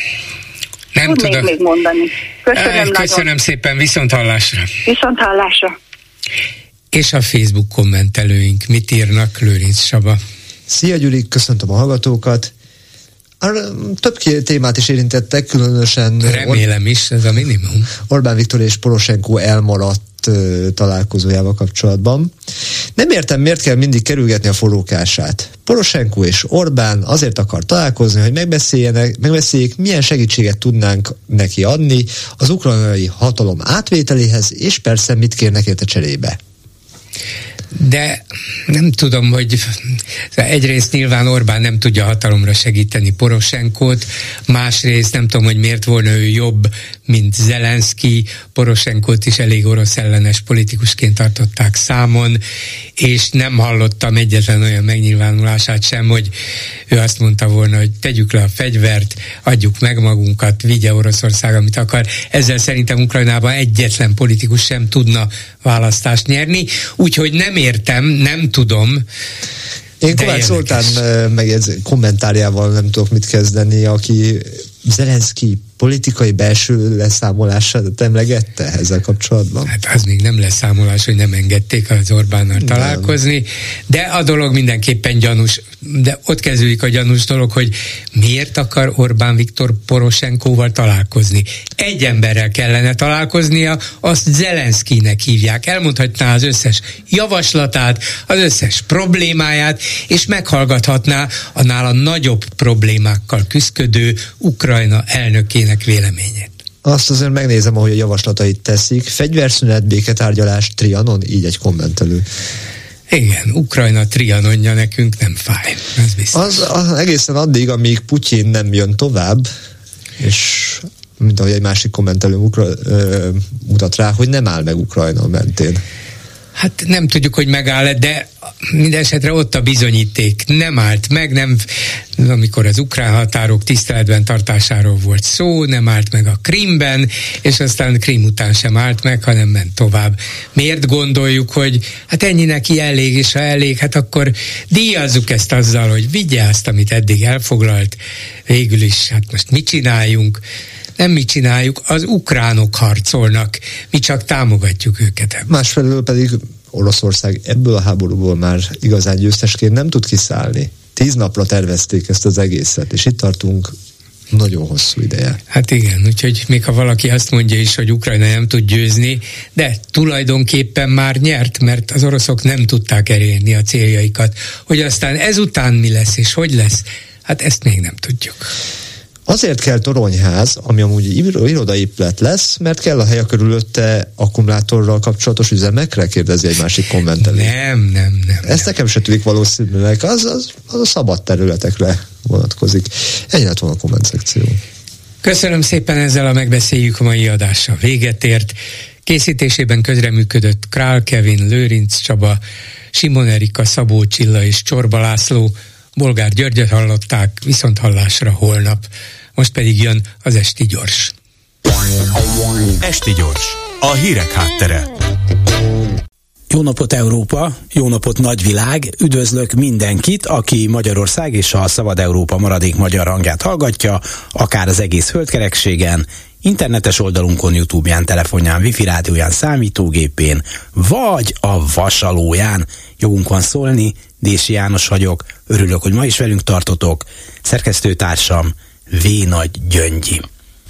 Nem Tud tudom. még mondani. Köszönöm, Köszönöm szépen, viszont hallásra. Viszont hallásra. És a Facebook kommentelőink mit írnak? Lőrinc Saba. Szia Gyuri, köszöntöm a hallgatókat. Több témát is érintettek, különösen... Remélem is, ez a minimum. Orbán Viktor és Poroshenko elmaradt uh, találkozójával kapcsolatban. Nem értem, miért kell mindig kerülgetni a forrókását. Poroshenko és Orbán azért akar találkozni, hogy megbeszéljenek, megbeszéljék, milyen segítséget tudnánk neki adni az ukrajnai hatalom átvételéhez, és persze mit kérnek érte cserébe. de nem tudom, hogy egyrészt nyilván Orbán nem tudja hatalomra segíteni Poroshenkót, másrészt nem tudom, hogy miért volna ő jobb, mint Zelenszky. Poroshenkót is elég orosz ellenes politikusként tartották számon, és nem hallottam egyetlen olyan megnyilvánulását sem, hogy ő azt mondta volna, hogy tegyük le a fegyvert, adjuk meg magunkat, vigye Oroszország, amit akar. Ezzel szerintem Ukrajnában egyetlen politikus sem tudna választást nyerni, úgyhogy nem értem, nem tudom. Én Kovács Zoltán megjegyz, kommentárjával nem tudok mit kezdeni, aki Zelenszky politikai belső leszámolását emlegette ezzel kapcsolatban? Hát az még nem leszámolás, hogy nem engedték az Orbánnal találkozni, de a dolog mindenképpen gyanús, de ott kezdődik a gyanús dolog, hogy miért akar Orbán Viktor Poroshenkóval találkozni. Egy emberrel kellene találkoznia, azt Zelenszkynek hívják. Elmondhatná az összes javaslatát, az összes problémáját, és meghallgathatná a nála nagyobb problémákkal küszködő Ukrajna elnökének véleményét. Azt azért megnézem, ahogy a javaslatait teszik. Fegyverszünet, béketárgyalás, Trianon, így egy kommentelő. Igen, Ukrajna trianonja nekünk nem fáj, ez biztos. Az, az egészen addig, amíg Putyin nem jön tovább, és mint ahogy egy másik kommentelő ukra, ö, mutat rá, hogy nem áll meg Ukrajna mentén. Hát nem tudjuk, hogy megáll, de minden esetre ott a bizonyíték. Nem állt meg, nem, amikor az ukrán határok tiszteletben tartásáról volt szó, nem állt meg a Krímben, és aztán Krím után sem állt meg, hanem ment tovább. Miért gondoljuk, hogy hát ennyi neki elég, és ha elég, hát akkor díjazzuk ezt azzal, hogy vigye azt, amit eddig elfoglalt, végül is, hát most mit csináljunk? Nem mi csináljuk, az ukránok harcolnak, mi csak támogatjuk őket ebben. Másfelől pedig Oroszország ebből a háborúból már igazán győztesként nem tud kiszállni. Tíz napra tervezték ezt az egészet, és itt tartunk nagyon hosszú ideje. Hát igen, úgyhogy még ha valaki azt mondja is, hogy Ukrajna nem tud győzni, de tulajdonképpen már nyert, mert az oroszok nem tudták elérni a céljaikat. Hogy aztán ezután mi lesz és hogy lesz, hát ezt még nem tudjuk. Azért kell toronyház, ami amúgy irodaépület lesz, mert kell a hely a körülötte akkumulátorral kapcsolatos üzemekre, kérdezi egy másik kommentelő. Nem, nem, nem. Ezt nekem se tűnik valószínűleg, az, az, az a szabad területekre vonatkozik. Ennyi lett volna a komment szekció. Köszönöm szépen, ezzel a megbeszéljük a mai adással véget ért. Készítésében közreműködött Král Kevin, Lőrinc Csaba, Simon Erika, Szabó Csilla és Csorba László. Bolgár Györgyöt hallották, viszont hallásra holnap. Most pedig jön az Esti Gyors. Esti Gyors, a hírek háttere. Jó napot Európa, jó napot nagyvilág, üdvözlök mindenkit, aki Magyarország és a Szabad Európa maradék magyar hangját hallgatja, akár az egész földkerekségen, internetes oldalunkon, YouTube-ján, telefonján, wifi rádióján, számítógépén, vagy a vasalóján. Jogunk van szólni, Dési János vagyok, örülök, hogy ma is velünk tartotok, szerkesztőtársam V. Nagy Gyöngyi.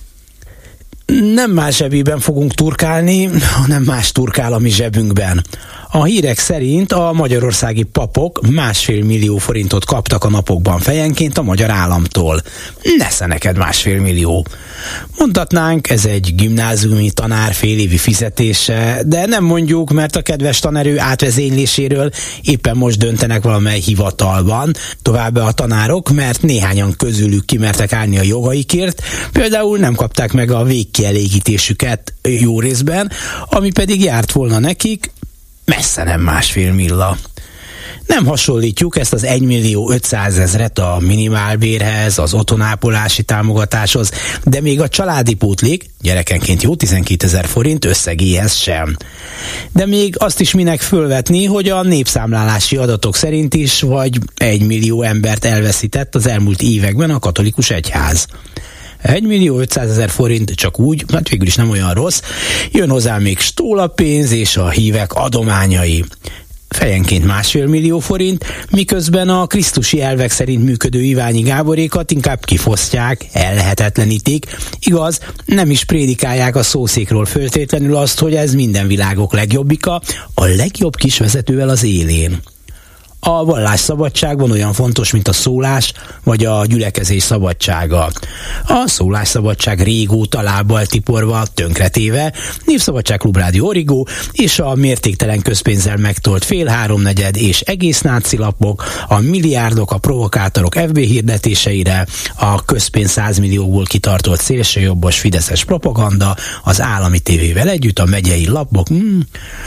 Nem más zsebében fogunk turkálni, hanem más turkál a mi zsebünkben. A hírek szerint a magyarországi papok másfél millió forintot kaptak a napokban fejenként a magyar államtól. Nesze neked másfél millió. Mondhatnánk, ez egy gimnáziumi tanár félévi fizetése, de nem mondjuk, mert a kedves tanerő átvezényléséről éppen most döntenek valamely hivatalban. Továbbá a tanárok, mert néhányan közülük kimertek állni a jogaikért, például nem kapták meg a végkielégítésüket jó részben, ami pedig járt volna nekik, messze nem másfél milla. Nem hasonlítjuk ezt az egymillió ötszázezret a minimálbérhez, az otthonápolási támogatáshoz, de még a családi pótlék, gyerekenként jó tizenkétezer forint összegéhez sem. De még azt is minek fölvetni, hogy a népszámlálási adatok szerint is vagy egymillió embert elveszített az elmúlt években a katolikus egyház. egymillió ötszázezer forint csak úgy, hát végül is nem olyan rossz, jön hozzá még stólapénz és a hívek adományai. Fejenként másfél millió forint, miközben a krisztusi elvek szerint működő Iványi Gáborékat inkább kifosztják, ellehetetlenítik. Igaz, nem is prédikálják a szószékról föltétlenül azt, hogy ez minden világok legjobbika, a legjobb kis vezetővel az élén. a vallásszabadságban olyan fontos, mint a szólás vagy a gyülekezés szabadsága. A szólásszabadság régóta lábbal tiporva, tönkretéve, Népszabadság Klubrádió Origo és a mértéktelen közpénzzel megtolt fél háromnegyed és egész náci lapok, a milliárdok, a provokátorok ef bé hirdetéseire, a közpénz százmillióból kitartott szélsőjobbos fideszes propaganda, az állami tévével együtt, a megyei lapok. Hmm.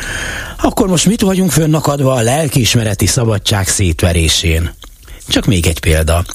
Akkor most mit vagyunk fönnakadva a lelkiismereti szabadság szétverésén? Csak még egy példa.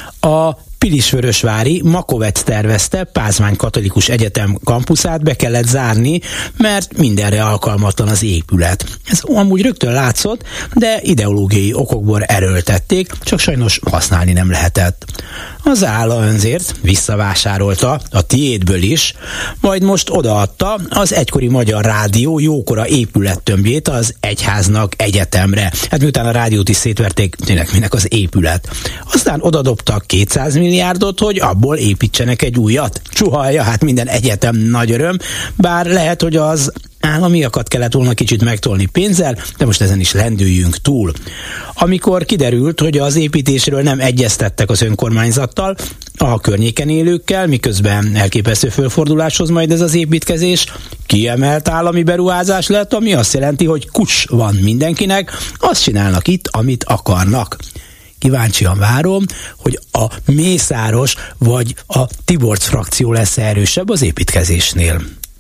A Pilisvörösvári Makovec tervezte Pázmány Katolikus Egyetem kampuszát be kellett zárni, mert mindenre alkalmatlan az épület. Ez amúgy rögtön látszott, de ideológiai okokból erőltették, csak sajnos használni nem lehetett. Az állam önzért visszavásárolta, a tiédből is, majd most odaadta az egykori Magyar Rádió jókora épülettömbjét az egyháznak egyetemre. Hát miután a rádiót is szétverték, tényleg minek az épület. Aztán odadobtak kétszáz milliárdot, hogy abból építsenek egy újat. Csuhalja, hát minden egyetem nagy öröm, bár lehet, hogy az államiakat kellett volna kicsit megtolni pénzzel, de most ezen is lendüljünk túl. Amikor kiderült, hogy az építésről nem egyeztettek az önkormányzattal, a környéken élőkkel, miközben elképesztő fölforduláshoz majd ez az építkezés, kiemelt állami beruházás lett, ami azt jelenti, hogy kus van mindenkinek, azt csinálnak itt, amit akarnak. Kíváncsian várom, hogy a Mészáros vagy a Tiborcs frakció lesz erősebb az építkezésnél.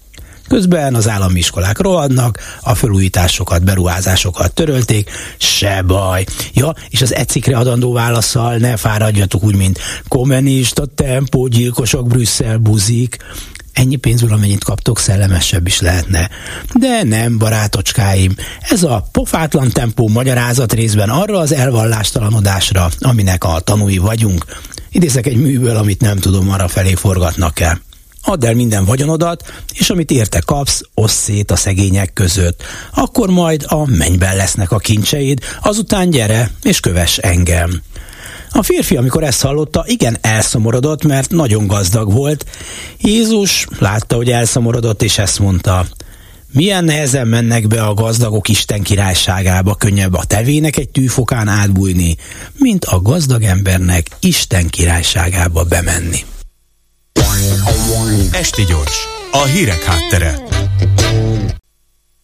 Közben az állami iskolák rohadnak, a felújításokat, beruházásokat törölték, se baj. Ja, és az ecikre adandó válaszsal ne fáradjatok úgy, mint kommunista, tempó, gyilkosok, Brüsszel, buzik. Ennyi pénzből, amennyit kaptok, szellemesebb is lehetne. De nem, barátocskáim, ez a pofátlan tempó magyarázat részben arra az elvallástalanodásra, aminek a tanúi vagyunk. Idézek egy műből, amit nem tudom, arra felé forgatnak-e. Add el minden vagyonodat, és amit érte kapsz, oszd szét a szegények között. Akkor majd a mennyben lesznek a kincseid, azután gyere, és kövess engem. A férfi, amikor ezt hallotta, igen elszomorodott, mert nagyon gazdag volt. Jézus látta, hogy elszomorodott, és ezt mondta: milyen nehezen mennek be a gazdagok Isten királyságába, könnyebb a tevének egy tűfokán átbújni, mint a gazdag embernek Isten királyságába bemenni. Esti gyors, a hírek háttere.